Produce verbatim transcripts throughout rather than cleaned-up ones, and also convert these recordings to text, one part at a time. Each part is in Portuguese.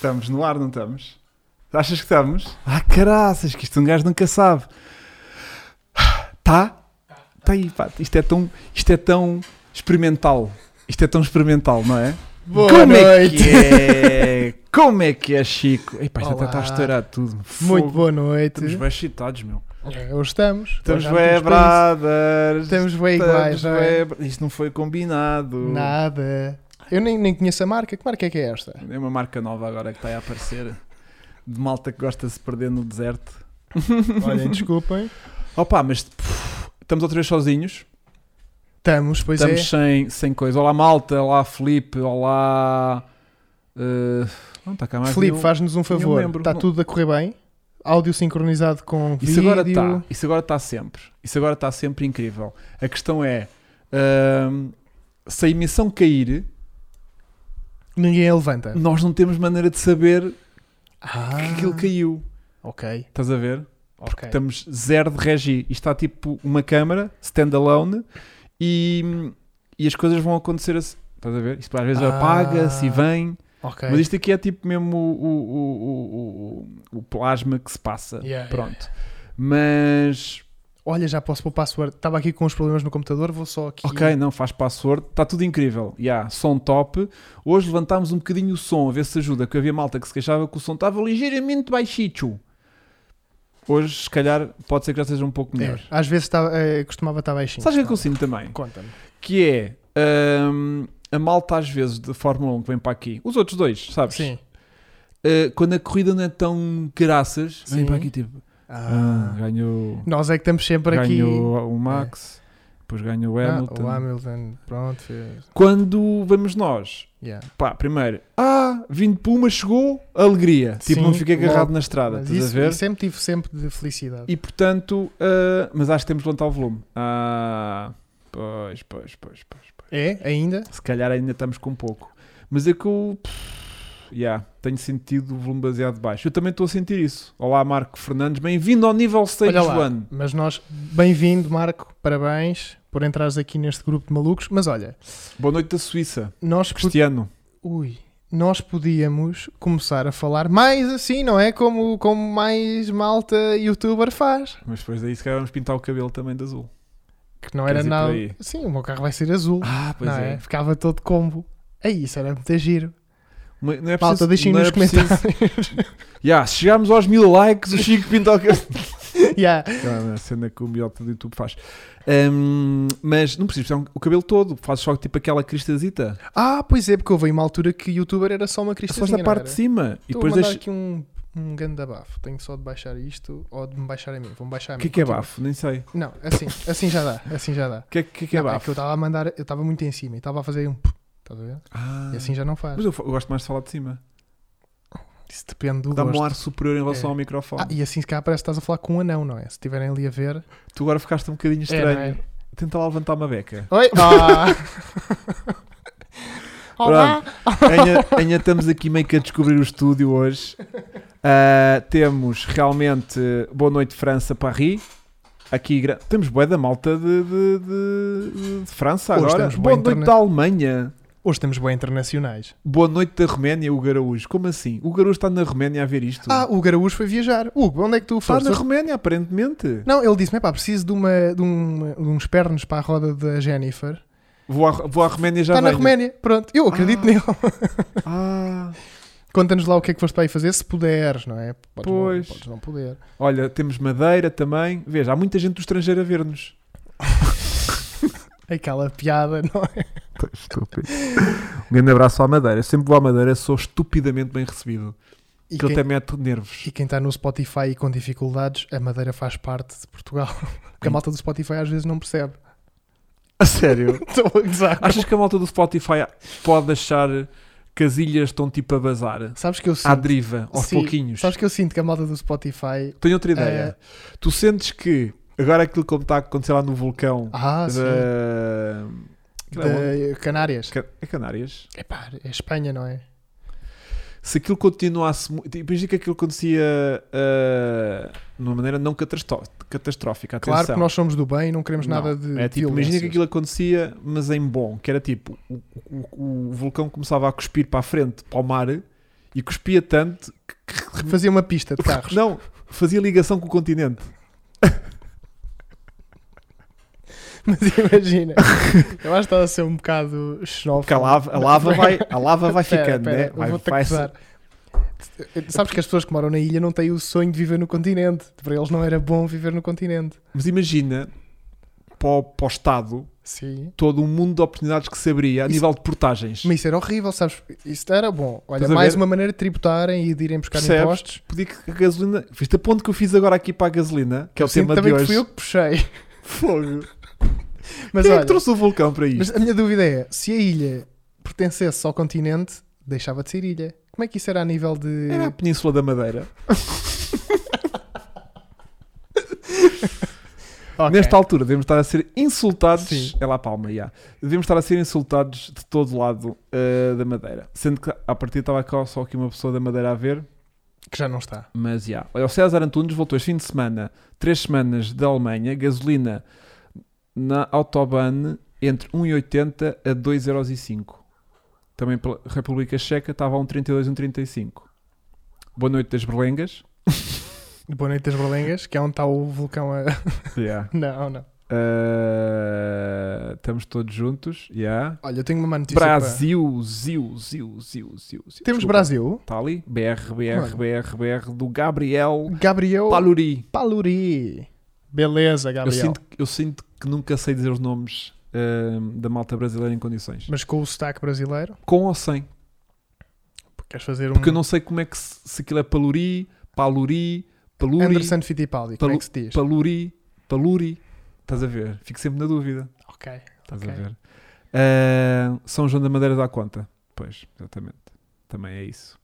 Estamos no ar, não estamos? Achas que estamos? Ah, caraças, que isto um gajo nunca sabe. Tá? Tá aí, pá. Isto é tão, isto é tão experimental. Isto é tão experimental, não é? Boa Como noite. é que é? Como é que é, Chico? Ei, pá, isto até Olá. está a estourar tudo. Muito Fogo. boa noite. Estamos bem excitados, meu. É, hoje estamos. Estamos Hoje já bem, metemos para brothers. Estamos bem Estamos iguais, não é? bué- Isto não foi combinado. isso. Nada. Eu nem, nem conheço a marca. Que marca é que é esta? É uma marca nova agora que está aí a aparecer. De malta que gosta de se perder no deserto. Olhem, desculpem. Opa, mas pff, estamos outra vez sozinhos. Estamos, pois Estamos é. sem, sem coisa. Olá, malta. Olá, Filipe. Olá. Uh, não está cá mais Filipe, nenhum. faz-nos um favor. membro. Está Não. tudo a correr bem? Áudio sincronizado com Isso vídeo. agora está. Isso agora está sempre. Isso agora está sempre incrível. A questão é: uh, se a emissão cair, Ninguém a levanta. nós não temos maneira de saber Ah, que aquilo caiu. ok. Estás a ver? Ok. Estamos zero de regi. Isto está tipo uma câmara, standalone, e, e as coisas vão acontecer assim. Estás a ver? Isto às vezes Ah. apaga-se e vem. Ok. Mas isto aqui é tipo mesmo o, o, o, o, o plasma que se passa. Yeah, Pronto. Mas, Olha, já posso pôr password. Estava aqui com os problemas no computador, vou só aqui. ok, não faz password. Está tudo incrível. Yeah, som top. Hoje levantámos um bocadinho o som, a ver se ajuda. Porque havia malta que se queixava que o som estava ligeiramente baixito. Hoje, se calhar, pode ser que já seja um pouco melhor. É, às vezes estava, eh, costumava estar baixinho. Sabes o que é que eu sinto também? Conta-me. Que é hum, a malta às vezes de Fórmula um que vem para aqui, os outros dois, sabes? Sim. Uh, quando a corrida não é tão graças, vem Sim. para aqui tipo, Ah, ah, ganhou, Nós é que estamos sempre aqui. ganhou o Max, depois ganhou o Ah, Hamilton. o Hamilton, pronto. Fez. Quando vamos nós, Yeah. pá, primeiro, ah, vindo Puma, chegou, alegria, tipo, Sim, não fiquei agarrado logo. na estrada, Mas estás isso, a ver? isso sempre tive sempre de felicidade. E portanto, uh, mas acho que temos de levantar o volume. Ah, pois, pois, pois, pois, pois. É? Ainda? Se calhar ainda estamos com pouco. Mas é que eu pff, yeah, tenho sentido o volume baseado de baixo. Eu também estou a sentir isso. Olá, Marco Fernandes. Bem-vindo ao nível Stage Olha lá, One. mas nós, bem-vindo, Marco, parabéns por entrares aqui neste grupo de malucos. Mas olha, Boa noite da Suíça. nós, po- Cristiano. Ui, nós podíamos começar a falar mais assim, não é? Como, como mais malta youtuber faz. Mas depois daí se calhar vamos pintar o cabelo também de azul. Que não Queres era ir por nada. aí? Sim, o meu carro vai ser azul. Ah, pois não é. é? Ficava todo combo. Aí, isso era muito giro. Mas Não é Malta, preciso, deixem não nos é preciso- comentários. Yeah, se chegarmos aos mil likes, o Chico pinta o cabelo. Yeah. Ah, a cena que o miota do YouTube faz. Hum, mas não precisas pintar o cabelo todo. Fazes só tipo aquela cristazita. Ah, pois é, porque houve uma altura que youtuber era só uma Só cristazinha. da não parte era? de cima. E Estou depois a mandar deixa... aqui um, um grande abafo. Tenho só de baixar isto ou de me baixar a mim. Vou-me baixar a O mim. que é que é Continua. bafo? Nem sei. O Não, assim, assim já dá. Assim já dá. que é que, é, que é Não, é bafo? que eu estava a mandar, eu estava muito em cima e estava a fazer um. p- Estás a ver? Ah. E assim já não faz. Mas eu, eu gosto mais de falar de cima. Isso depende do Dá-me um gosto. ar superior em relação É. ao microfone. Ah, e assim se cá parece que estás a falar com um anão, não é? Se estiverem ali a ver. Tu agora ficaste um bocadinho É, estranho. não é? Tenta lá levantar uma beca. Oi! Ah. Olá! Ainda, ainda estamos aqui meio que a descobrir o estúdio hoje. Ah, temos realmente Boa Noite França, Paris. Aqui gra- temos bué da malta de, de, de- de França Hoje agora. temos bué Boa Noite interna- da Alemanha. Hoje temos bem internacionais. Boa Noite da Roménia, o Garaújo. Como assim? O Garaújo está na Roménia a ver isto? Ah, o Garaújo foi viajar. Hugo, onde é que tu está foste? na Roménia, aparentemente. Não, ele disse-me, pá, preciso de, uma, de, uma- de uns pernos para a roda da Jennifer. Vou à, vou à Roménia já Está na venho. Roménia, pronto. Eu acredito Ah. nele. Ah, Conta-nos lá o que é que foste para aí fazer, se puderes, não é? Podes Pois. Não, podes não poder. olha, temos Madeira também. Veja, há muita gente do estrangeiro a ver-nos. Aquela piada, não é? Estúpido. Um grande abraço à Madeira. Eu sempre vou à Madeira, sou estupidamente bem recebido. E Que ele quem, até mete nervos. e quem está no Spotify e com dificuldades, a Madeira faz parte de Portugal. Porque a malta do Spotify às vezes não percebe. A sério? Estou a gozar. Achas que a malta do Spotify pode achar que as ilhas estão tipo a bazar? Sabes que eu À sinto... deriva, aos Sim, pouquinhos. Sabes que eu sinto que a malta do Spotify... Tenho outra ideia. Tu sentes que agora aquilo que está a acontecer lá no vulcão Ah, sim. da... Aquilo é onde? De Canárias. Ca- É Canárias? Epá, é Espanha, não é? Se aquilo continuasse, mu- tipo, imagina que aquilo acontecia uh, de uma maneira não catastro- catastrófica, atenção. Claro que nós somos do bem e não queremos Não, nada de é tipo, imagina que violências. aquilo acontecia, mas em bom, que era tipo, o, o- o vulcão começava a cuspir para a frente, para o mar, E cuspia tanto que, que Fazia uma pista de carros. não, fazia ligação com o continente. Mas imagina, eu acho que estava a ser um bocado xenófobo. Porque a lava, a lava vai, a lava vai Pera, ficando, pera, né? eu Vai, vou-te vai, acusar. Sabes que as pessoas que moram na ilha não têm o sonho de viver no continente. Para eles não era bom viver no continente. mas imagina, para o, para o Estado, Sim. todo um mundo de oportunidades que se abria a Isso- nível de portagens. Mas isso era horrível, sabes? Isso era bom. Olha, Estás a mais ver? uma maneira de tributarem e de irem buscar Percebes? impostos. Podia que a gasolina... Viste a ponto que eu fiz agora aqui para a gasolina, que é o Sinto tema de também que hoje. fui eu que puxei. Fogo. Mas Quem é olha, que trouxe o vulcão para isto? mas a minha dúvida é, se a ilha pertencesse ao continente, deixava de ser ilha. Como é que isso era a nível de... Era a Península da Madeira. Ok. Nesta altura devemos estar a ser insultados. Sim. É lá a Palma, já. Devemos estar a ser insultados de todo lado uh, da Madeira. Sendo que a partir estava cá só aqui uma pessoa da Madeira a ver. Que já não está. Mas já. Olha, o César Antunes voltou este fim de semana, três semanas da Alemanha, gasolina na Autobahn entre um e oitenta a dois euros e cinco. Também pela República Checa estava a um trinta e dois, um trinta e cinco. Boa noite das berlengas. Boa noite das Berlengas, que é onde está o vulcão a... Yeah. Não, não. Uh, estamos todos juntos. Yeah. Olha, eu tenho uma má notícia Brasil, ziu, ziu, ziu, ziu. para... Temos Brasil. Está ali? B R, B R, Olha. B R, B R do Gabriel Gabriel Paluri. Paluri. Beleza, Eu Gabriel. sinto, eu sinto que nunca sei dizer os nomes uh, da malta brasileira em condições. Mas com o sotaque brasileiro, Com ou sem? queres fazer um... Porque eu não sei como é que se, se aquilo é Paluri, Paluri, Paluri, Anderson Fittipaldi, como é Palu- que se diz? Paluri, Paluri. Estás a ver? Fico sempre na dúvida. Ok. Estás Ok. a ver? Uh, São João da Madeira dá conta. Pois, exatamente. Também é isso.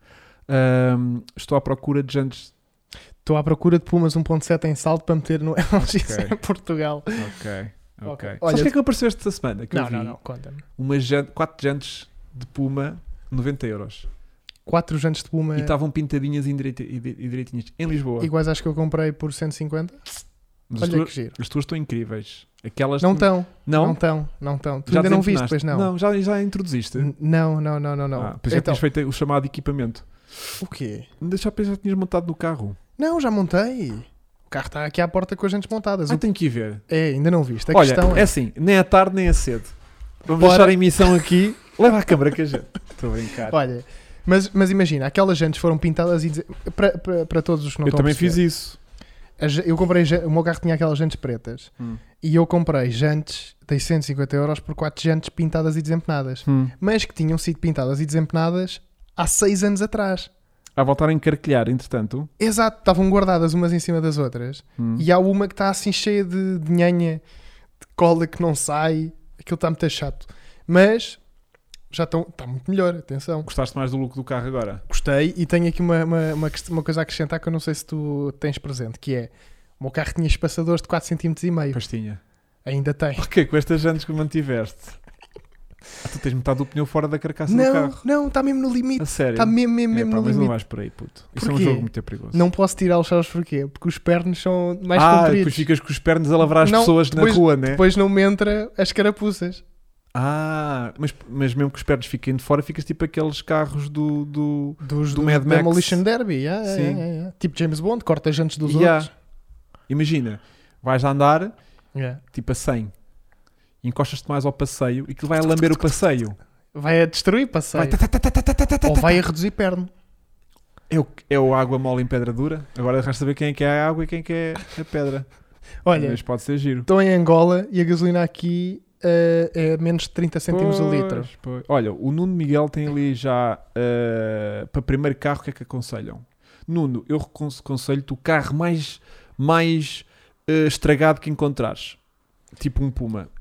Um, estou à procura de jantes. Estou à procura de Pumas um ponto sete em salto para meter no L G C Ok. em Portugal. Ok, ok. Ok. Sabes Olha, o que é que apareceu esta semana? Que eu Não, vi não, não, conta-me. Uma jante, quatro jantes de Puma, noventa euros. Quatro jantes de Puma E estavam pintadinhas e direita- e di- e direitinhas. Em Lisboa. iguais às que eu comprei por cento e cinquenta. Mas as Olha tuas, que giro. as tuas estão incríveis. Aquelas Não estão, Não? não estão, não estão. Tu Já ainda não viste, desempenaste? pois não? Não, já, já introduziste. N- Não, não, não, não, não. Ah, pois já Então, tinhas feito o chamado equipamento. o quê? Ainda já, já tinhas montado no carro. Não, já montei. O carro está aqui à porta com as jantes montadas. Ah, O- tenho que ir ver. É, ainda não viste. A Olha, questão é é... assim, nem é tarde nem é cedo. Vamos Bora. deixar a emissão aqui. Leva a câmara que a gente. Estou a brincar. Olha, mas, mas imagina, aquelas jantes foram pintadas e dizer... para, para, para todos os que não eu estão a também fiz perceber. isso. As- Eu comprei, jan- o meu carro tinha aquelas jantes pretas Hum. e eu comprei jantes de cento e cinquenta euros por quatro jantes pintadas e desempenadas, Hum. mas que tinham sido pintadas e desempenadas há seis anos atrás. A voltar a encarquilhar, entretanto. Exato, estavam guardadas umas em cima das outras Hum. e há uma que está assim cheia de, de nhanha, de cola que não sai, aquilo está muito chato, mas já estão, está muito melhor, atenção. Gostaste mais do look do carro agora? Gostei e tenho aqui uma, uma, uma, quest- uma coisa a acrescentar que eu não sei se tu tens presente, que é, o meu carro tinha espaçadores de quatro vírgula cinco centímetros. Pastinha. Ainda tem. Ok, com estas jantes que mantiveste. Ah, tu tens metade do pneu fora da carcaça do Não, carro. não, está mesmo no limite. A sério? Está mesmo, mesmo, É, mesmo pá, no mas não limite. vais por aí, puto. Isso é um Porquê? jogo muito perigoso. Não posso tirá-los, sabes porquê? Porque os pernos são mais ah, compridos. depois ficas com os pernas a lavrar as Não, pessoas depois- na rua, né? Depois não me entra as carapuças. Ah, mas, mas mesmo que os pernas fiquem de fora, ficas tipo aqueles carros do... do... Dos, Do do Mad Max. Demolition Derby. Yeah, yeah, Sim. yeah, yeah. Tipo James Bond, corta jantes dos Yeah. outros. Imagina, vais a andar Yeah. tipo a cem, encostas-te mais ao passeio e aquilo vai a lamber o passeio. Vai a destruir passeio. Vai, tá, tá, tá, tá, tá, tá, tá, tá, Ou tá. vai a reduzir perno. É o, é o água mole em pedra dura. Agora resta saber quem é que é a água e quem é que é a pedra. Olha, Mas pode ser giro. estou em Angola e a gasolina aqui eh, é menos de trinta cêntimos o litro. Pois, pois. Olha, o Nuno Miguel tem ali já uh, para primeiro carro, o que é que aconselham? Nuno, eu recon- aconselho-te o carro mais, mais uh, estragado que encontrares. Tipo um Puma.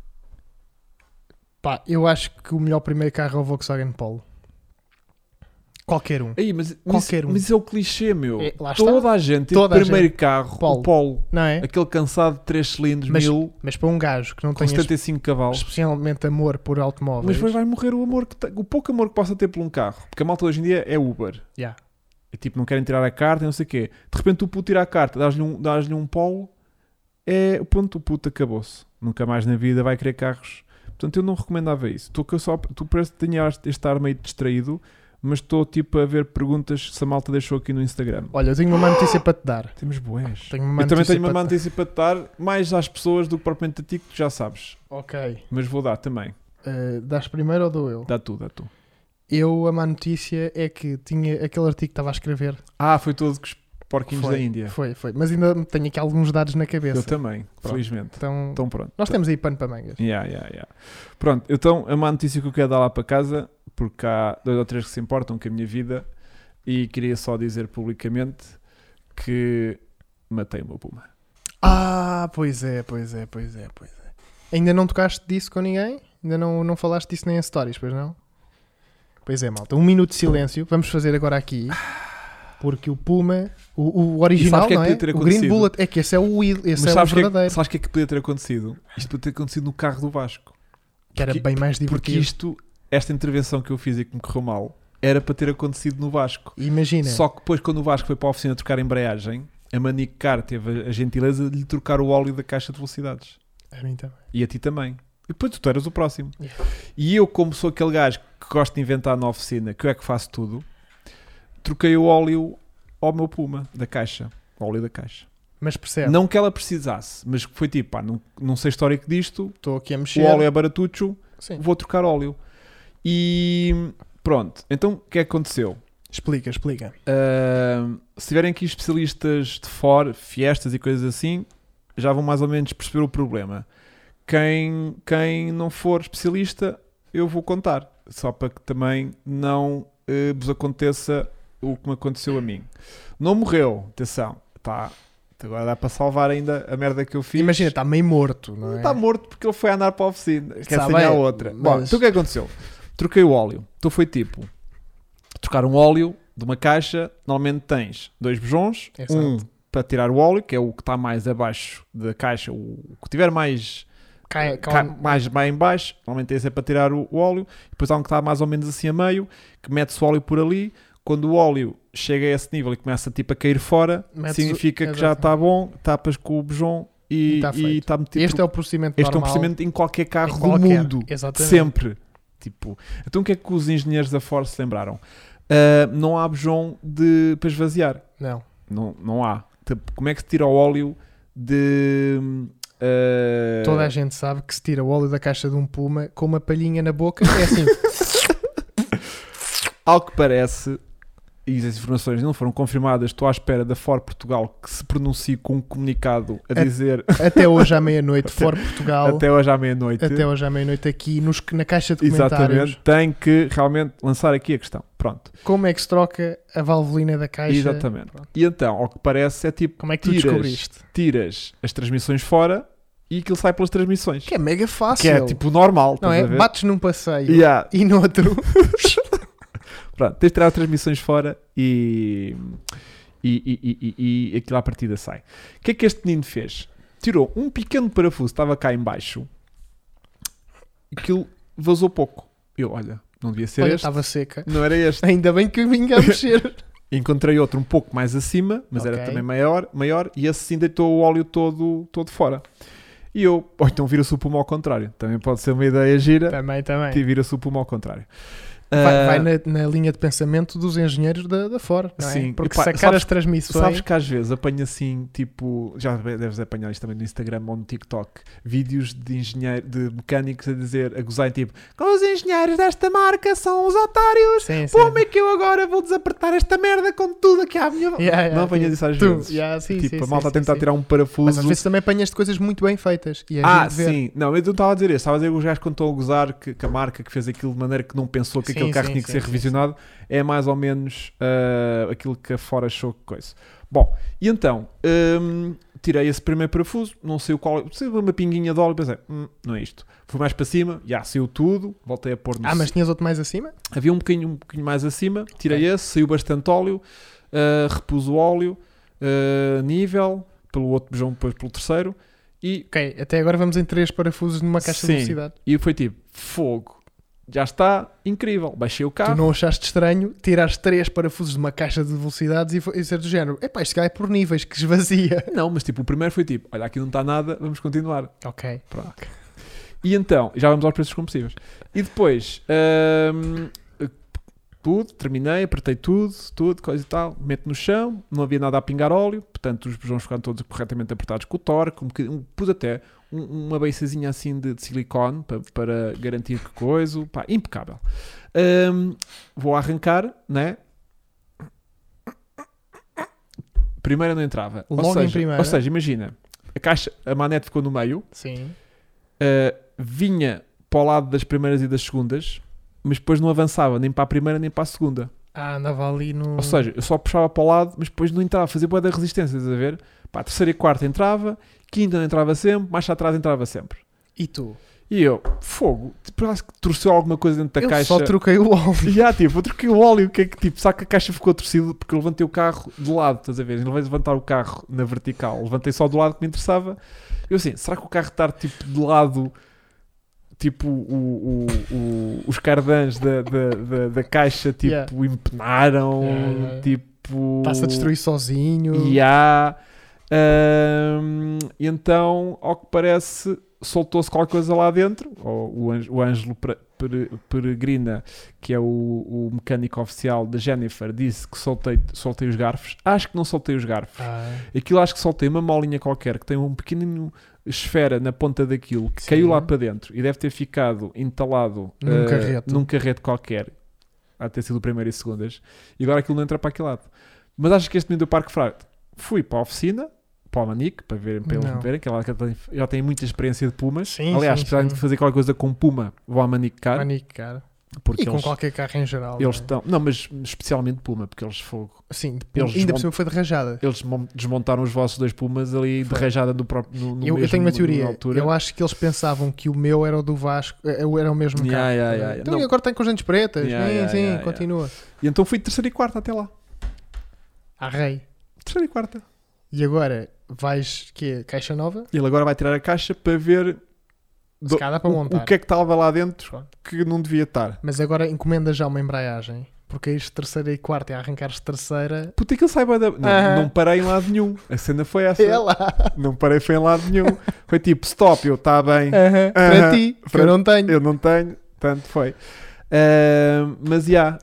Pá, eu acho que o melhor primeiro carro é o Volkswagen Polo. Qualquer um. Aí, mas, mas, Qualquer um. mas isso é o clichê, meu. É, lá está. Toda a gente teve Toda o a primeiro carro, Polo. o Polo. Não é? Aquele cansado de três cilindros, Mas- mil, Mas para um gajo que não com tem setenta e cinco cavalos. especialmente amor por automóveis. Mas depois vai morrer o amor que tem, o pouco amor que possa ter por um carro. Porque a malta hoje em dia é Uber. Yeah. É tipo, não querem tirar a carta, não sei o quê. De repente o puto tira a carta, dás-lhe um, dás-lhe um Polo, é o ponto, o puto acabou-se. Nunca mais na vida vai querer carros. Portanto, eu não recomendava isso. Tu, que eu só, tu parece que tenhas este ar meio distraído. mas estou tipo a ver perguntas se a malta deixou aqui no Instagram. Olha, eu tenho uma má notícia para te dar. Temos boés. Tenho uma má Eu também notícia tenho uma má para te notícia para te dar, mais às pessoas do que propriamente a ti, que tu já sabes. dar. Ok. Mas vou dar também. Uh, dás primeiro ou dou eu? Dá tu, dá tu. Eu, a má notícia é que tinha aquele artigo que estava a escrever. Ah, foi todo com os porquinhos Foi, da Índia. Foi, foi. Mas ainda tenho aqui alguns dados na cabeça. Eu também, Pronto. felizmente. Então, Então pronto. nós temos aí pano para mangas. Yeah, yeah, yeah. Pronto, então a má notícia que eu quero dar lá para casa, porque há dois ou três que se importam com a minha vida, e queria só dizer publicamente que matei o meu puma. Ah, pois é, pois é, pois é, pois é. Ainda não tocaste disso com ninguém? Ainda não, não falaste disso nem em stories, pois não? Pois é, malta. Um minuto de silêncio. Vamos fazer agora aqui. Porque o Puma, o, o original, que é não que é? podia ter O Green acontecido? Bullet. É que esse é o, esse Mas é o sabes o que, é que- verdadeiro. sabes o que é que podia ter acontecido? Isto podia ter acontecido no carro do Vasco. Que era porque- bem mais Porque divertido. isto, esta intervenção que eu fiz e que me correu mal, era para ter acontecido no Vasco. Imagina. Só que depois, quando o Vasco foi para a oficina trocar a embreagem, a Manic Car teve a gentileza de lhe trocar o óleo da caixa de velocidades. A mim também. E a ti também. E depois tu eras o próximo. Yeah. E eu, como sou aquele gajo que gosta de inventar na oficina, que eu é que faço tudo, troquei o óleo ao meu Puma, da caixa. O óleo da caixa. Mas percebe, Não que ela precisasse, mas que foi tipo, pá, não, não sei histórico disto, estou aqui a mexer. o óleo é baratucho, Sim. vou trocar óleo. E pronto. Então, o que é que aconteceu? Explica, explica. Uh, se tiverem aqui especialistas de fora, fiestas e coisas assim, já vão mais ou menos perceber o problema. Quem, quem não for especialista, eu vou contar, só para que também não uh, vos aconteça o que me aconteceu a mim. Não morreu, atenção, tá, agora dá para salvar ainda a merda que eu fiz. Imagina, está meio morto, não é? Está morto porque ele foi andar para a oficina, quer Sabe, sem a é, outra. mas- Bom, então o que é que aconteceu? Troquei o óleo, então foi tipo, trocar um óleo de uma caixa, normalmente tens dois bujões, Exato. um para tirar o óleo, que é o que está mais abaixo da caixa, o que tiver mais, Cai, ca- cai, mais, mais em baixo, normalmente esse é para tirar o, o óleo, depois há um que está mais ou menos assim a meio, que mete-se o óleo por ali, quando o óleo chega a esse nível e começa tipo a cair fora, Metes o- significa que já exato. está bom, tapas com o bujão E e tá e feito. está metido. Este é o procedimento Este é um normal. procedimento em qualquer carro Em do qualquer, mundo, exatamente. sempre. Tipo, então o que é que os engenheiros da Ford se lembraram? Ah, não há bujão de, para esvaziar. Não. Não, não há. Tipo, como é que se tira o óleo de... ah, Toda a gente sabe que se tira o óleo da caixa de um Puma com uma palhinha na boca, é assim. Ao que parece, e as informações não foram confirmadas, estou à espera da Ford Portugal que se pronuncie com um comunicado a É- dizer Até hoje à meia-noite, Ford Portugal. até hoje à meia-noite. Até hoje à meia-noite aqui nos, na caixa de comentários. Exatamente, tem que realmente lançar aqui a questão. Pronto. Como é que se troca a valvolina da caixa? Exatamente. Pronto. E então, ao que parece, é tipo, Como é que tu tiras, descobriste? tiras as transmissões fora e aquilo sai pelas transmissões. Que é mega fácil. Que é tipo normal, Não estás é? a ver? Bates num passeio Yeah. e no outro. Pronto, tens de tirar as transmissões fora e, e, e, e, e, e aquilo à partida sai. O que é que este menino fez? Tirou um pequeno parafuso, estava cá em baixo, e aquilo vazou pouco. Eu, olha, não devia ser Olha, este, estava seca. não era este. Ainda bem que eu vim a mexer. Encontrei outro um pouco mais acima, mas era Ok. também maior, maior, e esse sim deitou o óleo todo, todo fora. E eu, ou então vira-se o pulmão ao contrário. Também pode ser uma ideia gira, Também, também. que vira-se o pulmão ao contrário. Vai, Ah, vai na, na linha de pensamento dos engenheiros da, da Ford, não é? Sim. Porque Epá, sacar sabes- as transmissões... Sabes que às vezes apanho assim, tipo, já deves apanhar isto também no Instagram ou no TikTok, vídeos de engenheiro, de mecânicos a dizer, a gozarem tipo, os engenheiros desta marca são os otários, Sim, sim. como é que eu agora vou desapertar esta merda com tudo aqui à minha... Yeah, yeah, não apanhas tu- isso às tu- vezes. yeah, sim, tipo, sim, a malta sim, a tentar sim, tirar um parafuso. Mas às vezes também apanhas de coisas muito bem feitas. E é Ah, giro de ver. sim. Não, eu não estava a dizer isso. Estava a dizer que os gajos quando estão a gozar que, que a marca que fez aquilo de maneira que não pensou que Sim, aquele carro sim, tinha que sim, ser sim, revisionado é mais ou menos ah, aquilo que a fora achou que coisa. Bom, e então hum, tirei esse primeiro parafuso, não sei o qual, sei uma pinguinha de óleo, pensei, hum, não é isto. Fui mais para cima, já saiu tudo, voltei a pôr no Ah, mas tinhas outro mais acima? Havia um bocadinho, um bocadinho mais acima, tirei esse, saiu bastante óleo, ah, repus o óleo, ah, nível, pelo outro bujão, depois pelo terceiro, e Ok, até agora vamos em três parafusos numa caixa Sim. de velocidade. E foi tipo, fogo, já está incrível. Baixei o Tu carro. não achaste estranho tirar três parafusos de uma caixa de velocidades e, fo- e ser do género, epá, este é por níveis, que esvazia. Não, mas tipo, o primeiro foi tipo, olha, aqui não está nada, vamos continuar. Ok. Pronto. E então, já vamos aos preços combustíveis. E depois, hum, Tudo, terminei, apertei tudo, tudo, coisa e tal, meto no chão, não havia nada a pingar óleo, portanto os bujões ficaram todos corretamente apertados com o torque, um bocadinho, pus até um, uma beiçazinha assim de, de silicone para, para garantir que coisa, pá, impecável. Um, vou arrancar, né? Primeira não entrava. Logo ou seja, em primeira. Ou seja, imagina, a caixa, a manete ficou no meio, Sim. uh, vinha para o lado das primeiras e das segundas, mas depois não avançava nem para a primeira nem para a segunda. Ah, andava ali no... Ou seja, eu só puxava para o lado, mas depois não entrava, fazia boa da resistência, estás a ver? Pá, a terceira e quarta entrava, quinta não entrava sempre, mais atrás entrava sempre. E tu? E eu, fogo, tipo, acho que torceu alguma coisa dentro da eu caixa. só troquei o óleo. E já, tipo, eu troquei o óleo, que é que tipo, sabe que a caixa ficou torcida porque eu levantei o carro de lado, estás a ver? Em vez de levantar o carro na vertical, levantei só do lado que me interessava. Eu assim, será que o carro está tipo de lado, tipo o, o, o, os cardãs da, da, da, da caixa, tipo, Yeah. empenaram, Yeah. tipo... Está-se a destruir sozinho. E há... hum, e então, ao que parece, soltou-se qualquer coisa lá dentro. Ou o, Ângelo- o Ângelo Pre- Pere- Peregrina, que é o, o mecânico oficial da Jennifer, disse que soltei, soltei os garfos. Acho que não soltei os garfos. Ah, Aquilo acho que soltei uma molinha qualquer que tem um pequenino esfera na ponta daquilo que Sim. caiu lá para dentro e deve ter ficado entalado Num eh, carreto. num carreto qualquer. Há de ter sido o primeiro e segundas. E agora aquilo não entra para aquele lado. Mas acho que este menino do Parque Frade fui para a oficina, para o Manique, para, ver, para eles Não. me verem, que ela já tem, já tem muita experiência de pumas. Sim, Aliás, sim, se precisarem sim. de fazer qualquer coisa com puma, vou ao Manique Car. Manique, cara. Porque E com eles, qualquer carro em geral. eles não é? estão... Não, mas especialmente puma, porque eles fogo. Sim, eles ainda desmont- por cima foi de rajada. Eles mon- desmontaram os vossos dois pumas ali de Foi. rajada no próprio, no, no Eu, mesmo, eu tenho uma na teoria. altura. Eu acho que eles pensavam que o meu era o do Vasco, eh, era o mesmo Yeah, carro. yeah, yeah, Então não. e agora tem com as lentes pretas. Yeah, sim, yeah, sim, yeah, continua. E então fui terceira e quarta até lá. À rei. Terceira e quarta. E agora vais, que é, caixa nova? E ele agora vai tirar a caixa para ver Se do- calhar dá para o, montar. o que é que estava lá dentro Pronto. que não devia estar. Mas agora encomenda já uma embreagem. Porque isto terceira e quarta e arrancares terceira. Puta, aquilo sai bué da... Não, Aham. não parei em lado nenhum. A cena foi essa. É lá. Não parei foi em lado nenhum. Foi tipo, stop, eu está bem. Aham. Para Aham. ti, que Para- eu não tenho. Eu não tenho, tanto foi. Ahm, mas já,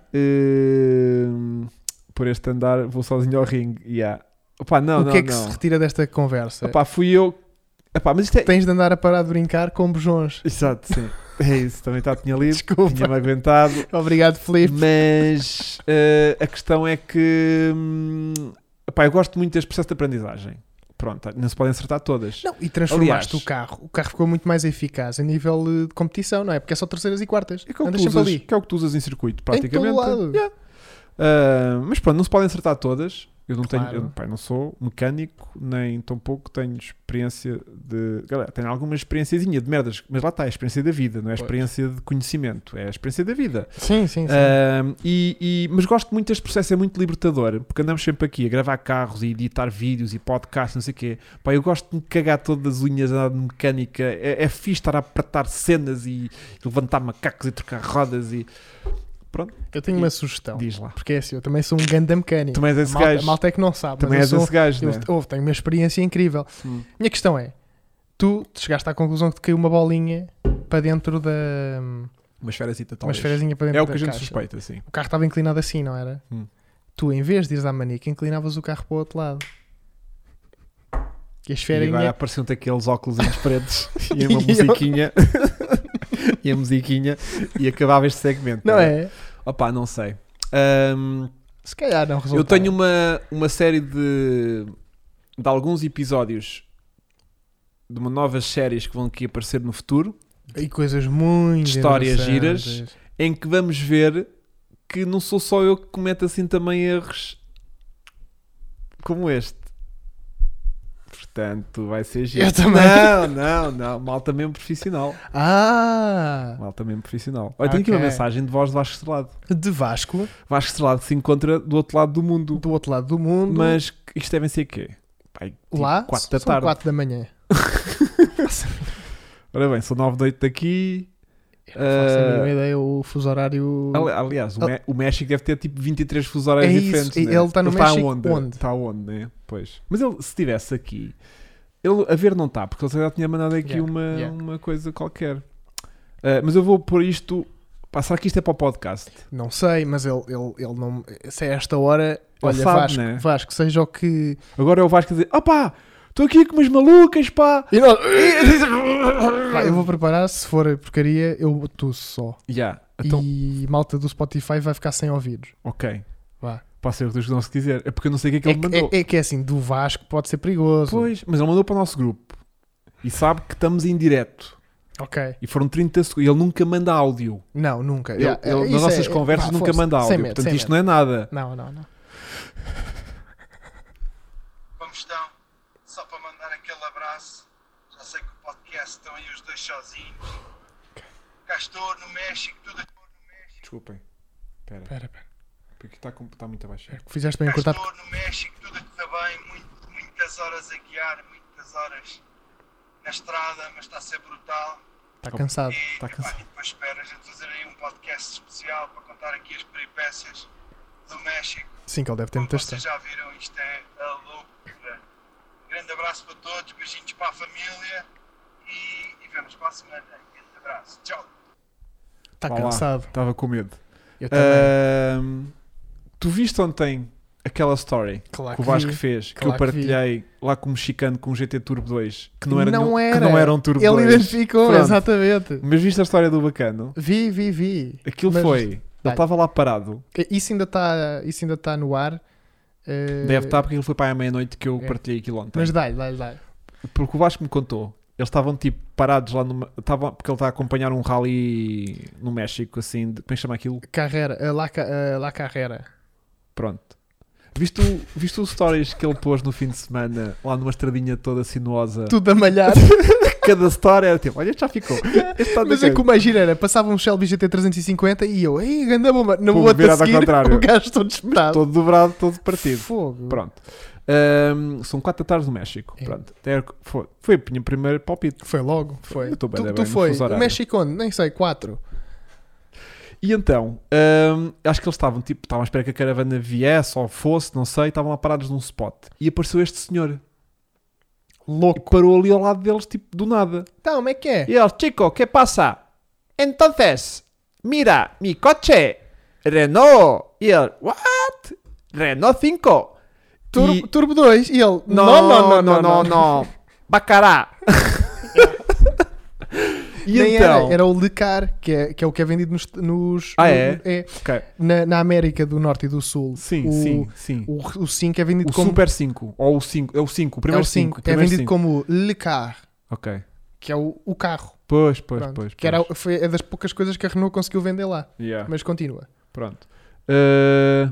ahm, por este andar vou sozinho ao ringue. Yeah. Opa, não, o não, que é que não. se retira desta conversa? Opa, fui eu. Epá, mas isto é. Tens de andar a parar de brincar com bujões. Exato, sim. É isso, também está, tinha lido, Desculpa. tinha-me aguentado. Obrigado, Filipe. Mas eh, a questão é que hum, epá, eu gosto muito deste processo de aprendizagem. Pronto, não se podem acertar todas. Não, e transformaste Aliás- o carro. O carro ficou muito mais eficaz a nível eh, de competição, não é? Porque é só terceiras e quartas. É que é o que Andas tu sempre usas, ali. que é o que tu usas em circuito, Em todo praticamente. lado. Yeah. Ah, mas pronto, não se podem acertar todas. Eu não Claro. tenho, eu, pá, não sou mecânico, nem tão pouco tenho experiência de. Galera, tenho alguma experiênciazinha de merdas, mas lá está, é a experiência da vida, não é a Pois. experiência de conhecimento, é a experiência da vida. Sim, sim, sim. Ah, e, e- mas gosto muito deste processo, é muito libertador, porque andamos sempre aqui a gravar carros e editar vídeos e podcasts, não sei o quê. Pá, eu gosto de me cagar todas as unhas a andar de mecânica, é, é fixe estar a apertar cenas e levantar macacos e trocar rodas e. Pronto, Eu tenho uma sugestão. diz lá. Porque é assim, eu também sou um ganda mecânico. Também és esse a malta, gajo. a malta é que não sabe. Também mas és eu esse sou, gajo, eu, né? eu tenho uma experiência incrível. Hum. Minha questão é, tu chegaste à conclusão que te caiu uma bolinha para dentro da... Uma esferazita, Uma talvez. esferazinha para dentro É o que da a gente caixa. suspeita, sim. O carro estava inclinado assim, não era? Hum. Tu, em vez de ires à manica, inclinavas o carro para o outro lado. E a E esferinha... agora apareciam-te aqueles óculos pretos e uma E eu- musiquinha. e a musiquinha. E acabava este segmento. Não é? Opá, não sei. Ahm, Se calhar não resulta. eu tenho uma, uma série de, de alguns episódios de uma novas séries que vão aqui aparecer no futuro, E coisas muito Histórias interessantes. giras. em que vamos ver que não sou só eu que cometo assim também erros como este. Portanto, vai ser giro. Eu também. Não, não, não. Malta mesmo profissional. Ah! Malta mesmo profissional. Olha, tenho aqui uma Ok. mensagem de voz de Vasco Estrelado. De Vasco, Vasco Estrelado se encontra do outro lado do mundo. do outro lado do mundo. Mas isto devem ser quê? Pai, tipo lá, quatro da são tarde. quatro da manhã. Ora bem, são nove da noite daqui. Eu não faço a Ah, mínima ideia, o fuso horário... Ali- Aliás, o, Mé- o México deve ter tipo vinte e três fusos horários É isso, diferentes. e né? ele está no México onde? onde? Está onde, né? Pois. Mas ele, se estivesse aqui, ele a ver não está, porque ele já tinha mandado aqui Yeah, uma, yeah. uma coisa qualquer. Ah, mas eu vou pôr isto. Pá, será que isto é para o podcast? Não sei, mas ele, ele, ele não. Se é esta hora, Ele olha, sabe, Vasco, né? Vasco, seja o que. Agora é o Vasco a dizer: opá, estou aqui com umas malucas, pá. E nós- Pá, eu vou preparar, se for porcaria, eu tuço só. Já, então, E malta do Spotify vai ficar sem ouvidos. ok. Vá. Pode ser o que Deus não se quiser. É porque eu não sei o que é que É, ele que- mandou. é, é que é assim, do Vasco pode ser perigoso. Pois, mas ele mandou para o nosso grupo. E sabe que estamos em direto. Ok. E foram trinta segundos. Ele nunca manda áudio. Não, nunca. Ele, Já, ele, isso nas nossas é- conversas vá, nunca força. manda Sem áudio. medo, Portanto, sem isto medo. não é nada. Não, não, não. Como estão? Só para mandar aquele abraço. Já sei que o podcast estão aí os dois sozinhos. Cá estou no México, tudo aqui no México. Desculpem. Espera. Espera, espera. Porque está, com- está muito abaixo. Fizeste bem em Cá cortar. estou no México, tudo a correr bem. Muito, muitas horas a guiar, muitas horas na estrada, mas está a ser brutal. Está cansado. E, Está epá, cansado. e depois espero a gente fazer aí um podcast especial para contar aqui as peripécias do México. Sim, que ele deve ter Como muita vocês história. já viram, isto é a loucura. Grande abraço para todos, beijinhos para a família e, e vemos para a semana. Grande abraço, tchau. Está Vá lá. cansado. Estava com medo. Eu também. Ahm, tu viste ontem aquela story Claro que o que Vasco vi. fez, que Claro eu que partilhei lá com o mexicano com o G T Turbo dois, que não era, não nenhum- era. que não era um Turbo Ele dois. identificou, Pronto. exatamente. Mas viste a história do bacano? Vi, vi, vi. Aquilo Mas- foi, ele Vai. estava lá parado. Isso ainda está isso ainda tá no ar. eh, Deve estar porque ele foi para aí à meia-noite que eu é. partilhei aquilo ontem. Mas dá-lhe, dá-lhe, dá-lhe. Porque o Vasco me contou. Eles estavam tipo parados lá numa. Estavam, porque ele está a acompanhar um rally no México, assim. De, como é que chama aquilo? Carreira, a La, Ca- a La Carrera. Pronto. Viste, o, viste os stories que ele pôs no fim de semana lá numa estradinha toda sinuosa? Tudo a malhar. Cada story era tipo: olha, este já ficou. Este está Mas é que o mais giro era, passava um Shelby G T trezentos e cinquenta e eu, ei, ganda bomba. Na Pô, outra a virado ao seguir, contrário. o gajo todo esperado. Todo dobrado, todo partido. Fogo. Pronto. Ahm, são quatro da tarde no México. É. Pronto. Até Foi, foi a minha primeira palpite. Foi logo, foi. Eu estou bem, tu bem tu no foi, fuso horário. o México onde? Nem sei, quatro. E então, ahm, acho que eles estavam tipo, estavam à espera que a caravana viesse ou fosse, não sei, estavam lá parados num spot. E apareceu este senhor. E Louco. parou ali ao lado deles, tipo, do nada. Então, como é que é? E ele, chico, ¿qué pasa? Entonces, mira, mi coche, Renault. E ele, what? Renault cinco. Turbo, E- Turbo dois. E ele, Não, não, não, não, não. Bacará. E Nem então, era, era o Lecar, que é, que é o que é vendido nos... nos Ah, no- é? ok. na, na América do Norte e do Sul. Sim, o, sim, sim. O, o cinco é vendido O como... Super cinco, ou o cinco, é o cinco, o é primeiro o cinco. cinco. o É primeiro vendido cinco. como Lecar, Ok. que é o, o carro. Pois, pois, Pronto. pois. Que era, pois. foi é das poucas coisas que a Renault conseguiu vender lá. Yeah. Mas continua. Pronto. Uh...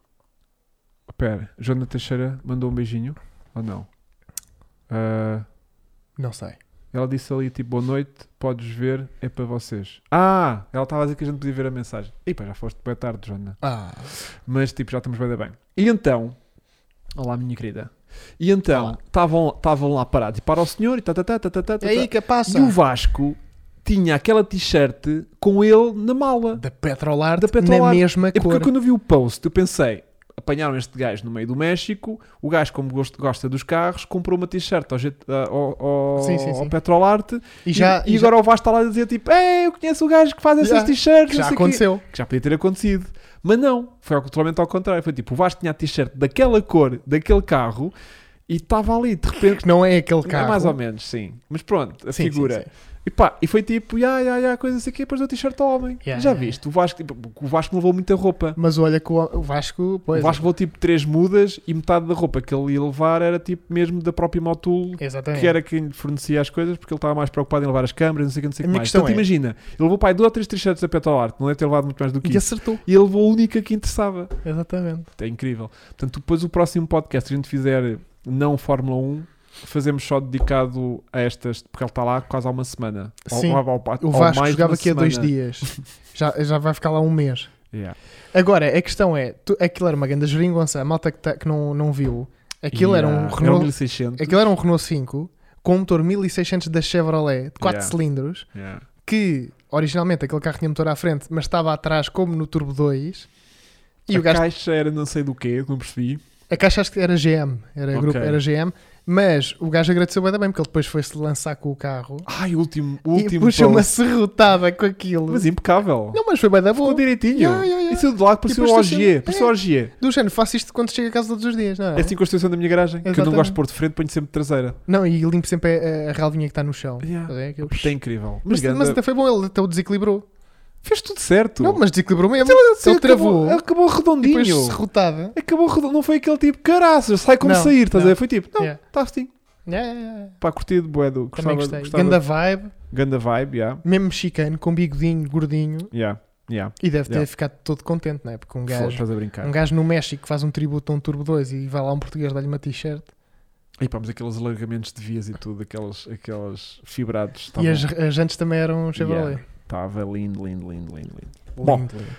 Espera, Joana Teixeira mandou um beijinho? Ou não? Uh... Não sei. Ela disse ali tipo, boa noite, podes ver, é para vocês. Ah, ela estava a dizer que a gente podia ver a mensagem. E pá, já foste bem tarde, Joana. Ah, Mas tipo, já estamos bem da bem. E então, olá minha querida. E então, Olá. estavam estavam lá parados e para o senhor e tá, tá, tá, tá, tá, tá, tá, é aí que passa. e o Vasco tinha aquela t-shirt com ele na mala. Da Petrolart, Da Petrolart. na mesma É porque cor. quando eu vi o post, eu pensei, apanharam este gajo no meio do México, o gajo, como gost- gosta dos carros, comprou uma t-shirt ao, G- ao, ao, Sim, sim, ao sim. Petrolart E, já, e, e agora o Vasco está lá a dizer tipo, ei, eu conheço o gajo que faz essas Já, t-shirts. já não sei o quê." aconteceu. Que já podia ter acontecido. Mas não, foi ao- totalmente ao contrário. Foi tipo, o Vasco tinha a t-shirt daquela cor, daquele carro, e estava ali, de repente. Que não é aquele É carro. mais ou menos, sim. Mas pronto, a Sim, figura. sim, sim. E pá, e foi tipo, ya, ya, ya, coisa assim, depois deu t-shirt ao homem. Yeah, Já yeah, viste? O Vasco, tipo, o Vasco levou muita roupa. Mas olha que o o Vasco, pois o Vasco levou tipo três mudas e metade da roupa que ele ia levar era tipo mesmo da própria Motul, exatamente. que era quem lhe fornecia as coisas, porque ele estava mais preocupado em levar as câmaras, não sei o que, não sei o A que minha mais. questão Portanto, é- imagina, ele levou pai duas ou três t-shirts da Petrolart, não deve ter levado muito mais do que E isso. acertou. E ele levou a única que interessava. Exatamente. É incrível. Portanto, depois o próximo podcast que a gente fizer não Fórmula um, fazemos só dedicado a estas, porque ele está lá quase há uma semana. Ou- Sim. ou- ou- O ou Vasco mais de jogava uma aqui há dois semana. dias. já, já vai ficar lá um mês. Yeah. Agora, a questão é, tu, aquilo era uma grande geringonça, a malta que, tá- que não, não viu, aquilo era um Yeah. Renault, mil e seiscentos. aquilo era um Renault cinco com um motor mil e seiscentos da Chevrolet, de quatro Yeah. cilindros, Yeah. que originalmente aquele carro tinha motor à frente, mas estava atrás como no Turbo dois, e a o gajo, caixa era não sei do quê, não percebi. a caixa acho que era G M, era, Ok. grupo, era G M, Mas o gajo agradeceu bem também, porque ele depois foi-se lançar com o carro Ai, o último, o e último puxou uma post. serrotada com aquilo. Mas impecável. Não, mas foi bem da boa. Ficou direitinho. Yeah, yeah, yeah. Isso é do lado, pareceu depois tu orgia. sempre- Pareceu é. orgia. Do género, faço isto quando chego a casa todos os dias, não é? É assim com a situação da minha garagem. Que eu não Exatamente. gosto de pôr de frente, ponho sempre de traseira. Não, e limpo sempre a, a relvinha que está no chão. Yeah. É, aquilo- Isto é incrível. Mas, Mas, ganda, mas até foi bom, ele até o desequilibrou. fez tudo certo. Não, mas desequilibrou mesmo. Sim, ele travou. Acabou, acabou E redondinho. depois serrotada. Acabou redondo. Não foi aquele tipo, caraças, sai como Não, sair. Estás a não. ver? Foi tipo, não, Yeah. está assim. Yeah, yeah, yeah. Pá, curti de buedo. Também Gostava, gostei. gostava. Ganda vibe, Ganda vibe, yeah. mesmo mexicano, com bigodinho, gordinho. Yeah. Yeah. E deve ter Yeah. ficado todo contente, não é? Porque um Foda, gajo, estás a brincar. um gajo no México que faz um tributo a um Turbo dois e vai lá um português dar-lhe uma t-shirt. E pá, mas aqueles alargamentos de vias e tudo, aqueles, aqueles fibrados. E as, as jantes também eram Chevrolet. Estava lindo, lindo, lindo, lindo, lindo. Bom, Lindo, lindo.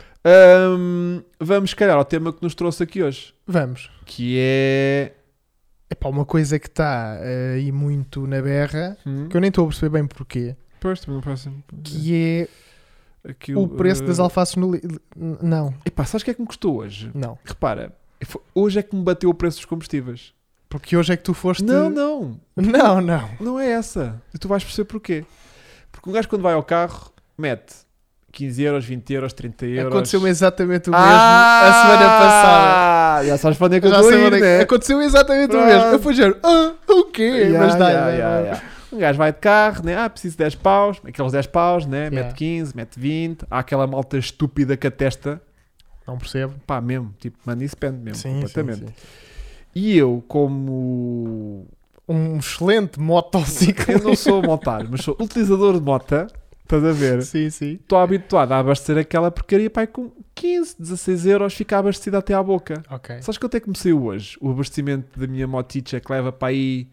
hum, vamos, se calhar, ao tema que nos trouxe aqui hoje. Vamos. Que é... Epá, uma coisa que está aí muito na berra, Hum? que eu nem estou a perceber bem porquê, Pois, também não parece... que é Aquilo, o preço eh, das alfaces no... Li... Não, Epá, sabes o que é que me custou hoje? não. Repara, fo- hoje é que me bateu o preço dos combustíveis. Porque hoje é que tu foste... Não, não. Não, não. Não é essa. E tu vais perceber porquê. Porque um gajo quando vai ao carro, mete quinze euros, vinte euros, trinta euros. Aconteceu-me exatamente o mesmo a semana passada. Ah, já sabes para onde é que eu Já estou a sei ir, onde é que- né? Aconteceu exatamente Pronto. o mesmo. Eu fui género, ah, o quê? Yeah, Mas dá, yeah, dá, yeah, dá. yeah. Um gajo vai de carro, né? Ah, preciso de dez paus. Aqueles dez paus, né? Yeah. Mete quinze, mete vinte. Há aquela malta estúpida que atesta. Não percebo. Pá, mesmo. Tipo, money spend mesmo. Sim, completamente. sim, sim. E eu, como... Um excelente motociclo. Eu não sou motar, mas sou utilizador de mota. Estás a ver? Sim, sim. Estou habituado a abastecer aquela porcaria, pai, com quinze, dezasseis euros, fica abastecida até à boca. Ok. Sabes quanto é que me saiu hoje? O abastecimento da minha moticha, que leva para aí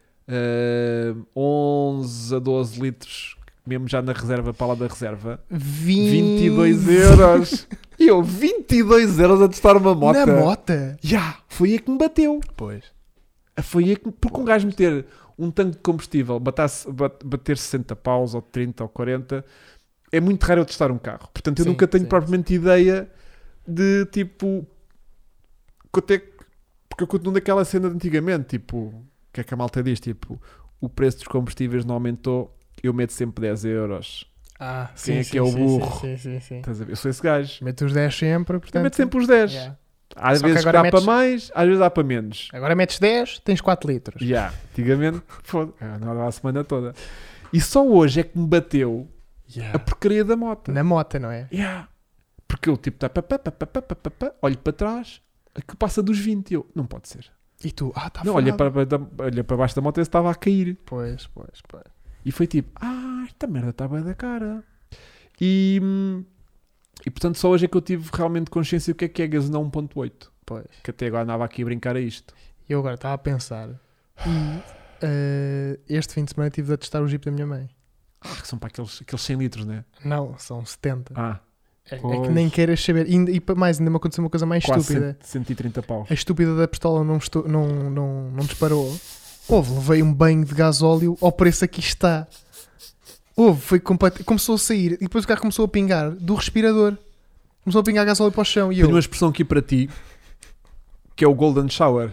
eh, onze a doze litros, mesmo já na reserva, para lá da reserva. vinte e dois euros. E eu, vinte e dois euros a testar uma moto. Na mota? Já, foi aí que me bateu. Pois. Foi aí que, porque um gajo meter um tanque de combustível, batasse, bat- bater sessenta paus, ou trinta, ou quarenta, é muito raro eu testar um carro. Portanto, eu Sim, nunca tenho sim, propriamente ideia de, tipo, quanto é que... Porque eu continuo naquela cena de antigamente, tipo, o que é que a malta diz? Tipo, o preço dos combustíveis não aumentou, eu meto sempre dez euros. Ah, Quem sim, é sim, que é o sim, burro? Sim, sim, sim. Estás a ver? Eu sou esse gajo. Mete os dez sempre, portanto... Eu meto sempre os dez. Yeah. Às Só que vezes agora dá metes- para mais, às vezes dá para menos. Agora metes dez, tens quatro litros. Já, antigamente, foda, eu não dava a semana toda. E só hoje é que me bateu Yeah. a porcaria da moto. Na mota, não é? Yeah. Porque eu tipo, tá, pá, pá, pá, pá, pá, pá, pá, pá, olho para trás, que passa dos vinte. Eu, não pode ser. E tu, ah, está não, olha para, para, olha para baixo da moto e estava a cair. Pois, pois, pois. E foi tipo, ah, esta merda está bem da cara. E, hum, e portanto só hoje é que eu tive realmente consciência do que é que é gasolina um ponto oito. Pois. Que até agora andava aqui a brincar a isto. E eu agora estava a pensar. E eh, este fim de semana tive a testar o Jeep da minha mãe. Ah, que são para aqueles, aqueles cem litros, né? Não, são setenta. Ah, é, é pois. que nem queiras saber. E, ainda- e para mais, ainda me aconteceu uma coisa mais quase estúpida. cento, cento e trinta paus. A estúpida da pistola não, estu- não, não, não disparou. Houve, levei um banho de gasóleo ao preço aqui está. Houve, foi completo. Começou a sair e depois o carro começou a pingar do respirador. Começou a pingar gasóleo para o chão. E eu, Tenho uma expressão aqui para ti que é o Golden Shower.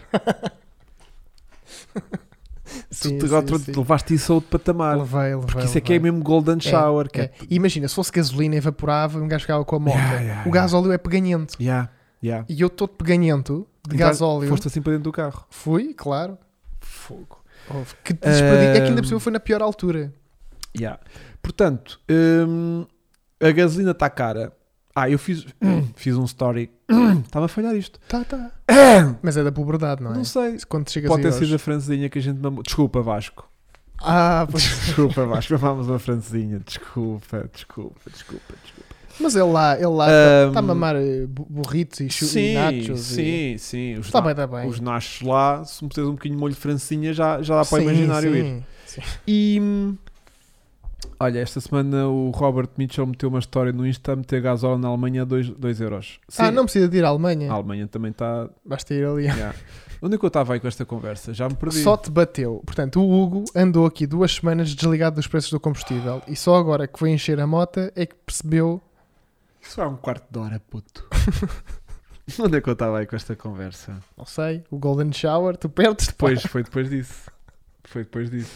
sim, tu, sim, tu, tu, sim. tu levaste isso a outro patamar. Levei, levei, Porque isso é que é levei. mesmo Golden Shower. que É, é- é. Imagina, se fosse gasolina evaporava, um gajo ficava com a moto. Yeah, yeah, o gasóleo é peganhento. Yeah, yeah. E eu todo peganhento de Então, gasóleo. Foste assim para dentro do carro. Fui, claro. Fogo. Houve. Que desperdiço. É que ainda por cima Ahm. foi na pior altura. Yeah. Portanto, hum, a gasolina está cara. Ah, eu fiz, fiz um story. Estava a falhar isto. Tá, tá. Mas é da puberdade, não é? Não sei. Quando chegas Pode ter aí aos- sido a francesinha que a gente mamou. Desculpa, Vasco. Ah, pois. Desculpa, Vasco. Mamámos uma francesinha. Desculpa, desculpa, desculpa, desculpa. Mas ele lá, ele lá Ahm, está a mamar eh, bu- burritos e, chu- e Sim, nachos. sim, sim. Os, Está na- bem, está bem. os nachos lá, se me puseres um bocadinho de molho de francesinha, já, já dá para Sim, imaginar eu ir. sim, sim. E hum, olha, esta semana o Robert Mitchell meteu uma história no Insta a meter gasóleo na Alemanha a dois euros. Sim, Ah, não precisa de ir à Alemanha. a Alemanha também está. Basta ir ali. Yeah. Onde é que eu estava aí com esta conversa? Já me perdi. Só te bateu. Portanto, o Hugo andou aqui duas semanas desligado dos preços do combustível e só agora que foi encher a mota é que percebeu. Isso é um quarto de hora, puto. Onde é que eu estava aí com esta conversa? Não sei. O Golden Shower, tu perdes Depois, foi depois disso. Foi depois disso.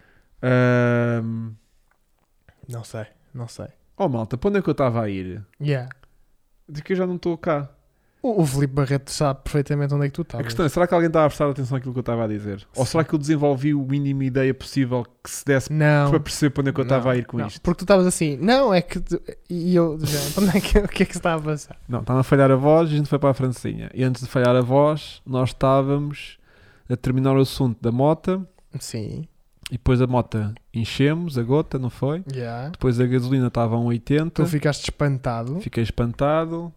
Ahm, Não sei, não sei. Oh malta, para onde é que eu estava a ir? Yeah. Diz que eu já não estou cá. O, o Filipe Barreto sabe perfeitamente onde é que tu A estavas. questão é, será que alguém estava a prestar atenção àquilo que eu estava a dizer? Ou Sim. será que eu desenvolvi o mínimo ideia possível que se desse Não. para perceber para onde é que eu estava Não, a ir com não. isto? Porque tu estavas assim, não, é que. tu- E eu, já, onde é que, o que é que se está a passar? Não, estava a falhar a voz e a gente foi para a Francinha. E antes de falhar a voz, nós estávamos a terminar o assunto da mota. Sim, E depois a mota enchemos, a gota, não foi? já. Depois a gasolina estava a um oitenta. Tu ficaste espantado. Fiquei espantado.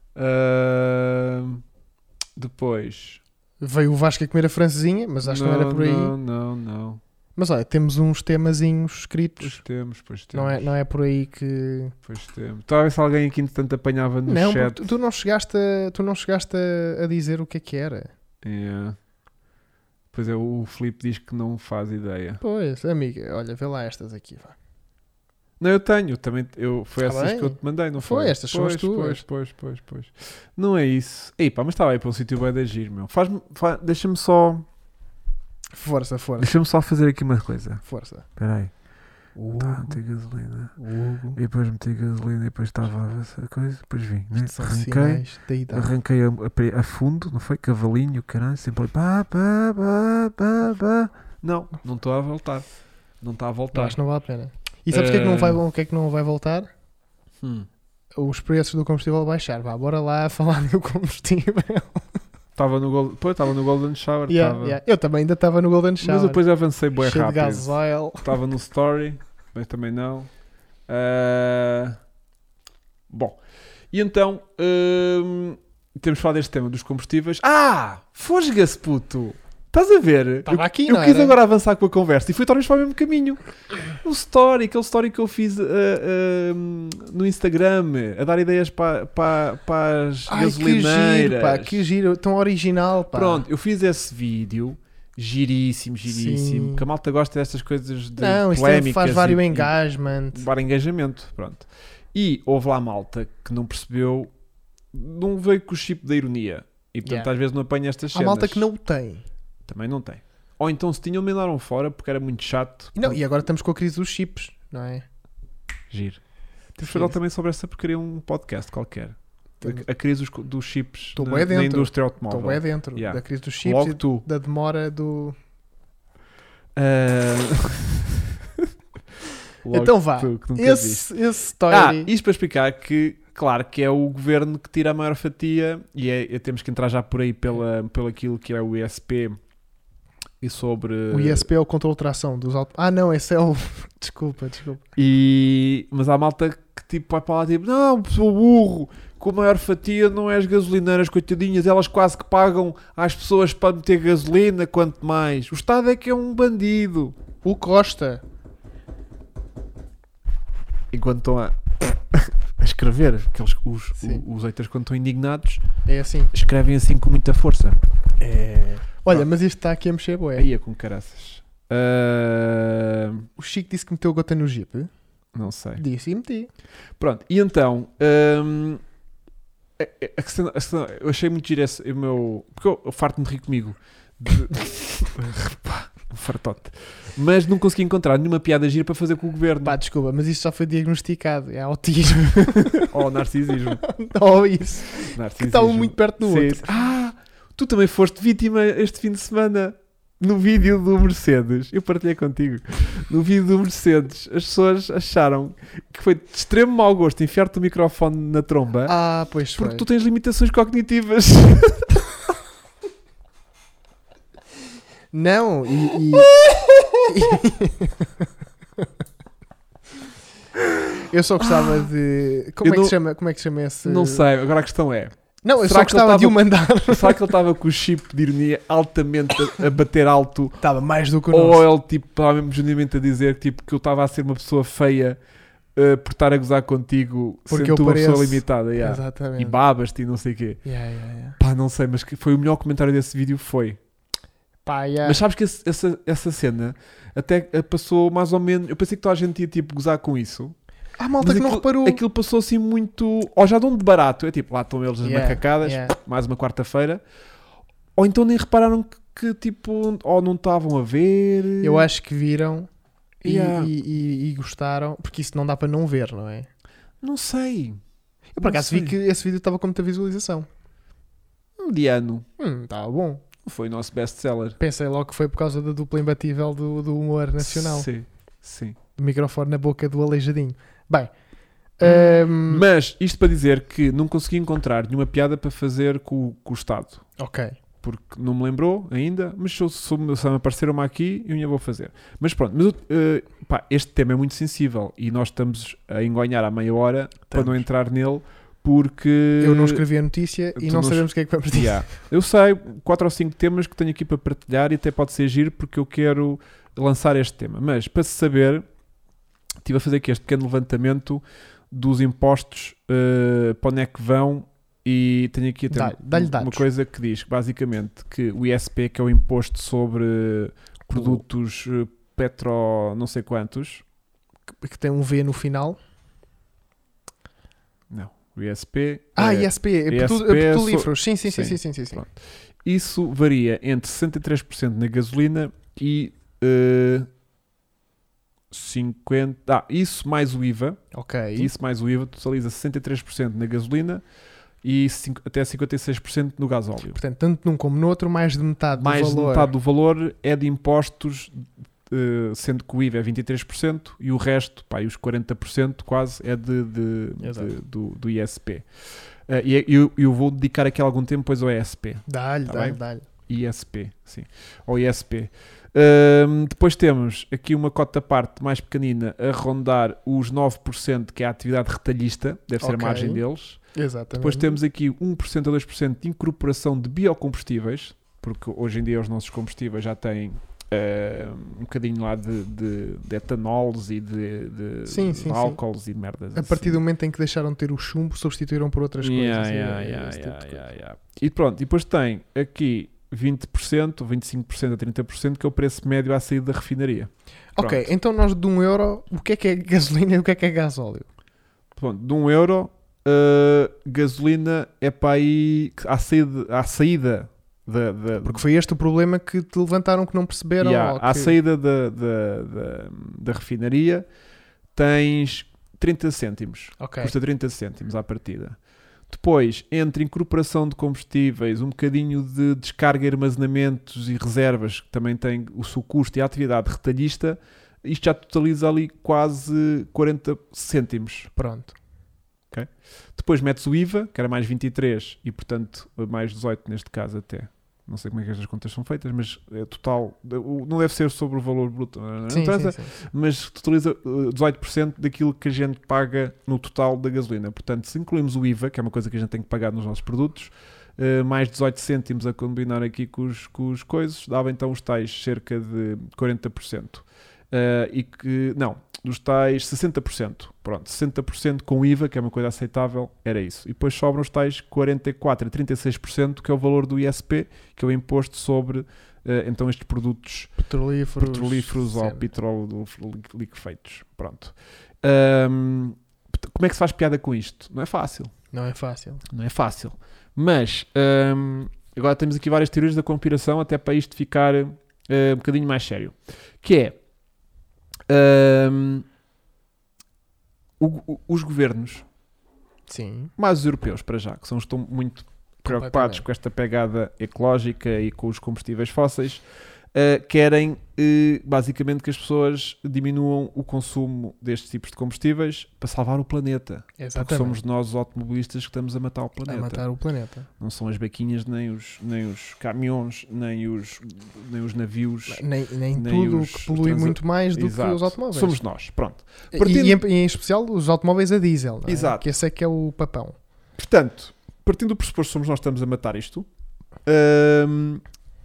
Ahm, depois... Veio o Vasco a comer a francesinha, mas acho que não era por aí. Não, não, não. Mas olha, temos uns temazinhos Pois escritos. temos, pois temos. Não é, não é por aí que. Pois temos. Estava a ver se alguém aqui entretanto apanhava no não, chat. porque tu, tu não chegaste, a, tu não chegaste a, a dizer o que é que era. Yeah. Pois é, o Filipe diz que não faz ideia. Pois, amiga, olha, vê lá estas aqui, vá. Não, eu tenho, também, eu, foi Tá essas bem. que eu te mandei, não foi? Foi, estas são pois, as tuas. Pois, pois, pois, pois. Não é isso. Ei pá, mas estava aí para um sítio bem de agir, meu. Faz-me, fa- deixa-me só, Força, força, deixa-me só fazer aqui uma coisa. força. Espera aí. O Tá, Hugo, meti gasolina. o Hugo. E depois meti gasolina e depois estava a coisa, depois vim, né? Isto são Arranquei. sinais da idade. Arranquei a, a- a fundo, não foi? Cavalinho, caralho, sempre ali, pá, pá, pá, pá, pá. Não, não estou a voltar. Não está a Não, voltar. acho que não vale a pena. E sabes o que é que não Eh, vai, o que é que não vai voltar? Hum. Os preços do combustível baixar. Vá, bora lá falar do combustível. Estava no, Gold- pô, estava no Golden Shower. Yeah, estava. yeah. Eu também ainda estava no Golden Shower. Mas eu depois avancei bem cheio de rápido. gasóleo. Estava no Story, mas também não. Ah, Bom, e então hum, temos falado deste tema dos combustíveis. Ah! Fosga-se, puto! Estás a ver? Estava eu aqui, eu não quis era? agora avançar com a conversa e fui tornar-nos para o mesmo caminho. O story, aquele story que eu fiz ah, ah, no Instagram, a dar ideias para, para, para as Ai, que gasolineiras. giro, pá. Que giro. Tão original, pá. Pronto, eu fiz esse vídeo, giríssimo, giríssimo, Sim. que a malta gosta destas coisas de Não, isto é, polémicas faz vários e- engagement. e bar engajamento, pronto. E houve lá malta que não percebeu, não veio com o chip da ironia. E portanto Yeah. às vezes não apanha estas Há cenas. malta que não o tem. Também não tem. Ou então se tinham, mandaram fora porque era muito chato. E, não, e agora estamos com a crise dos chips, não é? Giro. Temos que Sim. falar também sobre essa porcaria um podcast qualquer. Temos- A, a crise dos, co- dos chips Estou na, bué na dentro. indústria Estou automóvel. bem dentro Yeah. da crise dos chips Logo e tu. da demora do... Ah, Logo Então vá. tu, que nunca viste. Esse, esse story... Ah, isto para explicar que, claro, que é o governo que tira a maior fatia e é, é- temos que entrar já por aí pela, pelo aquilo que é o I S P e sobre... O I S P é o controle de tração dos autos. Ah, não, esse é o... Desculpa, desculpa. E, mas há malta que tipo vai para lá tipo, não, sou burro, com a maior fatia não é as gasolineiras, coitadinhas, elas quase que pagam às pessoas para meter gasolina, quanto mais. O Estado é que é um bandido. O Costa. Enquanto estão a, a escrever, aqueles, os, Sim. os haters quando estão indignados, É assim. escrevem assim com muita força. É... Olha, mas isto está aqui a mexer, boé. Aí é com caraças. Ah, O Chico disse que meteu gota no Jeep. não sei. Disse e meti. Pronto, e então, hum, a- a- a questão- a questão- eu achei muito giro esse, o meu. Porque eu, eu farto-me de rir comigo. De- Pá, um fartote. Mas não consegui encontrar nenhuma piada gira para fazer com o governo. Pá, desculpa, mas isto já foi diagnosticado. É autismo. Ou narcisismo. Ou isso. Que narcisismo. estavam muito perto do Sim, outro. sim. Ah, tu também foste vítima este fim de semana. No vídeo do Mercedes, eu partilhei contigo. No vídeo do Mercedes, as pessoas acharam que foi de extremo mau gosto enfiar-te o microfone na tromba. Ah, pois Porque foi. tu tens limitações cognitivas. Não, e... e- Eu só gostava de... Como Eu é, que não- se chama, como é que se chama esse... Não sei, agora a questão é: Não, eu Será só que ele gostava de o tava- mandar. será que ele estava com o chip de ironia altamente a, a bater alto? Estava mais do que o Ou nosso. ele tipo, estava mesmo genuinamente a dizer tipo, que eu estava a ser uma pessoa feia uh, por estar a gozar contigo, Porque sendo eu tu uma pessoa pareço. limitada? Yeah. Exatamente. E babas-te e não sei o quê. Yeah, yeah, yeah. Pá, não sei, mas que foi o melhor comentário desse vídeo foi. Pá, yeah. Mas sabes que esse- essa, essa cena até uh, passou mais ou menos. Eu pensei que toda a gente ia tipo gozar com isso. Ah, malta Mas que não aquilo, reparou. aquilo passou assim muito. Ou já dão de barato. É tipo, lá estão eles as Yeah, macacadas, yeah. mais uma quarta-feira. Ou então nem repararam que, que, tipo, ou não estavam a ver. Eu acho que viram e, Yeah. e- e- e gostaram, porque isso não dá para não ver, não é? Não sei. Eu por Não acaso sei. vi que esse vídeo estava com muita visualização. Mediano. Hum, estava bom. Foi o nosso best-seller. Pensei logo que foi por causa da dupla imbatível do, do humor nacional. Sim, sim. Do microfone na boca do aleijadinho. Bem, Hum. hum, Mas isto para dizer que não consegui encontrar nenhuma piada para fazer com, com o Estado. ok. Porque não me lembrou ainda, mas se, eu- se, me- se me aparecer uma aqui, eu ainda vou fazer. Mas pronto, mas, eu, eh, pá, este tema é muito sensível e nós estamos a engonhar à meia hora para não Estamos. entrar nele, porque... Eu não escrevi a notícia e tu não não sabemos o que é que vamos dizer. Yeah. Eu sei, quatro ou cinco temas que tenho aqui para partilhar e até pode ser giro porque eu quero lançar este tema. Mas para se saber, estive a fazer aqui este pequeno levantamento dos impostos, eh, para onde é que vão, e tenho aqui até Dá- dá-lhe uma dados. coisa que diz basicamente que o I S P, que é o imposto sobre produtos eh, petro não sei quantos, Que tem um V no final. não, o I S P Ah, é- I S P, é I S petu- P é é petrolíferos. Sim, sim, sim, Sim. sim, sim, sim, sim. Pronto. Isso varia entre sessenta e três por cento na gasolina e eh, cinquenta... Ah, isso mais o I V A. Ok. Isso mais o I V A totaliza sessenta e três por cento na gasolina e cinco- até cinquenta e seis por cento no gasóleo. Portanto, tanto num como no outro, mais de metade Mais do de valor. metade do valor é de impostos, eh, sendo que o I V A é vinte e três por cento e o resto, pá, e os quarenta por cento quase, é de, de- Exato. de- do, do I S P. Eh, e eu, eu vou dedicar aqui algum tempo depois ao E S P. Dá-lhe, Tá dá-lhe, bem? dá-lhe. I S P, sim. Ou I S P. Ahm, depois temos aqui uma cota parte mais pequenina a rondar os nove por cento, que é a atividade retalhista, deve ser Ok. a margem deles. Exatamente. Depois temos aqui um por cento a dois por cento de incorporação de biocombustíveis, porque hoje em dia os nossos combustíveis já têm ah, um bocadinho lá de, de, de etanols e de, de, Sim, de sim, sim. álcools e merdas. A partir assim. do momento em que deixaram de ter o chumbo, substituíram por outras Yeah, coisas. yeah, É, yeah, esse tipo yeah, de coisa. yeah, yeah. E pronto, e depois tem aqui vinte por cento, vinte e cinco por cento a trinta por cento, que é o preço médio à saída da refinaria. Ok, Pronto. então nós de um euro, o que é que é gasolina e o que é que é gasóleo? Pronto, de um euro, uh, gasolina é para aí à saída, à saída da, da, Porque foi este o problema que te levantaram que não perceberam. yeah, ou à que... saída da, da, da, da refinaria tens trinta cêntimos. Ok. Custa trinta cêntimos à partida. Depois, entre incorporação de combustíveis, um bocadinho de descarga, armazenamentos e reservas, que também tem o seu custo, e a atividade retalhista, isto já totaliza ali quase quarenta cêntimos. Pronto. Depois metes o I V A, que era mais vinte e três e, portanto, mais dezoito neste caso até. Não sei como é que estas contas são feitas, mas é total. o- Não deve ser sobre o valor bruto, não Sim, interessa, sim, sim. mas totaliza uh, dezoito por cento daquilo que a gente paga no total da gasolina. Portanto, se incluímos o I V A, que é uma coisa que a gente tem que pagar nos nossos produtos, uh, mais dezoito cêntimos a combinar aqui com os, com os coisas, dava então os tais cerca de quarenta por cento. Uh, e que, não, dos tais sessenta por cento. Pronto, sessenta por cento com I V A, que é uma coisa aceitável, era isso. E depois sobram os tais quarenta e quatro por cento a trinta e seis por cento, que é o valor do I S P, que é o imposto sobre uh, então estes produtos Petrolíferos. petrolíferos ou cena. petróleo liquefeitos. Pronto. Ahm, como é que se faz piada com isto? Não é fácil. Não é fácil. Não é fácil. Mas ahm, agora temos aqui várias teorias da conspiração até para isto ficar ah, um bocadinho mais sério. Que é ahm, o- o- os governos, Sim. mais os europeus para já, que são, estão muito preocupados Completamente. com esta pegada ecológica e com os combustíveis fósseis, uh, querem uh, basicamente que as pessoas diminuam o consumo destes tipos de combustíveis para salvar o planeta. Porque Exatamente. somos nós os automobilistas que estamos a matar o A planeta. matar o planeta. Não são as baquinhas, nem os, nem os caminhões, nem os, nem os navios. Nem, nem, Nem tudo os- que polui transa- muito mais do Exato. que os automóveis. Somos nós, pronto. E- Partindo- E, em, e em especial os automóveis a diesel. Não é? Exato. Que esse é que é o papão. Portanto, partindo do pressuposto que somos nós que estamos a matar isto, hum,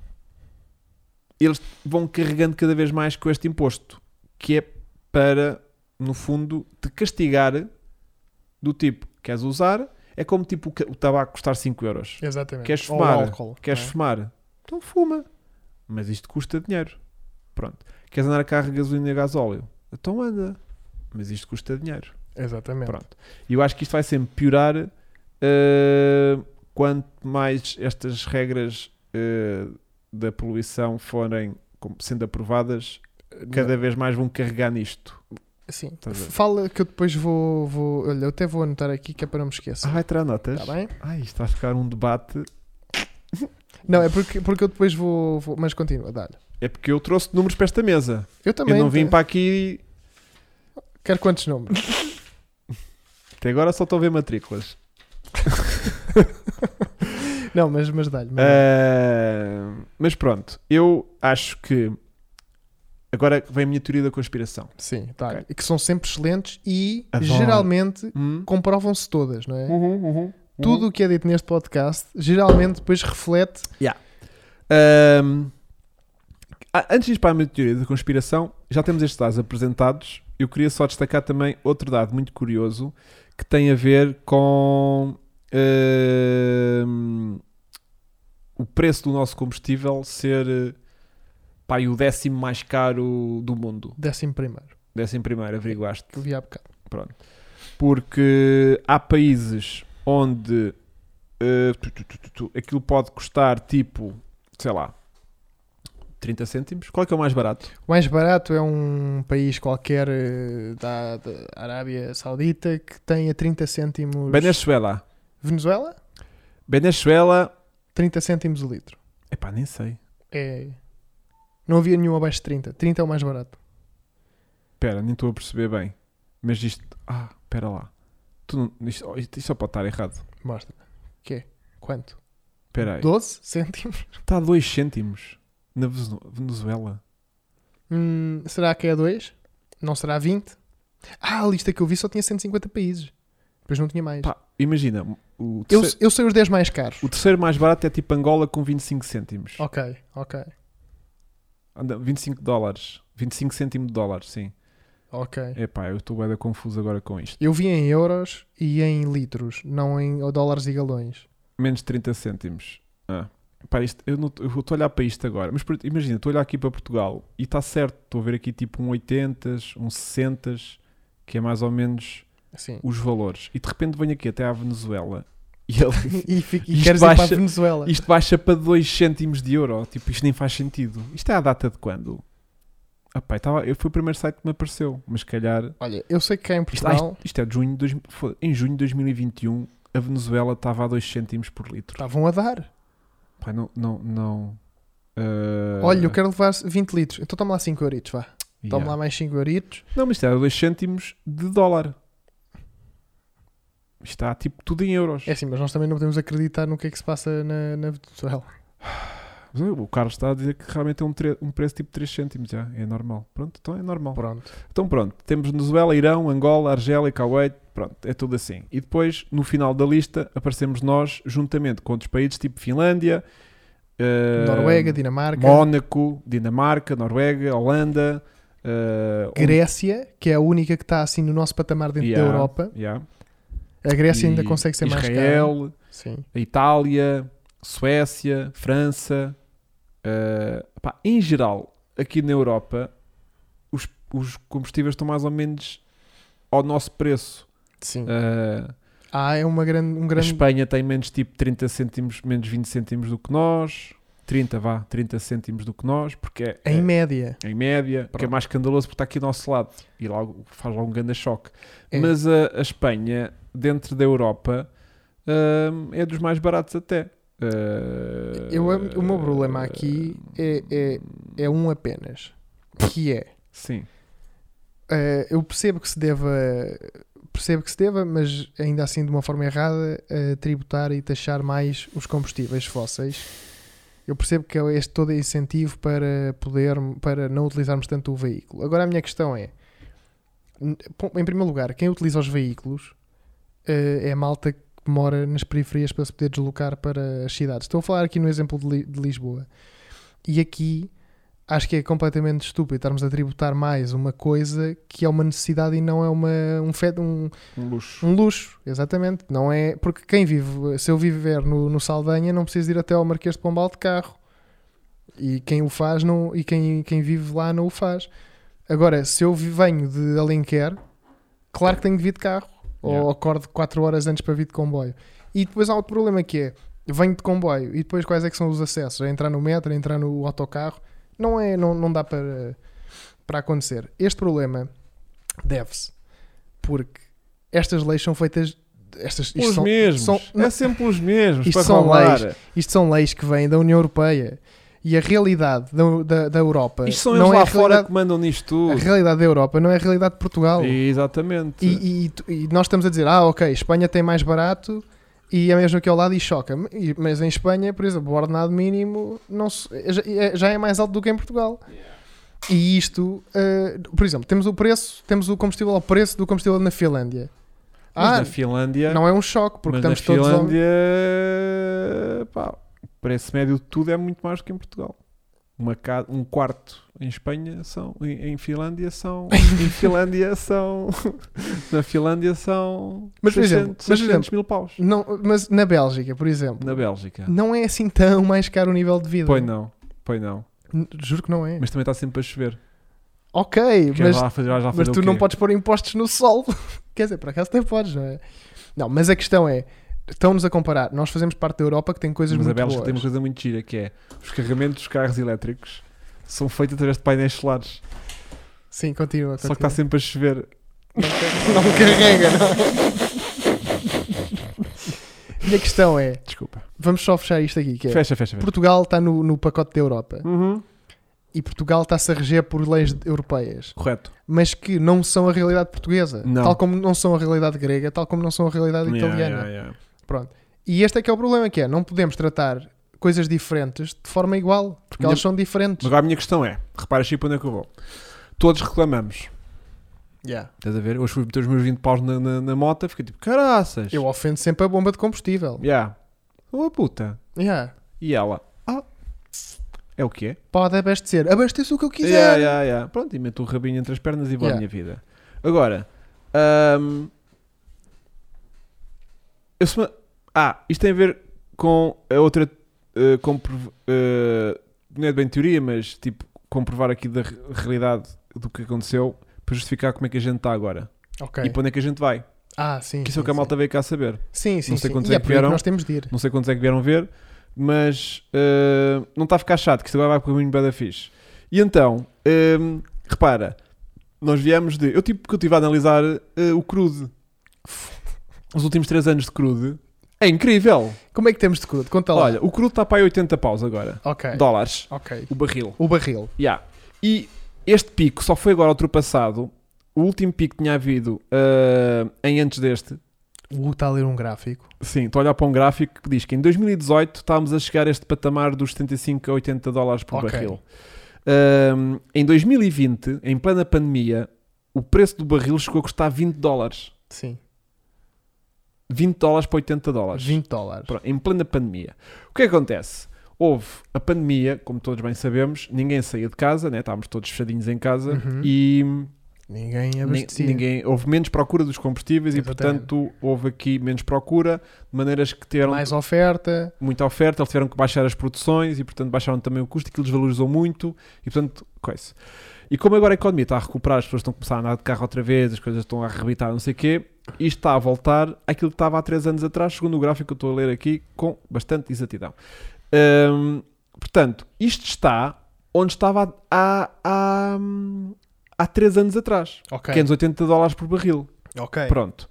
eles vão carregando cada vez mais com este imposto, que é para, no fundo, te castigar do tipo, queres usar, é como tipo o ca- o tabaco custar cinco euros. Exatamente. Queres Ou fumar? álcool. Queres não é? fumar? Então fuma. Mas isto custa dinheiro. Pronto. Queres andar a carro de gasolina e gasóleo? Então anda. Mas isto custa dinheiro. Exatamente. Pronto. E eu acho que isto vai sempre piorar uh, quanto mais estas regras uh, da poluição forem sendo aprovadas, cada Não. vez mais vão carregar nisto. Sim. Estás a ver? Fala que eu depois vou, vou. Olha, eu até vou anotar aqui que é para não me esquecer. Ah, vai tirar notas? Está bem? Ai, isto vai ficar um debate. Não, é porque, porque eu depois vou, vou. Mas continua, dá-lhe. É porque eu trouxe números para esta mesa. Eu também. Eu não vim tenho- para aqui. Quero quantos números? Até agora só estou a ver matrículas. Não, mas, mas dá-lhe. mas- Ah, mas pronto, eu acho que agora vem a minha teoria da conspiração. Sim, dá-lhe. ok. E que são sempre excelentes e Adoro. geralmente Hum? comprovam-se todas, não é? Uhum, uhum, Tudo o que é dito neste podcast geralmente depois reflete. Ahm, ah, antes de ir para a minha teoria da conspiração, já temos estes dados apresentados. Eu queria só destacar também outro dado muito curioso que tem a ver com ahm, o preço do nosso combustível ser pá, e o décimo mais caro do mundo. Décimo primeiro. Décimo primeiro, averiguaste. Que eu vi há bocado. Pronto. Porque há países onde uh, tu, tu, tu, tu, tu, aquilo pode custar tipo, sei lá, trinta cêntimos. Qual é que é o mais barato? O mais barato é um país qualquer eh, da, da Arábia Saudita que tem a trinta cêntimos. Venezuela. Venezuela? Venezuela. trinta cêntimos o litro. Epá, nem sei. É. Não havia nenhum abaixo de trinta. trinta é o mais barato. Espera, nem estou a perceber bem. Mas isto... Ah, espera lá. Tu não, isto, isto só pode estar errado. Mostra. Quê? Quanto? Espera aí. doze cêntimos? Está a dois cêntimos na Vene- Venezuela. Hum, será que é dois? Não será vinte? Ah, a lista que eu vi só tinha cento e cinquenta países. Depois não tinha mais. Pá, imagina, o eu, terceiro, eu sei os dez mais caros. o terceiro mais barato é tipo Angola com vinte e cinco cêntimos. Ok, ok, Anda, vinte e cinco dólares. vinte e cinco cêntimos de dólares, sim. ok. Epá, eu estou bem confuso agora com isto. Eu vi em euros e em litros, não em dólares e galões. Menos de trinta cêntimos. Ah. Epá, isto, eu não- eu estou a olhar para isto agora. Mas por- imagina, estou a olhar aqui para Portugal e está certo. Estou a ver aqui tipo um oitenta, um sessenta, que é mais ou menos Sim. os valores. E de repente venho aqui até à Venezuela e, ele, E, fica, e Isto queres ir para baixa- a Venezuela. isto baixa para dois cêntimos de euro. Tipo, isto nem faz sentido. Isto é a data de quando? Ah, pá, estava, eu fui o primeiro site que me apareceu. Mas se calhar... Olha, eu sei que cá em Isto, ah, Portugal isto, isto é de junho de dois, foda- em junho de dois mil e vinte e um a Venezuela estava a dois cêntimos por litro. estavam a dar. Pá, não, não, não. ah, Olha, eu quero levar vinte litros. Então toma lá cinco euritos, vá. Toma yeah. lá mais cinco euritos. Não, mas isto era dois cêntimos de dólar. Isto está tipo tudo em euros. É assim, mas nós também não podemos acreditar no que é que se passa na, na Venezuela. Mas o Carlos está a dizer que realmente é um, tre- um preço tipo três cêntimos já. É normal. Pronto, então é normal. Pronto. Então pronto, temos Venezuela, Irão, Angola, Argélia, Kuwait, pronto, é tudo assim. E depois, no final da lista, aparecemos nós, juntamente com outros países, tipo Finlândia, eh, Noruega, Dinamarca, Mónaco, Dinamarca, Noruega, Holanda, eh, Grécia, que é a única que está assim no nosso patamar dentro Yeah, da Europa. yeah. A Grécia ainda E consegue ser mais cara. Israel, Sim. a Itália, Suécia, França, eh, pá, em geral, aqui na Europa, os, os combustíveis estão mais ou menos ao nosso preço. Sim. Eh, Ah, é uma grande, um A grande... Espanha tem menos tipo trinta cêntimos, menos vinte cêntimos do que nós. trinta, vá, trinta cêntimos do que nós, porque é, Em é- média. em média, que é Pronto. mais escandaloso porque está aqui do nosso lado e logo faz logo um grande choque. É. Mas a, a Espanha, dentro da Europa, hum, é dos mais baratos até. Uh, Eu, o meu problema aqui é, é, é um apenas. Que é... Sim, Uh, eu percebo que se deva percebo que se deva, mas ainda assim de uma forma errada, uh, tributar e taxar mais os combustíveis fósseis. Eu percebo que é este todo incentivo para poder para não utilizarmos tanto o veículo. Agora a minha questão é, n- em primeiro lugar, quem utiliza os veículos uh, é a malta que mora nas periferias para se poder deslocar para as cidades. Estou a falar aqui no exemplo de, Li- de Lisboa. E aqui acho que é completamente estúpido estarmos a tributar mais uma coisa que é uma necessidade e não é uma, um, fe- um, um luxo. um luxo. Exatamente. Não é, porque quem vive, se eu viver no, no Saldanha, não preciso ir até ao Marquês de Pombal de carro. E quem o faz não, e quem, quem vive lá não o faz. Agora, se eu vi- venho de Alenquer, claro que tenho de vir de carro. Yeah. Ou acordo quatro horas antes para vir de comboio. E depois há outro problema que é, venho de comboio e depois quais é que são os acessos? É entrar no metro, é entrar no autocarro. Não, é, não, não dá para, para acontecer. Este problema deve-se porque estas leis são feitas... Estas, isto Os são, mesmos. são- é sempre os mesmos. Isto para são roubar. leis. Isto são leis que vêm da União Europeia. E a realidade da, da, da Europa Isto são não eles é lá a fora realidade, que mandam nisto tudo. a realidade da Europa não é a realidade de Portugal. Exatamente. E, e tu- e nós estamos a dizer, ah, ok, Espanha tem mais barato e é mesmo aqui ao lado e choca. E- Mas em Espanha, por exemplo, o ordenado mínimo não se- já, é- já é mais alto do que em Portugal. E isto, eh, por exemplo, temos o preço, temos o combustível ao preço do combustível na Finlândia. Mas Ah, na Finlândia... não é um choque, porque mas estamos na todos... ao- Finlândia... Pá, o preço médio de tudo é muito mais do que em Portugal. Uma ca... Um quarto em Espanha são... Em, em Finlândia são... em Finlândia são... na Finlândia são... Mas, por exemplo, seiscentos, mas, por seiscentos exemplo, mil paus. Não, mas na Bélgica, por exemplo, Na Bélgica. não é assim tão mais caro o nível de vida. Pois não. Pois não. N- Juro que não é. Mas também está sempre a chover. Ok, Quer mas, lá fazer, vais lá mas fazer tu o não quê? podes pôr impostos no sol. Quer dizer, por acaso até podes, não é? Não, mas a questão é, estão-nos a comparar. Nós fazemos parte da Europa que tem coisas Mas a muito Bélgica boas. tem uma coisa muito gira que é os carregamentos dos carros elétricos são feitos através de painéis solares. Sim, continua. Só que está continua. sempre a chover. Não carrega, não é? E a questão é, Desculpa. vamos só fechar isto aqui, que é, Fecha, fecha, fecha. Portugal está no, no pacote da Europa Uhum. e Portugal está-se a reger por leis europeias, Correto. mas que não são a realidade portuguesa, Não. tal como não são a realidade grega, tal como não são a realidade Yeah, italiana. yeah, yeah. Pronto. E este é que é o problema, que é, não podemos tratar coisas diferentes de forma igual, porque Minha- elas são diferentes. Agora a minha questão é, repara assim para onde é que eu vou. Todos reclamamos. Yeah. Estás a ver? Hoje fui meter os meus vinte paus na, na, na moto, fiquei tipo, caraças. Eu ofendo sempre a bomba de combustível. Yeah. Oh puta. Yeah. E ela, ah, é o quê? Pode abastecer. Abasteça o que eu quiser. Yeah, yeah, yeah. Pronto, e meto o rabinho entre as pernas e vou à Yeah. minha vida. Agora, ahm, eu se me- ah, isto tem a ver com a outra, uh, compro- uh, não é bem teoria, mas tipo, comprovar aqui da re- realidade do que aconteceu para justificar como é que a gente está agora Ok. e para onde é que a gente vai. Ah, sim. Que isso sim, é o que a sim. malta veio cá saber. Sim, sim, Não sei sim. quantos E é é que por aí que vieram. nós temos de ir. Não sei quantos é que vieram ver, mas uh, não está a ficar chato, que isto agora vai para o caminho bem da fixe. E então, um, repara, nós viemos de... Eu tipo que eu estive a analisar uh, o crude. Os últimos três anos de crude. É incrível. Como é que temos de crudo? Conta lá. Olha, o crude está para aí oitenta paus agora. Ok. Dólares. Ok. O barril. O barril. Yeah. E este pico só foi agora ultrapassado. O último pico que tinha havido uh, em antes deste. O Hugo está a ler um gráfico. Sim, estou a olhar para um gráfico que diz que em dois mil e dezoito estávamos a chegar a este patamar dos setenta e cinco a oitenta dólares por Ok. barril. Um, em dois mil e vinte, em plena pandemia, o preço do barril chegou a custar vinte dólares. Sim. vinte dólares para oitenta dólares. vinte dólares. Pronto, em plena pandemia. O que é que acontece? Houve a pandemia, como todos bem sabemos, ninguém saía de casa, né? Estávamos todos fechadinhos em casa Uhum. e Ninguém Ni- abastecia. ninguém, houve menos procura dos combustíveis Exatamente. e, portanto, houve aqui menos procura, de maneiras que tiveram Mais oferta. muita oferta, eles tiveram que baixar as produções e, portanto, baixaram também o custo, aquilo desvalorizou muito e, portanto, coisa. E como agora a economia está a recuperar, as pessoas estão a começar a andar de carro outra vez, as coisas estão a arrebitar, não sei o quê, isto está a voltar àquilo que estava há três anos atrás, segundo o gráfico que eu estou a ler aqui, com bastante exatidão. Hum, portanto, isto está onde estava há, há, há três anos atrás, Ok. que é nos oitenta dólares por barril. Ok. Pronto.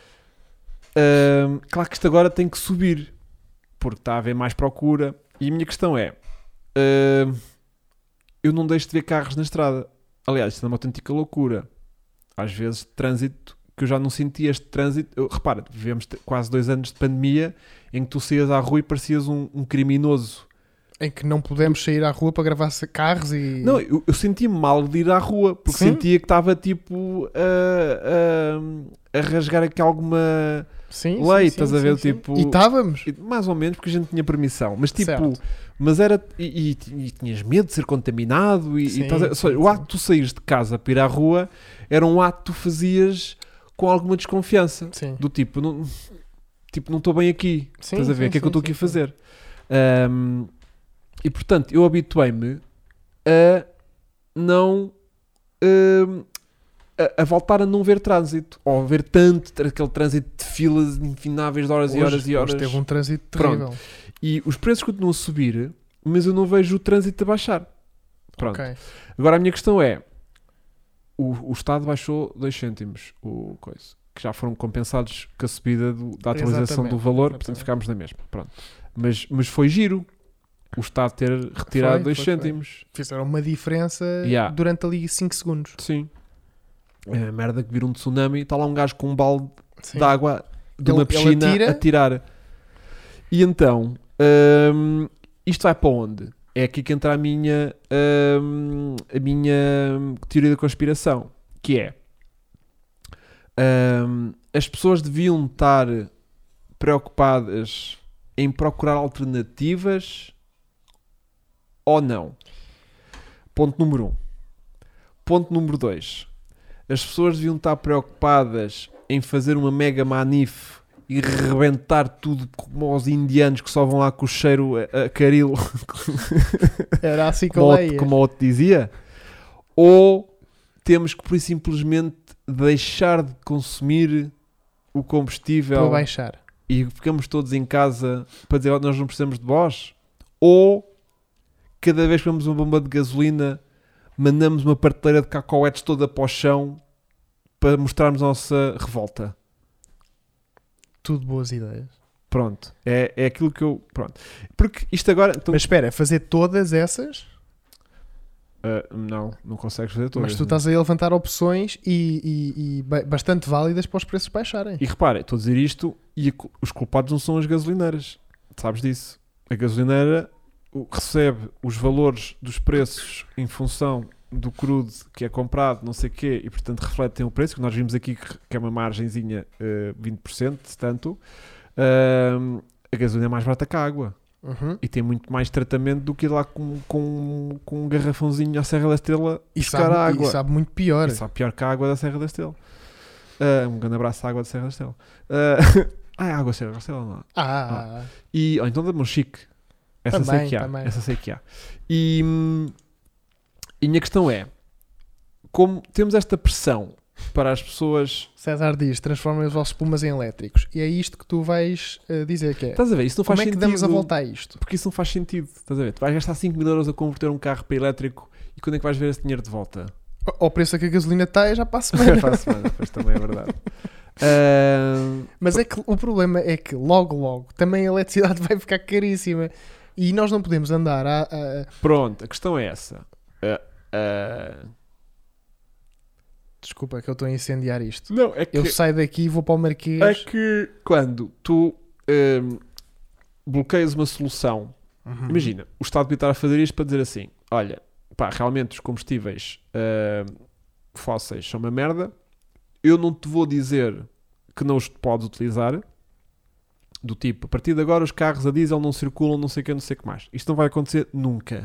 Hum, claro que isto agora tem que subir, porque está a haver mais procura. E a minha questão é, hum, eu não deixo de ver carros na estrada. Aliás, isto é uma autêntica loucura. Às vezes, trânsito, que eu já não sentia este trânsito. Eu, repara, vivemos te- quase dois anos de pandemia em que tu saías à rua e parecias um, um criminoso. Em que não podemos sair à rua para gravar carros e... Não, eu, eu sentia-me mal de ir à rua, porque Sim. sentia que estava tipo a, a, a rasgar aqui alguma Sim, lei, sim, estás sim, a ver? sim, sim. Tipo, E estávamos. e mais ou menos porque a gente tinha permissão, mas tipo, Certo. mas era e, e- e tinhas medo de ser contaminado e, e Sim, estás a- sim, o sim. ato de tu saíres de casa para ir à rua era um ato que tu fazias com alguma desconfiança, Sim. do tipo, não tipo, não estou bem aqui, Sim, estás a ver? sim, O que é que eu sim, estou aqui a sim, fazer? Ahm, e portanto, eu habituei-me a não ahm, a, a voltar a não ver trânsito, ou a ver tanto, aquele trânsito de filas infináveis de horas hoje, e horas e horas. Hoje teve um trânsito Pronto. terrível. E os preços continuam a subir, mas eu não vejo o trânsito a baixar. Pronto. Ok. Agora a minha questão é, o, o Estado baixou dois cêntimos, o coisa, que já foram compensados com a subida do- da atualização Exatamente, do valor, exatamente. portanto ficámos na mesma. Pronto. Mas, mas foi giro o Estado ter retirado Foi, dois foi, foi. cêntimos. Fizeram uma diferença Yeah. durante ali cinco segundos. Sim. É a merda que vira um tsunami e está lá um gajo com um balde Sim. de água de Ele- uma ele piscina atira. a tirar. E então, hum, isto vai para onde? É aqui que entra a minha, hum, a minha teoria da conspiração, que é hum, as pessoas deviam estar preocupadas em procurar alternativas ou não? Ponto número um. Ponto número dois. As pessoas deviam estar preocupadas em fazer uma mega manif e rebentar tudo como os indianos que só vão lá com o cheiro a, a caril, Era assim que como, eu o- leia. como o outro dizia? Ou temos que, por isso, simplesmente deixar de consumir o combustível Para baixar. e ficamos todos em casa para dizer, "Oh, nós não precisamos de vós"? Ou cada vez que vamos uma bomba de gasolina mandamos uma prateleira de cacauetes toda para o chão para mostrarmos a nossa revolta? Tudo boas ideias. Pronto, é, é aquilo que eu... Pronto. Porque isto agora... Então, Mas espera, fazer todas essas, ah, não, não consegues fazer todas. mas tu estás a levantar opções e, e- e ba- bastante válidas para os preços baixarem. E reparem, estou a dizer isto e a cu- os culpados não são as gasolineiras. Sabes disso? A gasolineira o- recebe os valores dos preços em função do crudo que é comprado, não sei o quê, e portanto refletem o preço, que nós vimos aqui que, que é uma margenzinha uh, vinte por cento, se tanto. Ahm, a gasolina é mais barata que a água Uhum. e tem muito mais tratamento do que ir lá com, com, com um garrafãozinho à Serra da Estrela E buscar sabe, a água. e sabe muito pior. E sabe pior que a água da Serra da Estrela. Ah, um grande abraço à água da Serra da Estrela. Ah, ah, é água da Serra da Estrela, não. Ah, E, ou então dá-me um chique. Essa sei Também, que há. também. Essa sei que há. E, hum, e a minha questão é, como temos esta pressão para as pessoas... César diz, transforma os vossos pumas em elétricos. E é isto que tu vais uh, dizer que é. Estás a ver? Isso não faz Como é que sentido. damos a volta a isto? Porque isso não faz sentido. Estás a ver? Tu vais gastar cinco mil euros a converter um carro para elétrico e quando é que vais ver esse dinheiro de volta? Ao preço a que a gasolina está é já para a semana. Para a semana, pois também é verdade. Ah, Mas é que o problema é que logo, logo, também a eletricidade vai ficar caríssima. E nós não podemos andar a... a- pronto, a questão é essa. Ah, ah, Desculpa que eu estou a incendiar isto. não, é que... Eu saio daqui e vou para o Marquês. É que quando tu hum, bloqueias uma solução, Uhum. imagina, o Estado devia estar a fazer isto para dizer assim: olha, pá, realmente os combustíveis hum, fósseis são uma merda, eu não te vou dizer que não os podes utilizar, do tipo, a partir de agora os carros a diesel não circulam, não sei o que, não sei o que mais. Isto não vai acontecer nunca.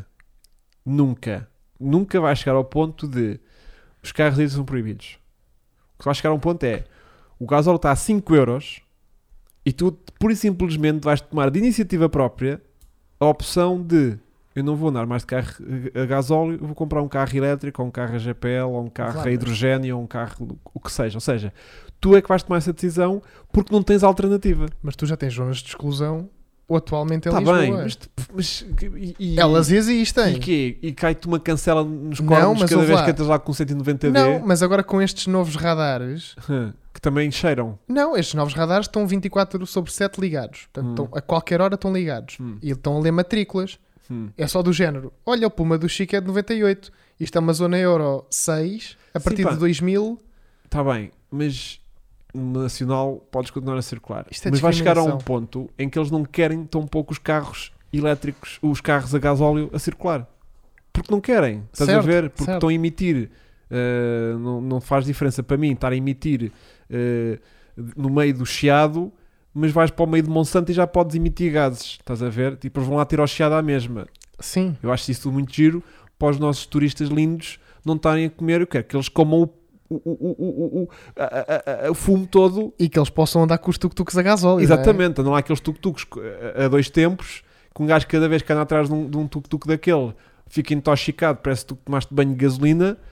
Nunca. Nunca vai chegar ao ponto de os carros a diesel são proibidos. O que vai chegar a um ponto é o gasóleo está a cinco euros e tu, pura e simplesmente, vais tomar de iniciativa própria a opção de eu não vou andar mais de carro a gasóleo, eu vou comprar um carro elétrico, ou um carro a G P L, ou um carro Claro. a hidrogênio, ou um carro o que seja. Ou seja, tu é que vais tomar essa decisão porque não tens alternativa. Mas tu já tens zonas de exclusão atualmente em Está Lisboa. bem, mas, mas e, e- Elas existem. e quê? E cai-te uma cancela nos Não, cornos mas cada ouve vez lá. que entras lá com cento e noventa D, Não, mas agora com estes novos radares... que também cheiram. Não, estes novos radares estão vinte e quatro sobre sete ligados. Portanto, Hum. estão- a qualquer hora estão ligados. Hum. E estão a ler matrículas. Hum. É só do género. Olha, o Puma do Chico é de noventa e oito. Isto é uma zona Euro seis. A Sim, partir pá. de dois mil... Está bem, mas no nacional podes continuar a circular. Isto é mas vai chegar a um discriminação. ponto em que eles não querem tão pouco os carros elétricos, os carros a gasóleo a circular. Porque não querem. Estás Certo, a ver? Porque certo. estão a emitir. uh, não, não faz diferença para mim estar a emitir uh, no meio do chiado, mas vais para o meio de Monsanto e já podes emitir gases. Estás a ver? Tipo, eles vão lá tirar o chiado à mesma. Sim. Eu acho isso tudo muito giro para os nossos turistas lindos não estarem a comer. Eu quero que eles comam o, o, o, o, o, a- a- a- o fumo todo. E que eles possam andar com os tuk-tuks a gasóleo. Exatamente, andam lá aqueles tuk-tuks a, a dois tempos, com um gajo cada vez que anda atrás de um, de um tuk-tuk daquele fica intoxicado, parece que tu tomaste banho de gasolina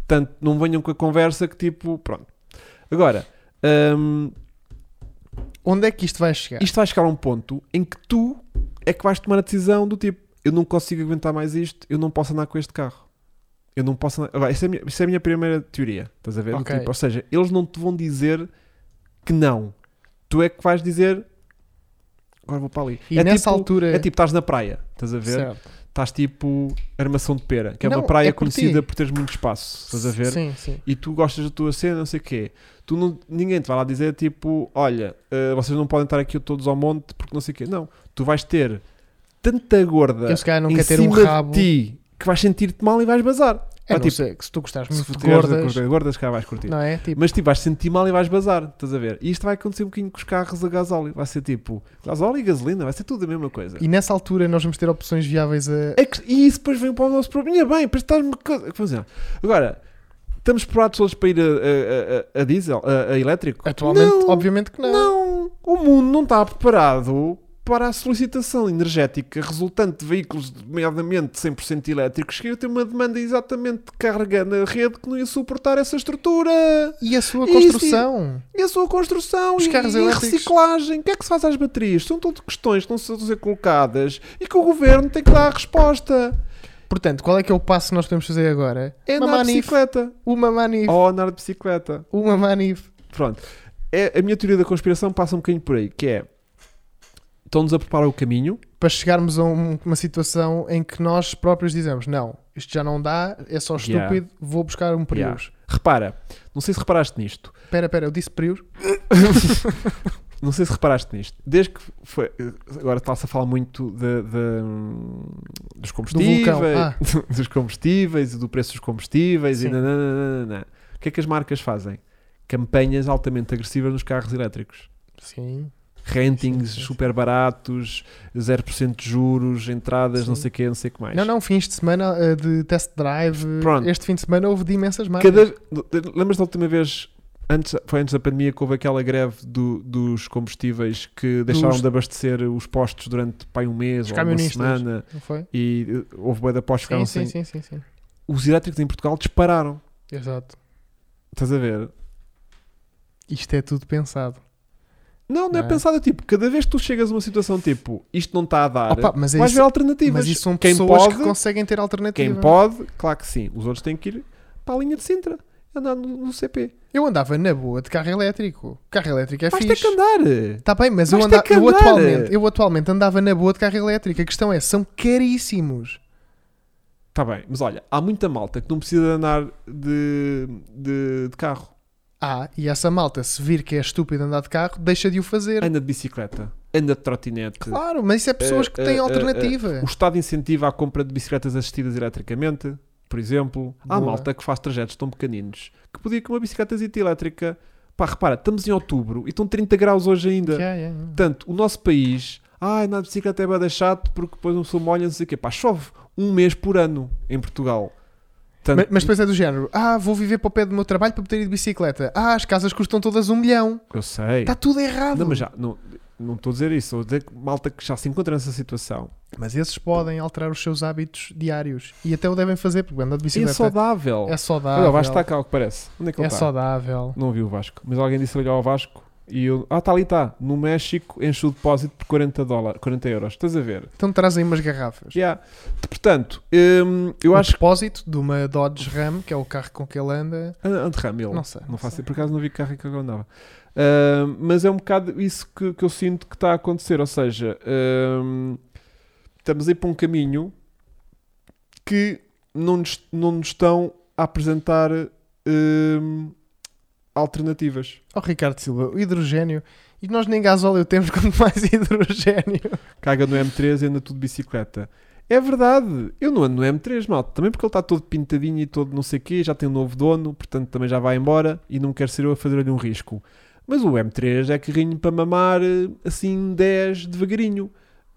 Portanto, não venham com a conversa que tipo, pronto. Agora, hum, onde é que isto vai chegar? isto vai chegar a um ponto em que tu é que vais tomar a decisão do tipo, eu não consigo aguentar mais isto, eu não posso andar com este carro. Eu não posso andar... Agora, isso é a minha, isso é a minha primeira teoria, estás a ver? Do Ok. tipo, ou seja, eles não te vão dizer que não. Tu é que vais dizer, agora vou para ali. E é nessa tipo, altura... É tipo, estás na praia, estás a ver? Certo. Estás tipo Armação de Pera, que é Não, uma praia é por conhecida ti. por teres muito espaço, estás a ver? Sim, sim. E tu gostas da tua cena, não sei o quê. Tu não, ninguém te vai lá dizer tipo, olha, uh, vocês não podem estar aqui todos ao monte porque não sei o quê. Não, tu vais ter tanta gorda Eu se calhar não em quero ter um cima rabo... de ti que vais sentir-te mal e vais bazar. É, Ah, não tipo, sei, que se tu gostares se muito de tiveres a gordas... curtir gordas, cá vais curtir. Não é? Tipo, Mas tipo, vais sentir mal e vais bazar, estás a ver? E isto vai acontecer um bocadinho com os carros a gasóleo. Vai ser tipo, gasóleo e gasolina, vai ser tudo a mesma coisa. e nessa altura nós vamos ter opções viáveis a... É que- e isso depois vem para o nosso problema. Bem, depois estás-me... co- Agora, estamos preparados todos para ir a, a, a, a diesel, a, a elétrico? Atualmente, Não, obviamente que não. não. O mundo não está preparado para a solicitação energética resultante de veículos, nomeadamente cem por cento elétricos, que ia ter uma demanda exatamente de carga na rede que não ia suportar essa estrutura. E a sua Isso, construção? E a sua construção Os e, carros e a elétricos. reciclagem. O que é que se faz às baterias? São todas questões que não se ser colocadas e que o governo tem que dar a resposta. Portanto, qual é que é o passo que nós podemos fazer agora? É uma andar de manif. bicicleta. Uma manif. Ou andar de bicicleta. Uma manif. Pronto. É, a minha teoria da conspiração passa um bocadinho por aí, que é, estão-nos a preparar o caminho. Para chegarmos a um- uma situação em que nós próprios dizemos, não, isto já não dá, é só Yeah. estúpido, vou buscar um Prius. Repara, não sei se reparaste nisto. Espera, espera, eu disse Prius? Não sei se reparaste nisto. Desde que foi. Agora está-se a falar muito de, de- dos combustíveis, vulcão. Ah. dos combustíveis e do preço dos combustíveis. E Sim. nananana. O que é que as marcas fazem? Campanhas altamente agressivas nos carros elétricos. Sim. Rentings Sim, sim, sim. super baratos, zero por cento de juros, entradas, não Sim. sei o que, não sei o que mais. Não, não, fins de semana uh, de test drive. Pronto. Este fim de semana houve de imensas marcas. Cada, lembras da última vez, antes, foi antes da pandemia, que houve aquela greve do- dos combustíveis que deixaram Dos- de abastecer os postos durante pai, um mês Os ou uma camionistas. semana Não foi? e uh, houve bué de postos que Sim, ficaram sim, sem. sim, sim, sim. Os elétricos em Portugal dispararam. Exato. Estás a ver? Isto é tudo pensado. Não, não é Não é? pensado, é tipo, cada vez que tu chegas a uma situação tipo, isto não está a dar, Opa, mas é vais isso- ver alternativas. Mas isso são quem pessoas pode, que conseguem ter alternativa. quem pode, claro que sim. Os outros têm que ir para a linha de Sintra, andar no, no C P. Eu andava na boa de carro elétrico. Carro elétrico é Vais ter fixe. que andar. Está bem, mas Vais eu, ter anda... que eu, andar. atualmente, eu atualmente andava na boa de carro elétrico. A questão é, são caríssimos. Está bem, mas olha, há muita malta que não precisa de andar de, de, de carro. Ah, e essa malta, se vir que é estúpido andar de carro, deixa de o fazer. Anda de bicicleta, anda de trotinete. Claro, mas isso é pessoas Eh, que têm eh, alternativa. eh, O Estado incentiva a compra de bicicletas assistidas eletricamente, por exemplo. Há Boa. malta que faz trajetos tão pequeninos que podia com uma bicicletazita elétrica. Pá, repara, estamos em outubro e estão trinta graus hoje ainda. Yeah, yeah, yeah. Portanto, o nosso país, ah, andar de bicicleta é bada chato porque depois uma pessoa molha, não sei o quê. Pá, chove um mês por ano em Portugal. Portanto, Mas, mas depois é do género, ah, vou viver para o pé do meu trabalho para poder ir de bicicleta. Ah, as casas custam todas um milhão. eu sei. Está tudo errado. Não, mas já, não, não estou a dizer isso. Estou a dizer que malta que já se encontra nessa situação. Mas esses podem alterar os seus hábitos diários. E até o devem fazer, porque andar de É bicicleta saudável. é saudável. Olha, o Vasco está cá, ao que parece. Onde é que ele É está? saudável. Não vi o Vasco. Mas alguém disse olhar ao Vasco e eu... Ah, está ali, está. No México enche o depósito por quarenta dólares, quarenta euros. Estás a ver? Então trazem umas garrafas. Yeah. Portanto, hum, eu o acho que... depósito de uma Dodge Ram, que é o carro com que ele anda. Ante-ram, ele. Não sei, Não não faço, sei. por acaso não vi que carro é que ele andava. Hum, mas é um bocado isso que, que eu sinto que está a acontecer. Ou seja, hum, estamos aí para um caminho que não nos, não nos estão a apresentar hum, alternativas. Oh, Ricardo Silva, o hidrogénio. E nós nem gasóleo temos, quanto mais hidrogénio. Caga no M três e anda tudo de bicicleta. É verdade, eu não ando no M três, malta, também porque ele está todo pintadinho e todo não sei o quê, já tem um novo dono, portanto também já vai embora e não quero ser eu a fazer-lhe um risco. Mas o M três é carrinho para mamar assim dez devagarinho.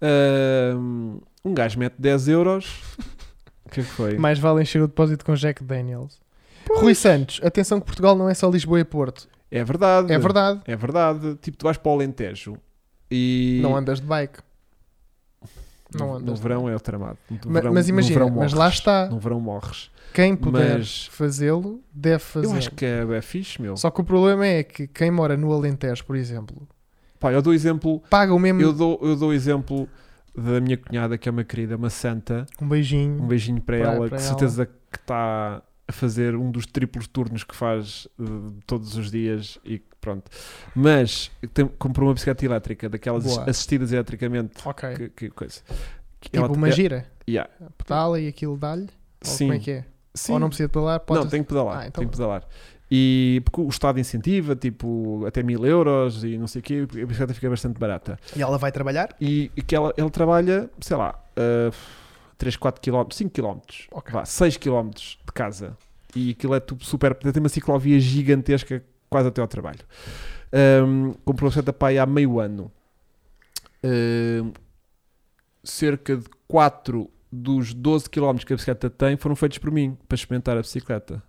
Um, um gajo mete dez euros. O que é que foi? Mais vale encher o depósito com Jack Daniels. Rui Santos, atenção que Portugal não é só Lisboa e Porto. É verdade. É verdade. É verdade. Tipo, tu vais para o Alentejo e... Não andas de bike. Não no, andas, no verão é tramado. No Ma- verão- mas no imagina, verão mas morres. lá está. No verão morres. Quem puder Mas- fazê-lo, deve fazer. Eu acho que é, é fixe, meu. Só que o problema é que quem mora no Alentejo, por exemplo, Pá, eu dou exemplo, paga o mesmo. eu dou, eu dou exemplo da minha cunhada, que é uma querida, uma santa. Um beijinho. Um beijinho para, Para- ela, para que ela. certeza que está a fazer um dos triplos turnos que faz uh, todos os dias e pronto. Mas tem, comprou uma bicicleta elétrica, daquelas Boa. assistidas eletricamente. Ok. Que, que coisa. Que Tipo ela- uma é- gira. yeah. Pedala e aquilo dá-lhe. Ou Sim. como é que é? Sim. Ou não precisa pedalar? Pode... Não, tem que pedalar. Ah, então tem que pedalar. E porque o Estado incentiva, tipo, até mil euros e não sei o quê, a bicicleta fica bastante barata. E ela vai trabalhar? E, e que ela, ela trabalha, sei lá, uh, três, quatro quilómetros, cinco quilómetros, Ok. vá, seis quilómetros de casa. E aquilo é tudo super. Tem uma ciclovia gigantesca quase até ao trabalho. Um, comprou a bicicleta para aí há meio ano. Um, cerca de quatro dos doze quilómetros que a bicicleta tem foram feitos por mim para experimentar a bicicleta.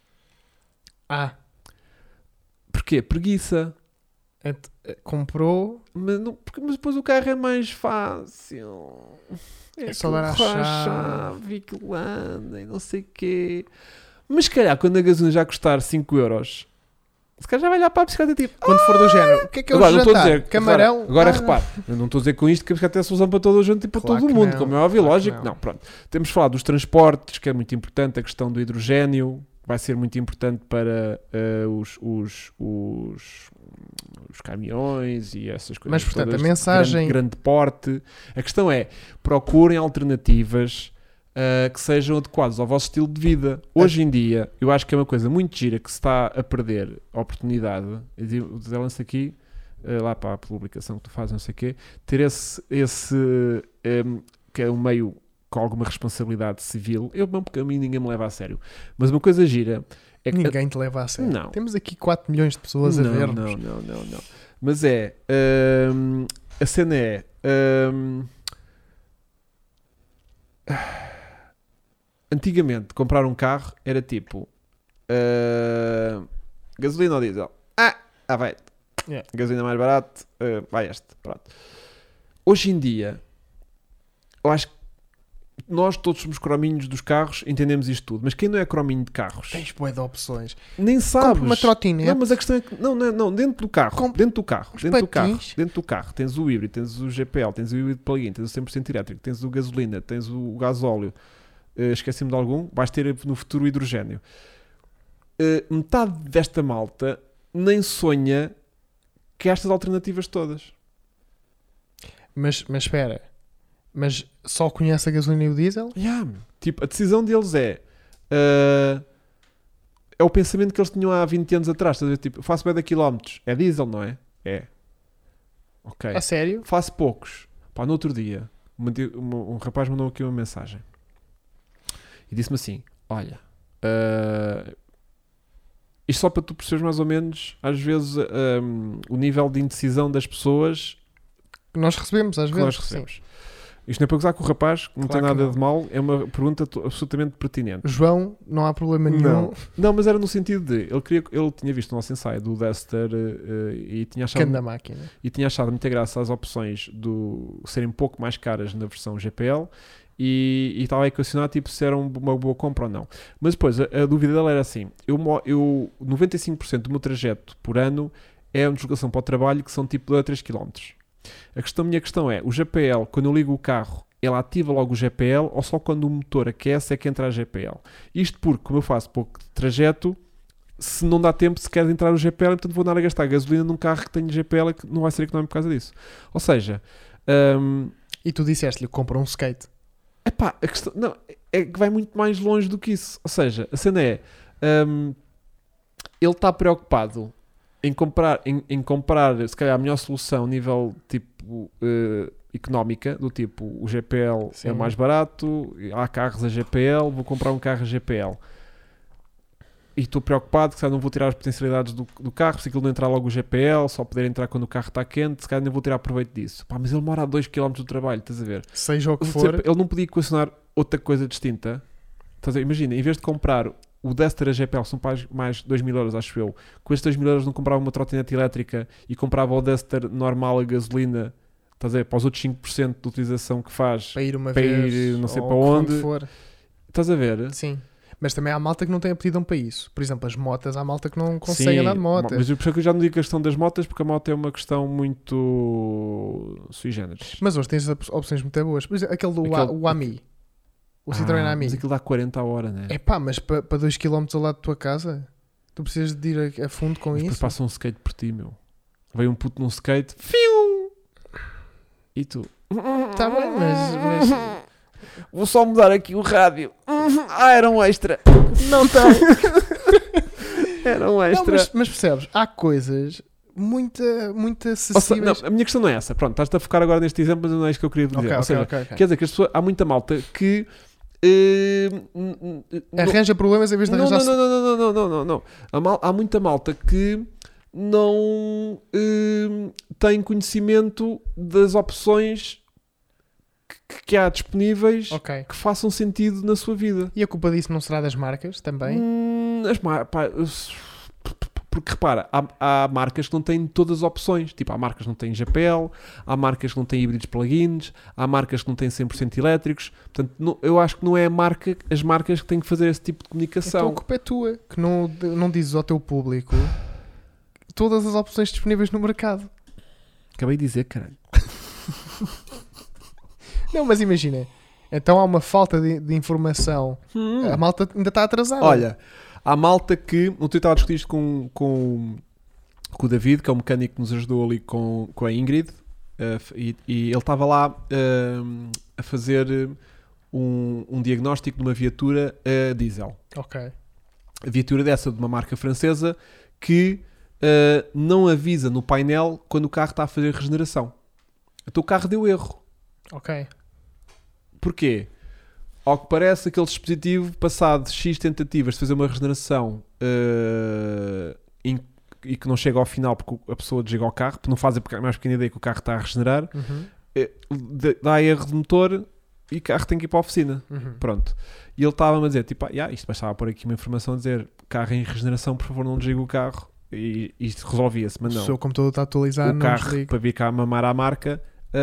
Ah, Porquê? Preguiça. ent- comprou. Mas, não, porque, mas depois o carro é mais fácil. É só dar à aquilo, chave. a chave e que anda e não sei o quê. Mas se calhar quando a gasolina já custar cinco euros, se calhar já vai olhar para a bicicleta tipo... Quando for do género, o que é que é o Agora, não estou a jantar? dizer, Camarão? Agora, agora Ah, repare, eu não estou a dizer com isto que a bicicleta é a solução para toda a gente e para Claro todo o que mundo, não, como é óbvio, claro que lógico. não. Não, pronto. Temos falado dos transportes, que é muito importante, a questão do hidrogénio vai ser muito importante para eh, os, os, os, os caminhões e essas coisas. Mas, portanto, todas a de mensagem- Grande, grande porte. A questão é, procurem alternativas Uh, que sejam adequados ao vosso estilo de vida. Hoje em dia, eu acho que é uma coisa muito gira que se está a perder a oportunidade. Eu digo- o Zé lança aqui, uh, lá para a publicação que tu fazes, não sei o quê, ter esse, esse um, que é um meio com alguma responsabilidade civil. Eu, mesmo porque a mim ninguém me leva a sério. Mas uma coisa gira é que. Ninguém te leva a sério. Não. Temos aqui quatro milhões de pessoas não, a ver-nos. Não, não, não, não. Mas é. um, a cena é. um, Antigamente, comprar um carro era tipo uh, gasolina ou diesel? Ah, ah vai. Yeah. Gasolina mais barato, uh, vai este. Pronto. Hoje em dia, eu acho que nós todos somos crominhos dos carros, entendemos isto tudo. Mas quem não é crominho de carros, Tens bué de opções. nem sabes. Compre uma trotinete. Não, mas a questão é que não, não, não, dentro do carro, Compre dentro do carro, uns dentro do carro, patins. dentro do carro, tens o híbrido, tens o G P L, tens o híbrido plug-in, tens o cem por cento elétrico, tens o gasolina, tens o gasóleo. Uh, esqueci-me de algum, vais ter no futuro o hidrogénio. Uh, metade desta malta nem sonha que estas alternativas todas. Mas, mas espera. Mas só conhece a gasolina e o diesel? Yeah, meu. Tipo, a decisão deles é uh, é o pensamento que eles tinham há vinte anos atrás. Estás a ver? Tipo, faço bem de quilómetros, é diesel, não é? É. Ok. A sério? Faço poucos. Pá, no outro dia, uma, uma, um rapaz mandou aqui uma mensagem e disse-me assim: olha, uh, isto só para tu perceberes mais ou menos, às vezes, um, o nível de indecisão das pessoas Que nós recebemos às que vezes. nós recebemos. Isto não é para gozar com o rapaz, não Claro tem que nada não. de mal, é uma pergunta to- absolutamente pertinente. Sim. João, não há problema nenhum. Não. Não, mas era no sentido de ele, queria, ele tinha visto o nosso ensaio do Duster uh, e, tinha achado, Canda máquina. e tinha achado muita graça as opções do serem um pouco mais caras na versão G P L e, e estava a equacionar tipo, se era um- uma boa compra ou não. Mas depois a, a dúvida dele era assim: eu, mo- eu, noventa e cinco por cento do meu trajeto por ano é uma deslocação para o trabalho que são tipo dois a três quilómetros. A questão, a minha questão é: o G P L, quando eu ligo o carro, ele ativa logo o G P L ou só quando o motor aquece é que entra a G P L? Isto porque, como eu faço pouco de trajeto, se não dá tempo sequer de entrar o G P L, portanto vou andar a gastar gasolina num carro que tem G P L que não vai ser económico por causa disso. Ou seja, hum, E tu disseste-lhe, compra um skate. epá, a questão não, é que vai muito mais longe do que isso. Ou seja, a cena é, hum, ele está preocupado em comprar, em, em comprar, se calhar, a melhor solução a nível tipo eh, económica, do tipo o G P L Sim. é mais barato, há carros a G P L, vou comprar um carro a G P L. E estou preocupado que se calhar não vou tirar as potencialidades do, do carro, se aquilo não entrar logo o G P L, só poder entrar quando o carro está quente, se calhar nem vou tirar proveito disso. Pá, mas ele mora a dois quilómetros do trabalho, estás a ver? Seja o que Ele for. ele não podia equacionar outra coisa distinta. Estás a ver? Imagina, em vez de comprar o Duster a G P L, são mais, mais dois mil euros, acho eu. Com estes dois mil euros não comprava uma trotinete elétrica e comprava o Duster normal a gasolina Estás a ver? Para os outros cinco por cento de utilização que faz, Para ir uma para vez, ir não sei ou para quando onde. for. Estás a ver? Sim. Mas também há malta que não tem aptidão para isso. Por exemplo, as motas, há malta que não consegue Sim, andar de moto. mas eu por isso que eu já não digo a questão das motas, porque a moto é uma questão muito sui generis. Mas hoje tens op- opções muito boas. Por exemplo, aquele do Aquele- A- o Ami. O Citroën Ah, Ami. mas aquilo dá quarenta a hora, né? É pá, mas para dois quilómetros ao lado da tua casa, tu precisas de ir a, a fundo com Mas depois isso. passa um skate por ti, meu. Veio um puto num skate, fiu! E tu? Está bem, mas, mas Vou só mudar aqui o rádio. Ah, era um extra. não tem. Era um Não, extra. mas, mas percebes, há coisas muito, muito Ou seja, acessíveis. não, a minha questão não é essa. Pronto, estás-te a focar agora neste exemplo, mas não é isto que eu queria dizer. Ok, Ou ok, seja, ok, ok. quer dizer que as pessoas, há muita malta que. eh, n- n- não- Arranja problemas em vez de não, arranjar não, não, não, não, não, não, não, não. Há, mal- há muita malta que não eh, tem conhecimento das opções que, que há disponíveis Ok. que façam sentido na sua vida. E a culpa disso não será das marcas também? Hum, as mar- pá, eu- porque repara, há, há marcas que não têm todas as opções. Tipo, há marcas que não têm G P L, há marcas que não têm híbridos plug-ins, há marcas que não têm cem por cento elétricos. Portanto, não- eu acho que não é a marca, as marcas que têm que fazer esse tipo de Então comunicação. a culpa é tua, que não, não dizes ao teu público todas as opções disponíveis no mercado. Acabei de dizer, caralho. Não, mas imagina, então há uma falta de, de informação. A malta ainda está atrasada. Olha, há malta que. Ontem eu estava a discutir isto com, com, com o David, que é o mecânico que nos ajudou ali com, com a Ingrid, eh, e, e ele estava lá eh, a fazer um, um diagnóstico de uma viatura a diesel. Ok. A viatura dessa de uma marca francesa que eh, não avisa no painel quando o carro está a fazer regeneração. Então o carro deu erro. Ok. Porquê? Ao que parece, aquele dispositivo, passado X tentativas de fazer uma regeneração eh, in- e que não chega ao final porque a pessoa desliga o carro, porque não faz a mais pequena ideia que o carro está a regenerar, Uhum. eh, dá- dá erro de motor e o carro tem que ir para a oficina. Uhum. Pronto. E ele estava-me a dizer, tipo, ah, yeah, isto bastava pôr aqui uma informação a dizer, carro em regeneração, por favor, não desligue o carro. E isto resolvia-se, mas O não. seu computador está a atualizar, O não carro, desliga. para vir cá mamar à marca,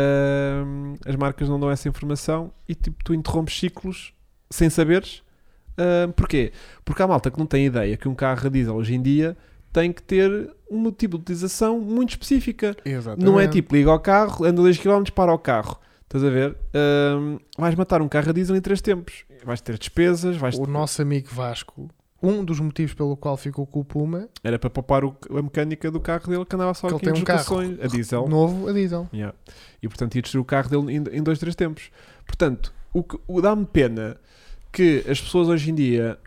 hum, as marcas não dão essa informação e tipo, tu interrompes ciclos sem saberes. Hum, porquê? Porque há malta que não tem ideia que um carro a diesel hoje em dia tem que ter um tipo de utilização muito específica. Exatamente. Não é tipo, liga ao carro, anda dois quilómetros, para o carro. Estás a ver? Hum, vais matar um carro a diesel em três tempos. Vais ter despesas, vais O ter... nosso amigo Vasco, um dos motivos pelo qual ficou com o Puma, Era para poupar o- a mecânica do carro dele que andava só Que ele aqui em tem um carro deslocações a diesel. novo a diesel. Yeah. E portanto ia destruir o carro dele em, em dois, três tempos. Portanto, o que o dá-me pena que as pessoas hoje em dia,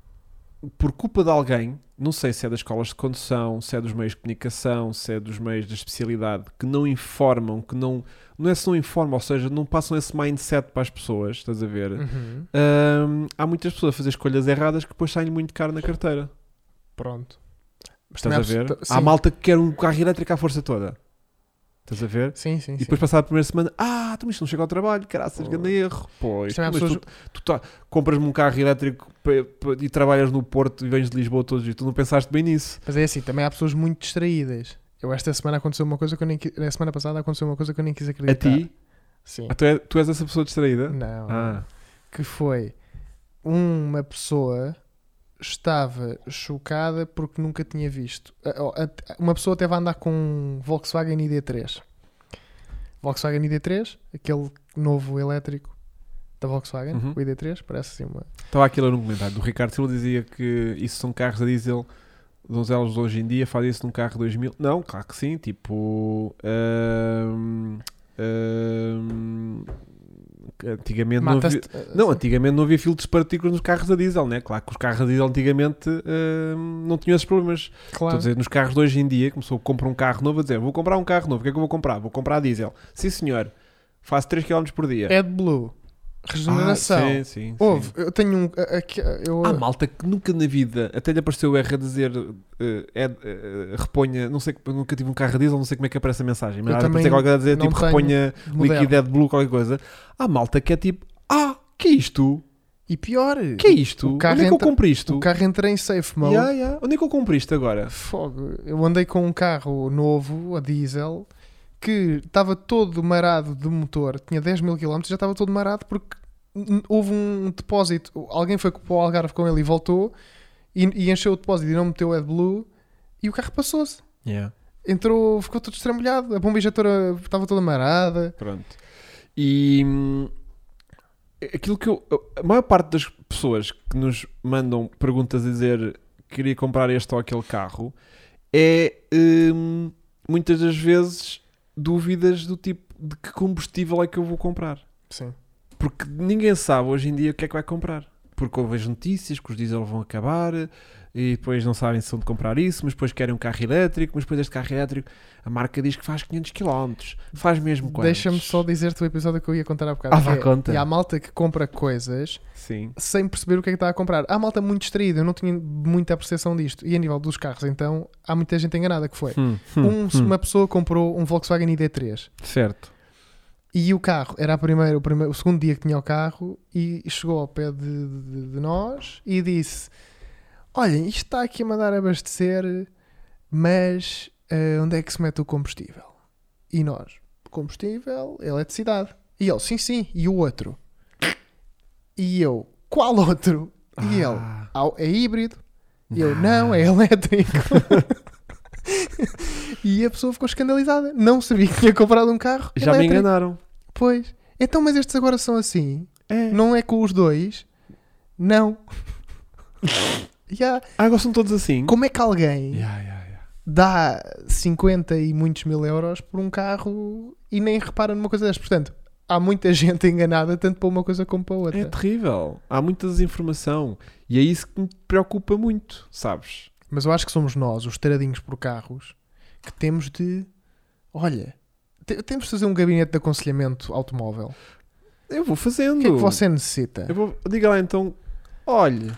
por culpa de alguém, não sei se é das escolas de condução, se é dos meios de comunicação, se é dos meios da especialidade, que não informam, que não, não é se não informam, ou seja, não passam esse mindset para as pessoas, estás a ver? Uhum. Hum, há muitas pessoas a fazer escolhas erradas que depois saem muito caro na carteira. Pronto. Mas Estás também a há ver? pessoa- Há sim. malta que quer um carro elétrico à força toda. Estás a ver? Sim, sim, E sim. depois passar a primeira semana, ah, tu, mas isto não chega ao trabalho, caraças, Oh. grande erro. Pois, Também há mas pessoas- tu, tu tá- compras-me um carro elétrico pe- pe- e trabalhas no Porto e vens de Lisboa todos os dias, tu não pensaste bem nisso. Mas é assim, também há pessoas muito distraídas. Eu esta semana aconteceu uma coisa que eu nem qui- na semana passada aconteceu uma coisa que eu nem quis A acreditar. ti? Sim. Ah, tu, é- tu és essa pessoa distraída? Não. Ah, Que foi uma pessoa estava chocada porque nunca tinha visto. A- a- Uma pessoa teve a andar com um Volkswagen I D três. Volkswagen I D três, aquele novo elétrico da Volkswagen, Uhum. o I D três, parece assim uma. estava aqui a ler um comentário do Ricardo Silva, dizia que isso são carros a diesel donzelos de hoje em dia, faz isso num carro dois mil. Não, claro que sim, tipo... hum, hum, antigamente não havia... Mata-se. Não, antigamente não havia filtros de partículas nos carros a diesel, né? Claro que os carros a diesel antigamente hum, não tinham esses problemas. Estou Claro. a dizer, nos carros de hoje em dia, começou a comprar um carro novo, a dizer, vou comprar um carro novo, o que é que eu vou comprar? Vou comprar a diesel. Sim senhor, faço três quilómetros por dia. AdBlue, regeneração. Ah, sim, sim, Houve, sim. eu tenho um. a- aqui- eu, Há malta que nunca na vida, até lhe apareceu o R a dizer eh, Ed, eh, reponha, não sei, eu nunca tive um carro a diesel, não sei como é que aparece a mensagem, mas Eu há de também aparecer qualquer coisa a dizer não tipo tenho reponha moderno. líquido AdBlue, qualquer coisa. Há malta que é tipo, ah, que é isto? E pior, Que é isto? O carro Onde é que eu entra- compro isto? o carro entra em safe mode. Yeah, yeah. Onde é que eu compro isto agora? Fogo. Eu andei com um carro novo, a diesel, que estava todo marado de motor, tinha dez mil quilómetros, já estava todo marado porque n- houve um depósito. Alguém foi para o Algarve com ele e voltou e, e encheu o depósito e não meteu o AdBlue e o carro passou-se. Yeah. Entrou, ficou todo estrambulhado, a bomba injetora estava toda marada. Pronto. E hum, aquilo que eu. A maior parte das pessoas que nos mandam perguntas a dizer que queria comprar este ou aquele carro é hum, muitas das vezes dúvidas do tipo de que combustível é que eu vou comprar. Sim. Porque ninguém sabe hoje em dia o que é que vai comprar. Porque houve as notícias que os diesel vão acabar e depois não sabem se vão de comprar isso, mas depois querem um carro elétrico, mas depois este carro elétrico a marca diz que faz quinhentos quilómetros. Faz mesmo quantos? Deixa-me só dizer-te o episódio que eu ia contar há bocado. Ah, que vá, é, conta. E há malta que compra coisas Sim. sem perceber o que é que está a comprar. Há malta muito distraída, eu não tinha muita percepção disto. E a nível dos carros, então, há muita gente enganada que foi. Hum, hum, Um- hum. Uma pessoa comprou um Volkswagen I D três Certo. e o carro era a primeira, o, primeiro, o segundo dia que tinha o carro e chegou ao pé de, de- de nós e disse: olhem, isto está aqui a mandar abastecer, mas eh, onde é que se mete o combustível? E nós: combustível, eletricidade. E ele: sim, sim. E o outro? E eu: qual outro? E ele: Ah. "Ah, é híbrido." E eu: não, é elétrico. E a pessoa ficou escandalizada. Não sabia que tinha comprado um carro Já me elétrico. enganaram. Pois. Então, mas estes agora são assim? É. Não é com os dois? Não. Já. Ah, agora são todos assim? Como é que alguém Yeah, yeah, yeah. dá cinquenta e muitos mil euros por um carro e nem repara numa coisa destas? Portanto, há muita gente enganada tanto para uma coisa como para outra. É terrível. Há muita desinformação. E é isso que me preocupa muito, sabes? Mas eu acho que somos nós, os taradinhos por carros, que temos de... Olha, te- temos de fazer um gabinete de aconselhamento automóvel. Eu vou fazendo. O que é que você necessita? Eu vou... Diga lá então. Olha.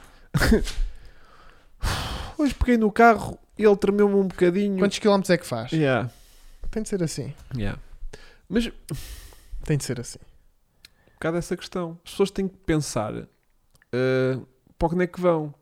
Hoje peguei no carro e ele tremeu-me um bocadinho. Quantos quilómetros é que faz? Yeah. Tem de ser assim. Yeah. Mas um Tem de ser assim. bocado essa questão. As pessoas têm que pensar uh, para onde é que vão.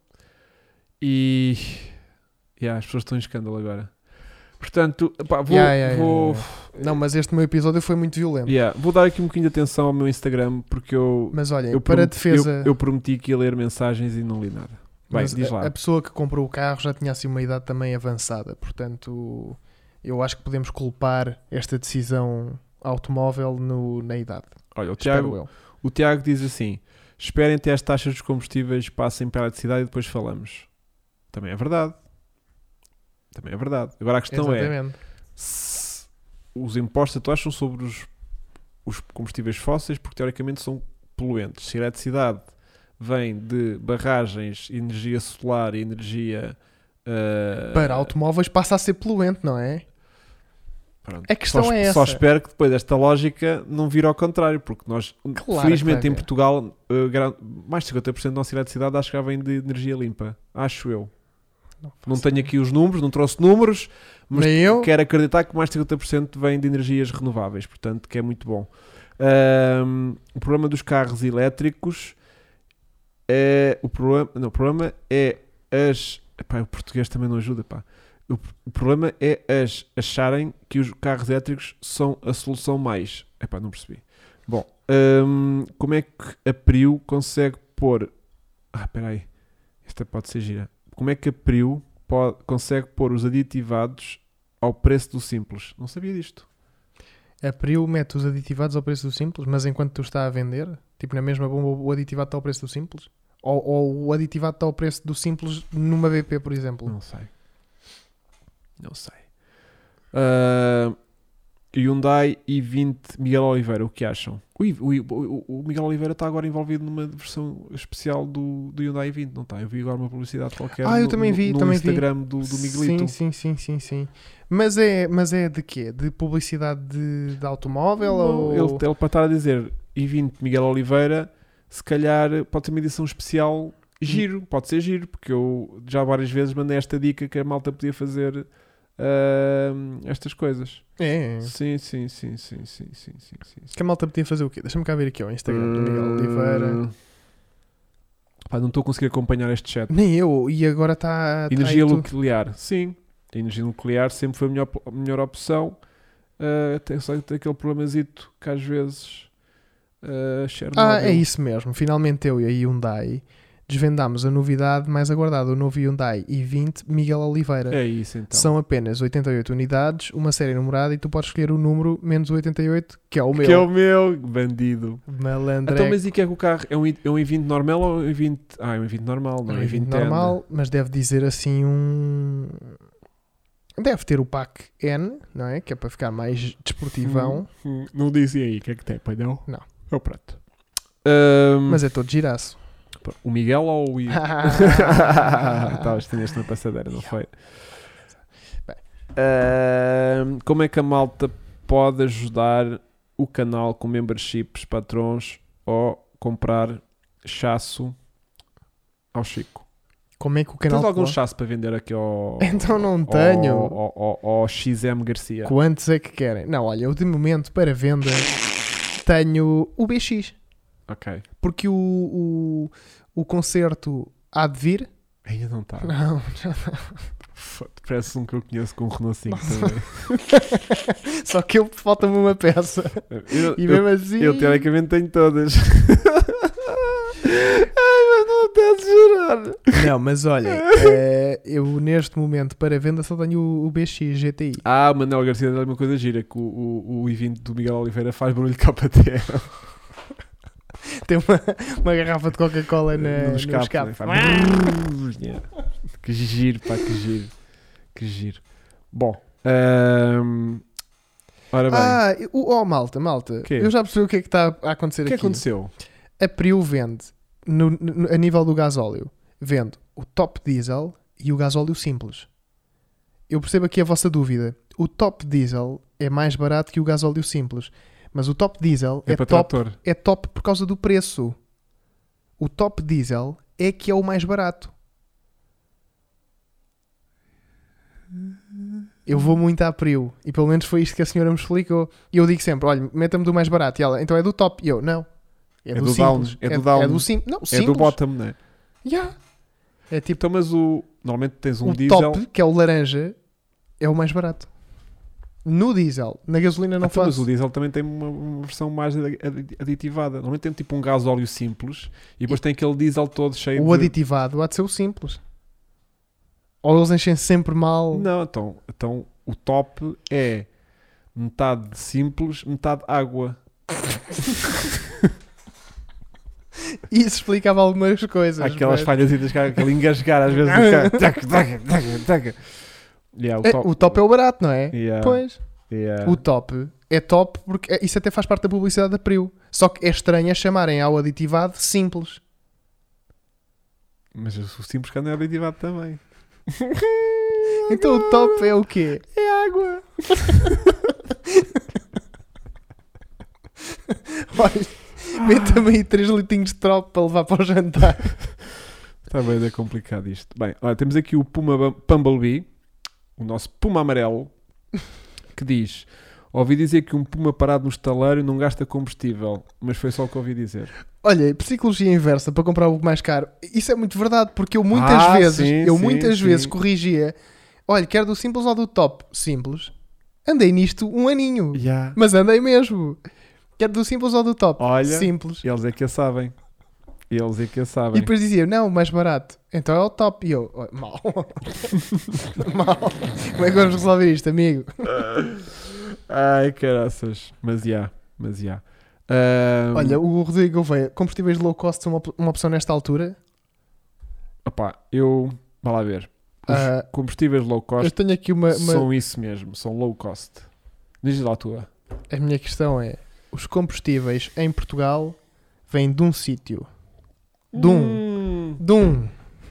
E yeah, as pessoas estão em escândalo agora. Portanto, pá, vou, Yeah, yeah, vou, yeah, yeah. Não, mas este meu episódio foi muito violento. yeah, vou dar aqui um bocadinho de atenção ao meu Instagram porque eu, Mas olha, eu, para a prometi, defesa... eu, eu prometi que ia ler mensagens e não li nada. Vai, mas diz a, lá. a pessoa que comprou o carro já tinha assim uma idade também avançada. Portanto, eu acho que podemos culpar esta decisão automóvel no, na idade. Olha, o Espero Tiago, eu. o Tiago diz assim: esperem até as taxas dos combustíveis passem para a eletricidade e depois falamos. Também é verdade. Também é verdade. Agora a questão é: Exatamente. se os impostos atuais são sobre os, os combustíveis fósseis porque teoricamente são poluentes. Se a eletricidade vem de barragens, energia solar e energia uh, Para automóveis passa a ser poluente, não é? pronto. A questão só, é essa. Só espero que depois esta lógica não vire ao contrário, porque nós, Claro felizmente que vai em ver. Portugal, uh, gran- mais de cinquenta por cento da nossa eletricidade acho que já vem de energia limpa. Acho eu. Não, Não faço tenho ideia. aqui os números, não trouxe números, mas Nem eu. quero acreditar que mais de cinquenta por cento vem de energias renováveis, portanto, que é muito bom. Ahm, o problema dos carros elétricos é o problema, não, o problema é as, epá, o português também não ajuda, pá. O, o problema é as acharem que os carros elétricos são a solução mais, epá, não percebi. Bom, ahm, como é que a Priu consegue pôr, ah, espera aí, esta pode ser gira. Como é que a Priu pode, consegue pôr os aditivados ao preço do simples? Não sabia disto. A Priu mete os aditivados ao preço do simples, mas enquanto tu está a vender, tipo na mesma bomba, o aditivado está ao preço do simples? Ou, ou o aditivado está ao preço do simples numa B P, por exemplo? Não sei. Não sei. Ah, Hyundai i vinte Miguel Oliveira, o que acham? O, I- o, I- o, o Miguel Oliveira está agora envolvido numa versão especial do, do Hyundai i vinte, não está? Eu vi agora uma publicidade qualquer Ah, eu no, também no- vi, no também vi. Instagram do, do Miguelito. Sim, sim, sim, sim, sim. Mas é, mas é de quê? De publicidade de, de automóvel? Não, ou... ele, ele para estar a dizer i vinte Miguel Oliveira, se calhar pode ter uma edição especial giro, pode ser giro, porque eu já várias vezes mandei esta dica que a malta podia fazer ah, estas coisas. É, é. Sim, sim, sim, sim, sim, sim, sim, sim. Que a malta podia fazer o quê? Deixa-me cá ver aqui o Instagram do Miguel Hum, Oliveira. Pá, não estou a conseguir acompanhar este chat. Nem eu, e agora está... tá Energia aí tudo. nuclear, sim. A energia nuclear sempre foi a melhor, a melhor opção. Uh, tem só tem aquele problemazito que às vezes uh, Chernobyl. Ah, é isso mesmo. Finalmente eu e a Hyundai desvendámos a novidade mais aguardada. O novo Hyundai i vinte Miguel Oliveira. É isso então. São apenas oitenta e oito unidades, uma série numerada, e tu podes escolher o número menos oitenta e oito, que é o meu. Que é o meu, bandido. Malandro. Então, mas e que é que o carro? É um, i- é um i vinte normal ou um i vinte? Ah, é um i vinte normal, não é um i vinte normal, mas deve dizer assim um... Deve ter o pack N, não é? Que é para ficar mais desportivão. Hum, hum, não dizem aí o que é que tem, pai, não? Não. É o prato. Ahm, Mas é todo giraço. O Miguel ou o I? Estavas neste na passadeira, não foi? Bem. Ahm, como é que a malta pode ajudar o canal com memberships, patrões ou comprar chasso ao Chico? Como é que o canal... Tens algum pode- chasso para vender aqui ao... Então não ao- tenho. Ao, ao, ao, ao X M Garcia? Quantos é que querem? Não, olha, eu de momento para venda tenho o B X. Ok. Porque o, o, o concerto há de vir. Ainda não está. Não, Parece um que eu conheço com um Renault cinco também. só que eu falta-me uma peça. Eu, E eu, mesmo assim. eu teoricamente tenho todas. Ai, mas não apetece jurar. Não, mas olha, eh, eu neste momento para venda só tenho o, o B X G T I. Ah, o Manuel Garcia dá uma coisa gira, que o, o, o i vinte do Miguel Oliveira faz barulho de K T M. Tem uma, uma garrafa de Coca-Cola na, no no escape. escape. né? Faz brrr, yeah. Que giro, pá, que giro. Que giro. Bom, ahm, ora bem, Ah, o, oh malta, malta. Quê? Eu já percebi o que é que está a acontecer o que aqui. aconteceu? A Priu vende, no, no- a nível do gasóleo, vende o top diesel e o gasóleo simples. Eu percebo aqui a vossa dúvida. O top diesel é mais barato que o gasóleo simples. Mas o top diesel É, é, para top, trator. é top por causa do preço. O top diesel é que é o mais barato. Eu vou muito à Priu. E pelo menos foi isto que a senhora me explicou. E eu digo sempre, olha, meta-me do mais barato. E ela, então é do top. E eu, não. É, É do, do simples. down, é do down. É do sim, não, É simples. do bottom, não é? Yeah. É tipo, Então, mas o... Normalmente tens um o diesel... top, que é o laranja, é o mais barato. No diesel. Na gasolina não Então, mas faço. o diesel também tem uma, uma versão mais adi- adi- aditivada. Normalmente tem tipo um gás óleo simples e depois tem aquele diesel todo cheio O de... aditivado há de ser o simples. Ou eles enchem sempre mal. Não, então, então o top é metade simples, metade água. Isso explicava algumas coisas. Aquelas mas- falhas, aquele engasgar às vezes do carro. Taca, taca, taca, taca. Yeah, o É, top. o top é o barato, não é? Yeah, Pois. yeah. O top é top porque é- isso até faz parte da publicidade da Priu. Só que é estranho a chamarem ao aditivado simples. Mas o simples que anda é aditivado também. Então o top é o quê? É água. Olha, meta-me aí três litinhos de top para levar para o jantar. Está bem, é complicado isto. Bem, olha, temos aqui o Puma Bum- Bumblebee, o nosso Puma amarelo, que diz: ouvi dizer que um Puma parado no estaleiro não gasta combustível, mas foi só o que ouvi dizer. Olha, psicologia inversa para comprar o mais caro. Isso é muito verdade, porque eu muitas Ah, vezes, sim, eu sim, muitas sim. vezes corrigia. Olha, quer do simples ou do top? Simples. Andei nisto um aninho. Yeah. Mas andei mesmo. Quer do simples ou do top? Olha. Simples. Eles é que a sabem. Eles é que a E sabem. depois dizia, não, o mais barato. Então é o top. E eu, "Oh, mal. Mal. Como é que vamos resolver isto, amigo? Ai, caraças. Mas já, mas já. Ahm, Olha, o Rodrigo Gouveia, combustíveis low cost são uma, op- uma opção nesta altura? opá, eu... Vá lá ver. Os Ah, combustíveis low eu cost tenho aqui uma... uma- são isso mesmo. São low cost. Diz lá a tua. A minha questão é, os combustíveis em Portugal vêm de um sítio. De um. Hum. De um.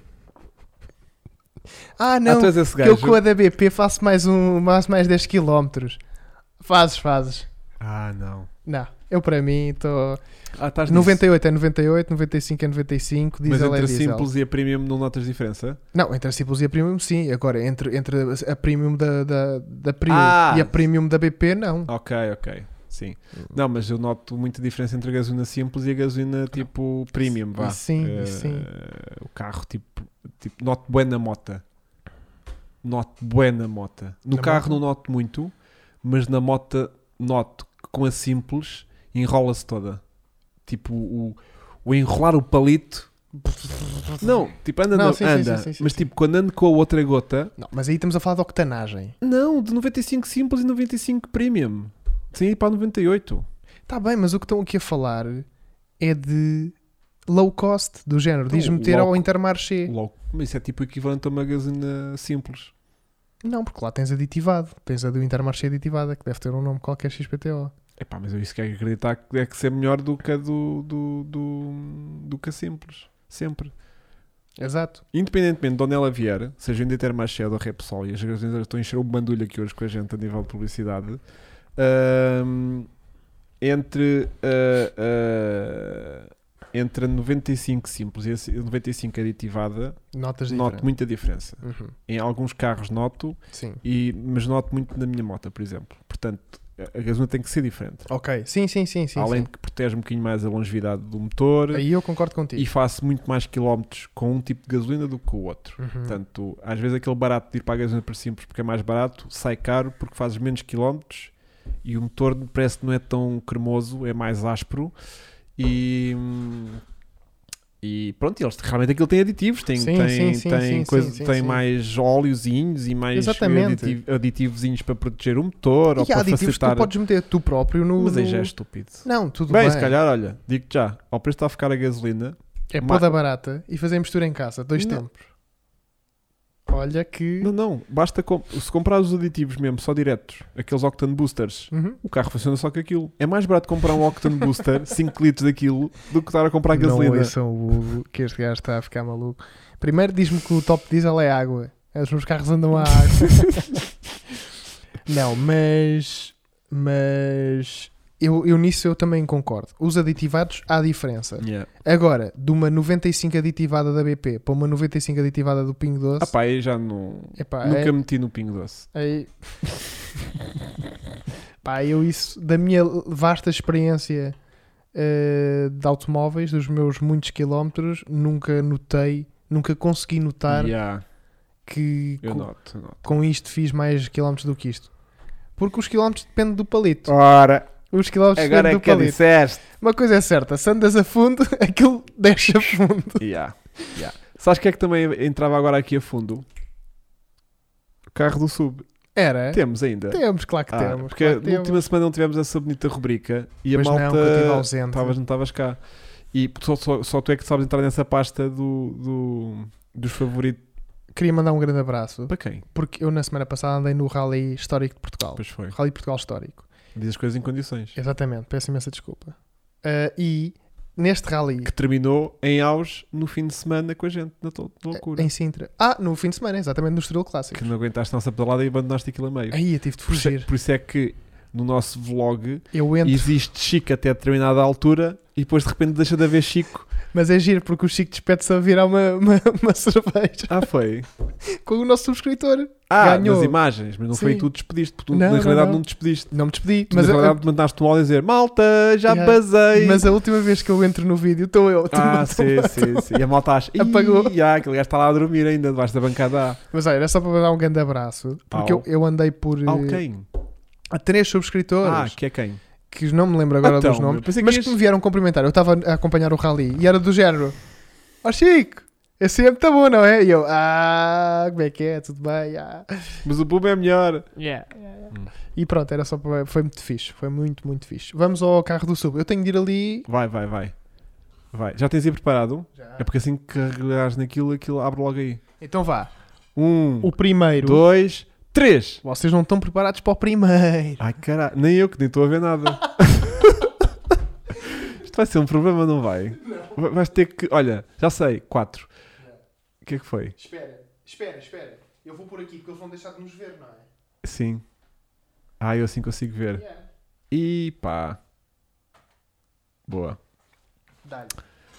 Ah, Ah, não. tu és esse Que eu gajo. com a da B P faço mais, um, mais, mais dez quilómetros. Fazes, fazes. Ah, não. Não, eu para mim estou... Ah, estás noventa e oito é noventa e oito, noventa e cinco é noventa e cinco, Mas diesel é entre a diesel. simples e a premium não notas diferença? Não, entre a simples e a premium sim. Agora, entre, entre a premium da, da, da Priu Ah. e a premium da B P, não. Ok, ok. Sim. Não, mas eu noto muita diferença entre a gasolina simples e a gasolina tipo premium, vá. Sim, Eh, sim. O carro tipo, tipo noto bué na mota. Noto bué na mota. No Na carro moto? não noto muito, mas na moto noto que com a simples enrola-se toda. Tipo, o, o enrolar o palito. Não, tipo, anda, Não, na- sim, sim, anda. sim, sim, sim, mas sim. tipo, quando ando com a outra gota, Não, mas aí estamos a falar de octanagem. não, de noventa e cinco simples e noventa e cinco premium. Sem ir para a noventa e oito. Está bem, mas o que estão aqui a falar é de low cost, do género. Então, Diz meter low- ao Intermarché. Logo, mas isso é tipo o equivalente a uma gasolina simples. Não, porque lá tens aditivado. Tens a do Intermarché aditivada, que deve ter um nome qualquer X P T O. Epá, mas eu isso quero acreditar que é que ser melhor do que a do, do, do, do que a simples. Sempre. Exato. Independentemente de onde ela vier, seja ainda ter mais cedo ou Repsol, e as gasolinas estão a encher o bandulho aqui hoje com a gente a nível de publicidade, ahm, entre, ah, ah, entre a noventa e cinco simples e a noventa e cinco aditivada, Notas noto diferentes. muita diferença. Uhum. Em alguns carros noto, Sim. e, mas noto muito na minha moto, por exemplo. Portanto, a gasolina tem que ser diferente. Ok. Sim, sim, sim. sim, Além sim. de que protege um bocadinho mais a longevidade do motor Aí eu concordo contigo. e faço muito mais quilómetros com um tipo de gasolina do que com o outro. Uhum. Portanto, às vezes aquele barato de ir para a gasolina para simples porque é mais barato, sai caro porque fazes menos quilómetros e o motor parece que não é tão cremoso, é mais áspero e, e pronto, eles realmente aquilo tem aditivos, tem, Sim, tem, sim, sim, tem, sim, coisa, sim, sim, tem sim. mais óleozinhos e mais Exatamente. aditivo, aditivozinhos para proteger o motor E ou há para aditivos que facilitar. tu podes meter tu próprio no... Mas aí no- já é estúpido. Não, tudo Bem, bem. se calhar, olha, digo-te já, ao preço que está a ficar a gasolina, É Ma- poda barata e fazer mistura em casa. Dois Não. tempos. Olha que... não, não, basta com, se comprar os aditivos mesmo, só diretos, aqueles Octane Boosters, Uhum. o carro funciona só com aquilo. É mais barato comprar um Octane Booster, cinco litros daquilo, do que estar a comprar gasolina. Não ouçam o Hugo, que este gajo está a ficar maluco. Primeiro diz-me que o top diesel é água. Os meus carros andam a água. Não, mas... Mas... Eu, eu nisso eu também concordo. Os aditivados, há diferença. Yeah. Agora, de uma noventa e cinco aditivada da B P para uma noventa e cinco aditivada do Pingo Doce... Ah pá, aí já não... epá, nunca é- meti no Pingo Doce. Aí... Pá, eu isso, da minha vasta experiência eh, de automóveis, dos meus muitos quilómetros, nunca notei, nunca consegui notar Yeah, que eu co- noto, eu noto. com isto fiz mais quilómetros do que isto. Porque os quilómetros dependem do palito. Ora, Os quilómetros agora dependem é do que palito. disseste. Uma coisa é certa, se andas a fundo, aquilo desce a fundo. Yeah, yeah. Sabes que é que também entrava agora aqui a fundo? O carro do sub. Era? Temos ainda. Temos, claro que Ah, temos. porque claro que na temos. última semana não tivemos essa bonita rubrica e Pois a não, malta que eu estive ausente. estavas, não estavas cá. E só, só, só tu é que sabes entrar nessa pasta do, do- dos favoritos. Queria mandar um grande abraço, Para quem? porque eu na semana passada andei no Rally Histórico de Portugal. Pois foi. Rally Portugal Histórico. Diz as coisas em condições. Exatamente, peço imensa desculpa. Ah, e neste rally Que terminou em auge no fim de semana com a gente, na to- na loucura. em Sintra, ah, no fim de semana, exatamente no Estoril Clássico. Que não aguentaste a nossa pedalada e abandonaste aquilo a meio. Aí eu tive de Por isso, é, fugir. por isso é que no nosso vlog Eu entro, existe Chico até determinada altura e depois de repente deixa de haver Chico. mas é giro porque o Chico despede-se a virar uma, uma, uma cerveja Ah, foi? com o nosso subscritor. Ah, Ganhou. nas imagens, mas não foi aí Sim. que tu despediste, porque tu Não, na não, realidade não. não, te despediste. Não me despedi, Tu, mas, na a, realidade mandaste um áudio a dizer malta, já Yeah. basei. mas a última vez que eu entro no vídeo estou eu. tu- Ah, tu- sim, sim, sim. E a malta acha, Apagou. Apagou. Ah, aquele gajo está lá a dormir ainda debaixo da bancada. Mas olha, era só para dar um grande abraço, porque Ao- eu, eu andei por Ah, eh, quem? a três subscritores. Ah, que é quem? Que não me lembro agora Então, dos nomes, eu pensei que mas ias- que me vieram cumprimentar. Eu estava a acompanhar o rally e era do género: ó Chico, esse é muito bom, não é? E eu, ah, como é que é? Tudo bem? Ah. Mas o Puma é melhor. Hum. E pronto, era só para. Foi muito fixe, foi muito, muito fixe. Vamos ao carro do sub. Eu tenho de ir ali. Vai, vai, vai. Vai. Já tens aí preparado? Já. É porque assim que carregares naquilo, aquilo abre logo aí. Então vá. Um, O primeiro. dois, três. Vocês não estão preparados para o primeiro. Ai caralho, nem eu que nem estou a ver nada. Isto vai ser um problema, não vai? Vai- Vais ter que. Olha, já sei, quatro. O que é que foi? Espera, espera, espera. Eu vou por aqui porque eles vão deixar de nos ver, não é? Sim. Ah, eu assim consigo ver. E pá. Boa. Dá-lhe.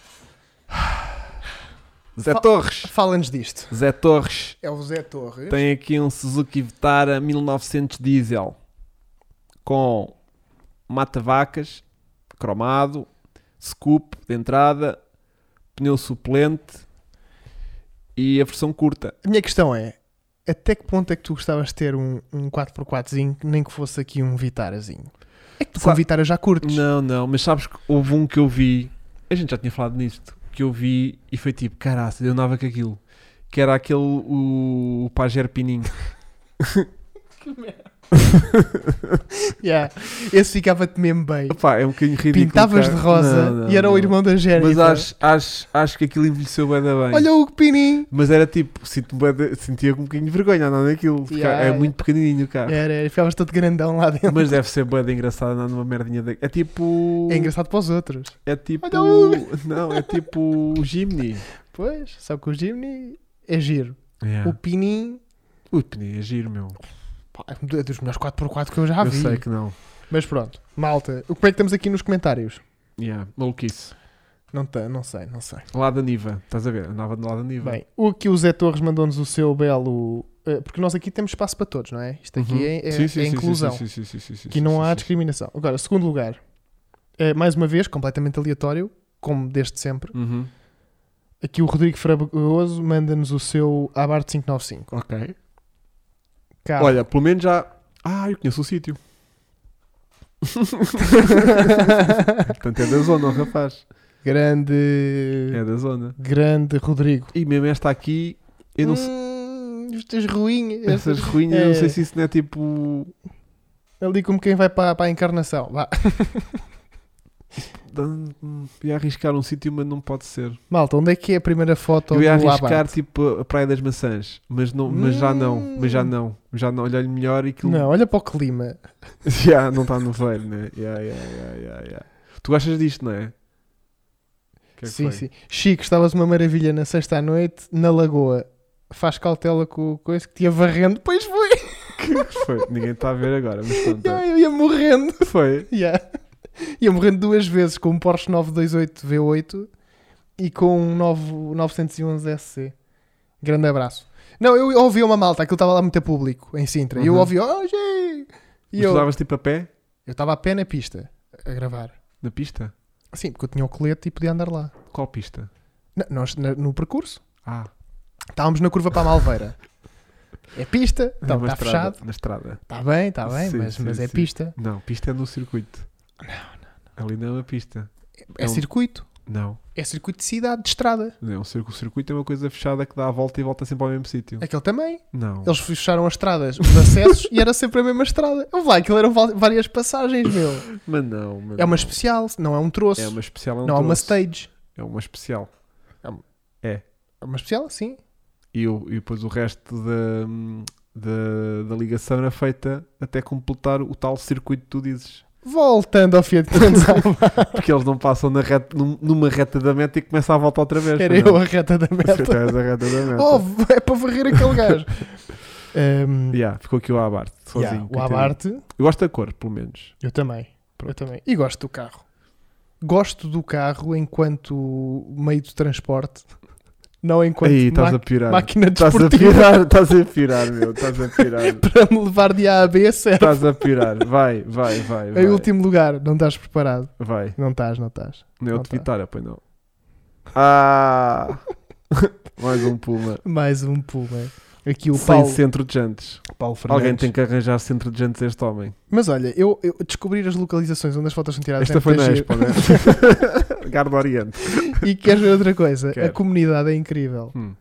Zé Fa- Torres. Fala-nos disto. Zé Torres É o Zé Torres. tem aqui um Suzuki Vitara mil e novecentos diesel com mata-vacas, cromado, scoop de entrada, pneu suplente e a versão curta. A minha questão é: até que ponto é que tu gostavas de ter um, um quatro por quatrozinho, nem que fosse aqui um Vitarazinho? É que tu com Sabe- Vitara já curtes. Não, não, mas sabes que houve um que eu vi, a gente já tinha falado nisto, que eu vi e foi tipo, caraca, eu andava com aquilo, que era aquele, o, o Pajero Pininho. Que merda. Yeah. Esse ficava-te mesmo bem. Epá, é um bocadinho ridículo. Pintavas cara. de rosa Não, não, e era não. o irmão da Jéssica. Mas acho, acho, acho que aquilo envelheceu bem da bem. Olha o Pininho. Mas era tipo, sinto bué de- sentia com um bocadinho de vergonha andar naquilo, porque Yeah, é yeah. muito pequenininho o carro. Era, era, ficavas todo grandão lá dentro. Mas deve ser bué de engraçado andar numa merdinha de... É tipo... É engraçado para os outros. É tipo... Olha o- Não, é tipo o Jimny. Pois, só que o Jimny é giro. Yeah. O Pininho O Pini é giro, meu. pá, é dos melhores quatro por quatro que eu já eu vi. sei que não. Mas pronto, malta, como é que estamos aqui nos comentários? Yeah. Maluquice. Não, tá, não sei, não sei. Lá da Niva. Estás a ver? Andava de lá da Niva. Bem, o que o Zé Torres mandou-nos o seu belo... eh, porque nós aqui temos espaço para todos, não é? Isto aqui Uhum. é, é, Sim, sim, é sim, inclusão. sim, sim, sim, sim, sim, Aqui sim, não sim, há sim. discriminação. Agora, segundo lugar, eh, mais uma vez, completamente aleatório, como desde sempre. Uhum. Aqui o Rodrigo Fragoso manda-nos o seu Abarth quinhentos e noventa e cinco. Ok. Carro. Olha, pelo menos já... Ah, eu conheço o sítio. Portanto, é da zona, o rapaz. Grande... É da zona. Grande Rodrigo. E mesmo esta aqui, eu não sei... Hum, estas ruínas. Essas ruínas, eu não sei se isso não é tipo... Ali como quem vai para, para a encarnação. Vá. Ia arriscar um sítio, mas não pode ser. Malta, onde é que é a primeira foto Eu ia do arriscar Abarth? tipo a Praia das Maçãs, mas, não, mas já não, Hum. mas já não, já não, olha-lhe melhor e aquilo Não, olha para o clima. já não está no velho, né? Yeah, yeah, yeah, yeah, yeah. Tu gostas disto, não é? Que é que Sim, foi? sim. Chico, estavas uma maravilha na sexta à noite, na Lagoa. Faz cautela com o coisa que te ia varrendo. Pois foi. Que foi? Ninguém está a ver agora, mas pronto. Yeah, eu ia morrendo. Foi. Yeah. Ia morrendo duas vezes com um Porsche nove dois oito V oito e com um novecentos e onze S C. Grande abraço. Não, eu ouvi uma malta, aquilo estava lá muito a público, em Sintra. E eu Uhum. ouvi, oh, G! E Mas eu tu davas tipo a pé, eu estava a pé na pista, a gravar. na pista? Sim, porque eu tinha o colete e podia andar lá. Qual pista? Não, nós, na- no percurso, Ah, estávamos na curva para a Malveira. É pista, então numa está estrada, fechado. Na estrada. Está bem, está bem, Sim, mas, sim, mas é sim. pista. Não, pista é no circuito. Não, não. Ali não é uma pista. É, É um- circuito. Não. É circuito de cidade, de estrada. Não, o circuito, o circuito é uma coisa fechada que dá a volta e volta sempre ao mesmo sítio. Aquele também. Não. Eles fecharam as estradas, os acessos, e era sempre a mesma estrada. Houve lá, aquilo eram val- várias passagens, meu. Mas não. Mas É uma não. especial, não é um troço. É uma especial. É um não é uma troço. stage. É uma especial. É uma especial, sim. E, o, e depois o resto da, da, da ligação era feita até completar o tal circuito que tu dizes. Voltando ao Fiat Transal. Porque eles não passam na reta, num- numa reta da meta e começam a volta outra vez. Era pois eu não? a reta da Tu meta. és a reta da meta. Oh, é para varrer aquele gajo. Um, Yeah, ficou aqui o Abarth, sozinho. yeah, o coitadinho. Abarth, Eu gosto da cor, pelo menos. eu também. Eu também. E gosto do carro. Gosto do carro enquanto meio de transporte, não enquanto Aí, estás ma- a pirar. máquina Estás a desportiva. pirar, estás a pirar, meu. Estás a pirar. Para me levar de A a B, serve. Estás a pirar. Vai, vai, vai. vai. Em último lugar, não estás preparado. Vai. Não estás, não estás. Não é o Não de tá. Vitória, pois não. Ah! Mais um Puma. Mais um Puma. Aqui o Sem Paulo, centro de jantes. Paulo Fernandes. Alguém tem que arranjar centro de jantes a este homem. Mas olha, eu, eu descobrir as localizações onde as fotos são tiradas. Esta é foi na muito Expo, giro. né? Gardo Oriente. E queres ver outra coisa? A Quero. comunidade é incrível. Hum.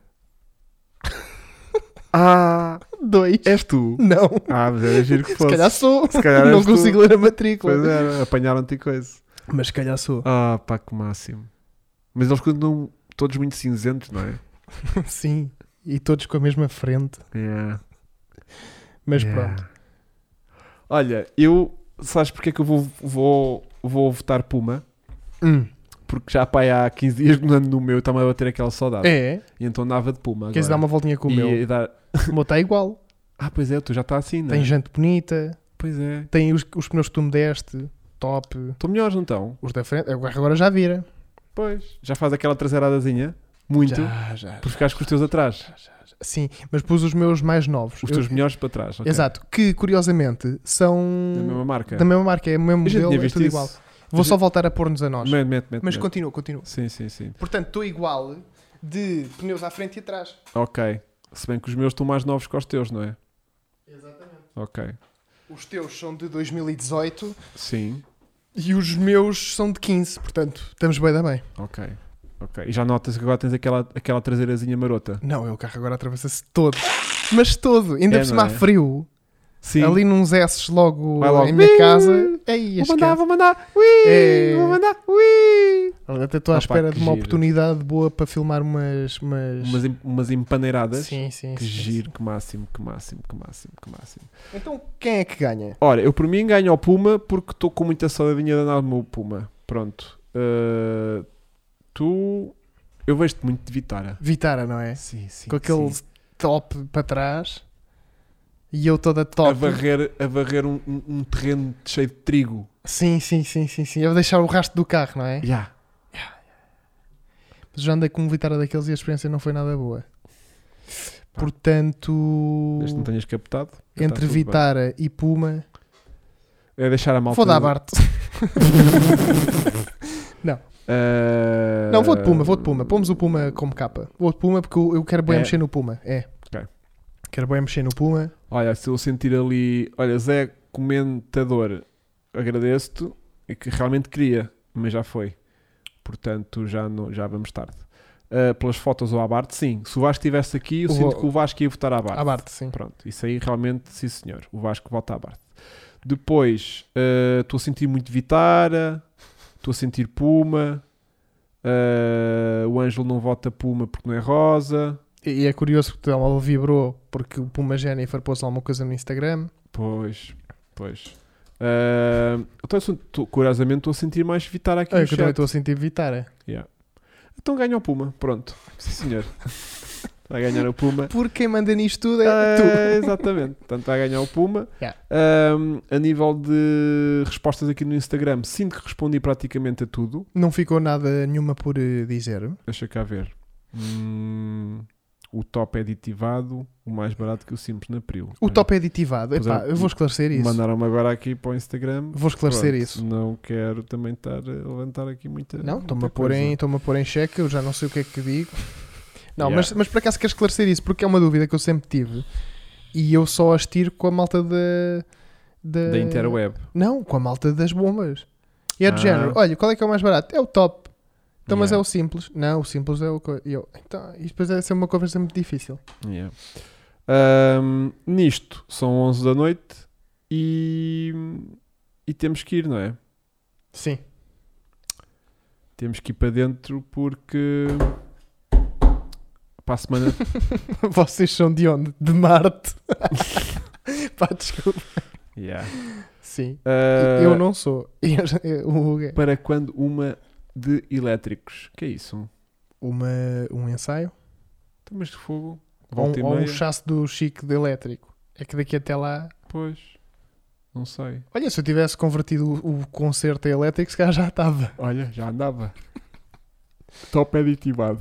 Ah! Dois. És tu? Não. Ah, mas era giro que Se fosse. calhar sou. Se calhar Não és tu. consigo ler a matrícula. Pois era, apanharam-te coisa. Mas se calhar sou. Ah, pá, que máximo. Mas eles continuam todos muito cinzentos, não é? Sim. E todos com a mesma frente. Yeah. Mas Yeah. pronto. Olha, eu... Sabes porque é que eu vou, vou, vou votar Puma? Hum. Porque já pá, há quinze dias que não ando no meu, está-me a bater aquela saudade. É. E então andava de Puma Queres agora. dar uma voltinha com o E- meu? e dar... O meu está igual. Ah, pois é, tu já está assim, não é? Tem jante bonita. Pois é. Tem os, os pneus que tu me deste. Top. Estão melhores, não estão? Os da frente. O carro agora já vira. Pois. Já faz aquela traseiradazinha? Muito? Já, já. Por ficares com os teus atrás. Sim, mas pus os meus mais novos. Os Eu- teus melhores para trás. ok. Exato. Que curiosamente são Da mesma marca. da mesma marca. É o mesmo Eu já modelo. tinha É visto tudo isso. igual. Vou Eu só já- voltar a pôr-nos a nós. Mete, mete, mete. Mas mete. continua, continua. Sim, sim, sim. Portanto, estou igual de pneus à frente e atrás. Ok. Se bem que os meus estão mais novos que os teus, não é? Exatamente. Ok. Os teus são de dois mil e dezoito Sim. e os meus são de quinze, portanto, estamos bem da bem. Ok. Ok. E já notas que agora tens aquela, aquela traseirazinha marota. Não, eu o carro agora atravessa-se todo. Mas todo. Ainda É, por cima não há é? frio. Sim. Ali nos S logo, Vai logo. em minha Ui! casa. Ei, Vou mandar, esquece. vou mandar. Ui! É. Vou mandar. Ui! Olha, até estou à Opa, espera que de uma giro. oportunidade boa para filmar umas... umas... Umas, em- umas empaneiradas. Sim, sim, Que sim, giro, que máximo, que máximo, que máximo, que máximo. sim. Então, quem é que ganha? Ora, eu por mim ganho ao Puma porque estou com muita saudadinha de andar no meu Puma. Pronto. Uh, tu... Eu vejo-te muito de Vitara. Vitara, não é? Sim, sim. Com aquele sim. top para trás e eu toda top. A varrer, a varrer um, um- um terreno cheio de trigo. Sim, sim, sim, sim, sim. Eu vou deixar o rastro do carro, não é? Já. Mas já andei com um Vitara daqueles e a experiência não foi nada boa. Portanto, Desde que não tenhas captado. já entre está tudo Vitara e Puma, bem. É deixar a malta... vou dar Bart. Uh, Não, vou de Puma, vou de Puma. Pomos o Puma como capa. Vou de Puma porque eu eu quero bem É? mexer no Puma. É. Ok. Quero bem mexer no Puma. Olha, se eu sentir ali... Olha, Zé, comentador, agradeço-te. É que realmente queria, mas já foi. Portanto, já, não, já vamos tarde. Uh, pelas fotos ao Abarth, sim. Se o Vasco estivesse aqui, eu O sinto Vo- que o Vasco ia votar a Abarth. A Bart, sim. Pronto, isso aí realmente, sim senhor. O Vasco vota a Abarth. Depois, uh, estou a sentir muito Vitara, estou a sentir Puma. Uh, o Ângelo não vota Puma porque não é rosa. E, e é curioso que o telemóvel vibrou porque o Puma Jennifer pôs alguma coisa no Instagram. Pois, pois. Uh, então, eu tô- curiosamente, estou a sentir mais Vitara aqui Ah, no eu que também chat. estou a sentir Vitara. Yeah. Então ganha o Puma, pronto. Sim senhor. Vai ganhar o Puma. Porque quem manda nisto tudo é Ah, tu. exatamente. Portanto, vai ganhar o Puma. Yeah. Um, a nível de respostas aqui no Instagram, sinto que respondi praticamente a tudo. Não ficou nada nenhuma por eh, dizer. Deixa cá ver. Hum, o top é aditivado, o mais barato que o Simples na Priu. O top é aditivado. Pois Epá, é, eu vou esclarecer isso. Mandaram-me agora aqui para o Instagram. Vou esclarecer Pronto, isso. Não quero também estar a levantar aqui muita. Não, muita estou-me a, pôr coisa. em- estou-me a pôr em xeque, eu já não sei o que é que digo. Não, Yeah. mas, mas por acaso quero esclarecer isso, porque é uma dúvida que eu sempre tive. E eu só as tiro com a malta da... Da, Da Interweb. Não, com a malta das bombas. E é do Ah. género, olha, qual é que é o mais barato? É o top. Então, mas é Yeah. o simples. Não, o simples é o... co- E eu, então, isto depois deve ser uma conversa muito difícil. Yeah. Ahm, nisto, são onze da noite e, e temos que ir, não é? Sim. Temos que ir para dentro porque para a semana Vocês são de onde? De Marte. Pá, desculpa. yeah. Sim. Ah, Eu não sou. Eu já- eu- o Hugo é. para quando uma de elétricos, que é isso? Uma, um ensaio? Então, mas de fogo Ou, volta e um- ou um meia? chasse do Chico de elétrico? É que daqui até lá... Pois, não sei. Olha, se eu tivesse convertido o, o concerto a elétrico, se calhar já estava. Olha, já andava. Top aditivado.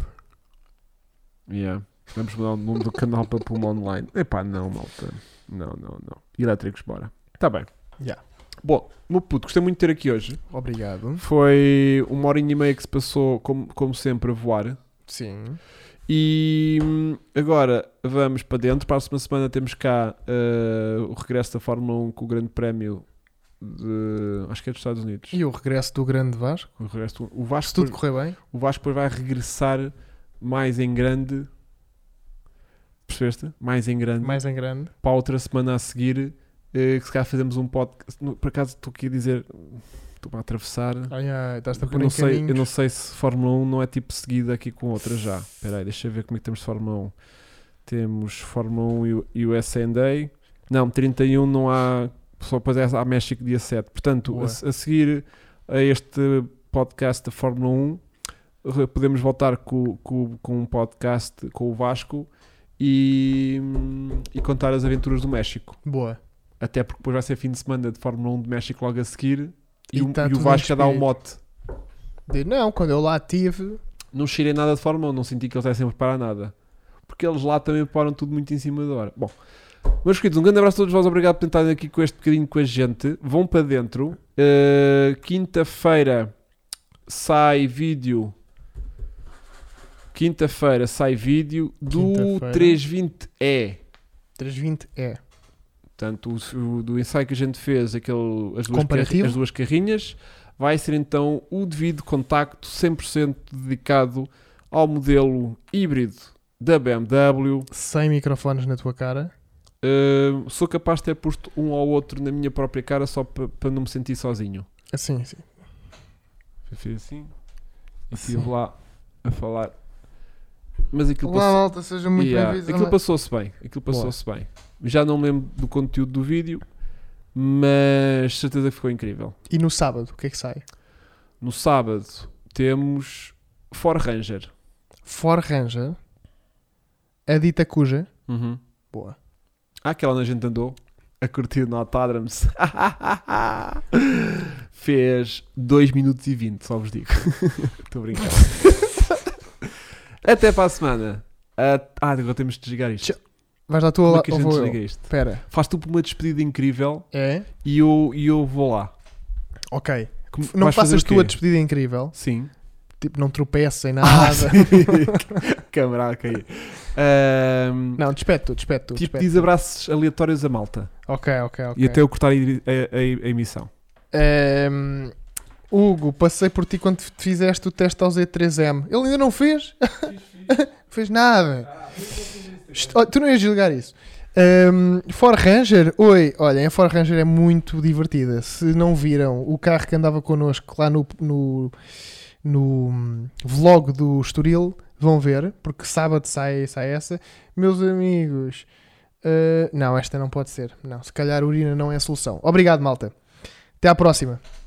Yeah. Vamos mudar o nome do canal para Puma Online. Epá, não, malta. Não, não, não. Elétricos, bora. Está bem. Yeah. Bom, meu puto, gostei muito de ter aqui hoje. Obrigado. Foi uma horinha e meia que se passou, como, como sempre, a voar. Sim. E hum, agora vamos para dentro. Para a próxima semana temos cá uh, o regresso da Fórmula um com o Grande Prémio de. Acho que é dos Estados Unidos. E o regresso do grande Vasco? O, regresso do- o, Vasco Se tudo depois, correr bem. o Vasco depois vai regressar mais em grande. Percebeste? Mais em grande. Mais em grande. Para a outra semana a seguir. Uh, que se calhar fazemos um podcast. No- Por acaso estou aqui a dizer. Estou a atravessar. Ai, ai, estás-te a Eu pôr não, em sei, eu caminhos. não sei se Fórmula um não é tipo seguida aqui com outra já. Espera aí, deixa eu ver como é que temos Fórmula um. Temos Fórmula um e o- e o U S A Day. Não, trinta e um não há. Só depois é a México dia sete. Portanto, Boa. a, a seguir a este podcast da Fórmula um, re- podemos voltar com, com, com um podcast com o Vasco e, e contar as aventuras do México. Boa. Até porque depois vai ser fim de semana de Fórmula um de México logo a seguir. E, E o, tá e o tudo Vasco a dar o inscrito. mote. De- Não, quando eu lá estive... Não cheirei nada de Fórmula um, não senti que eles dessem a preparar nada. Porque eles lá também preparam tudo muito em cima da hora. Bom, meus queridos, um grande abraço a todos vós, obrigado por estarem aqui com este bocadinho com a gente. Vão para dentro. Uh, quinta-feira sai vídeo. Quinta-feira sai vídeo do Quinta-feira. trezentos e vinte E. trezentos e vinte é. Portanto, o, o- do ensaio que a gente fez, aquele, as, duas Comparativo. carri- as duas carrinhas, vai ser então o devido contacto cem por cento dedicado ao modelo híbrido da B M W. Sem microfones na tua cara. Uh, sou capaz de ter posto um ou outro na minha própria cara só para não me sentir sozinho. Assim, assim. Eu fiz assim e Assim. estive lá a falar. Mas aquilo Olá, passou, malta, seja muito Yeah, bem-vindos. aquilo passou-se bem. Aquilo passou-se bem. Já não me lembro do conteúdo do vídeo, mas certeza que ficou incrível. E no sábado, o que é que sai? No sábado temos Ford Ranger. Ford Ranger, a dita cuja. Uhum. Boa. Ah, aquela onde a gente andou a curtir no autódromo-se. Fez dois minutos e vinte, só vos digo. Estou a brincar. Até para a semana. Ah, ah, agora temos de desligar isto. Tchau. Vais lá tu Como ou é que a ou gente vou eu? desliga isto? Espera. Faz tu uma despedida incrível É? e eu, e eu vou lá. Ok. Como- Não vais fazer faças o quê? tu a despedida incrível. Sim. Tipo, não tropeces em nada. Ah, sim. Câmara a cair. Ahm, Não, despede tu, despede tu. tipo, despede diz tu. abraços aleatórios a malta. Ok, ok, ok. E até eu cortar a, a- a- a emissão. Ehm, Hugo, passei por ti quando te fizeste o teste ao Z três M. Ele ainda não fez? Fez nada. Isto- oh, tu não ias julgar isso. Um, Ford Ranger, oi, olhem, a Ford Ranger é muito divertida. Se não viram o carro que andava connosco lá no, no, no hum, vlog do Estoril, vão ver, porque sábado sai, sai essa. Meus amigos, uh, não, esta não pode ser. Não, se calhar urina não é a solução. Obrigado, malta. Até à próxima.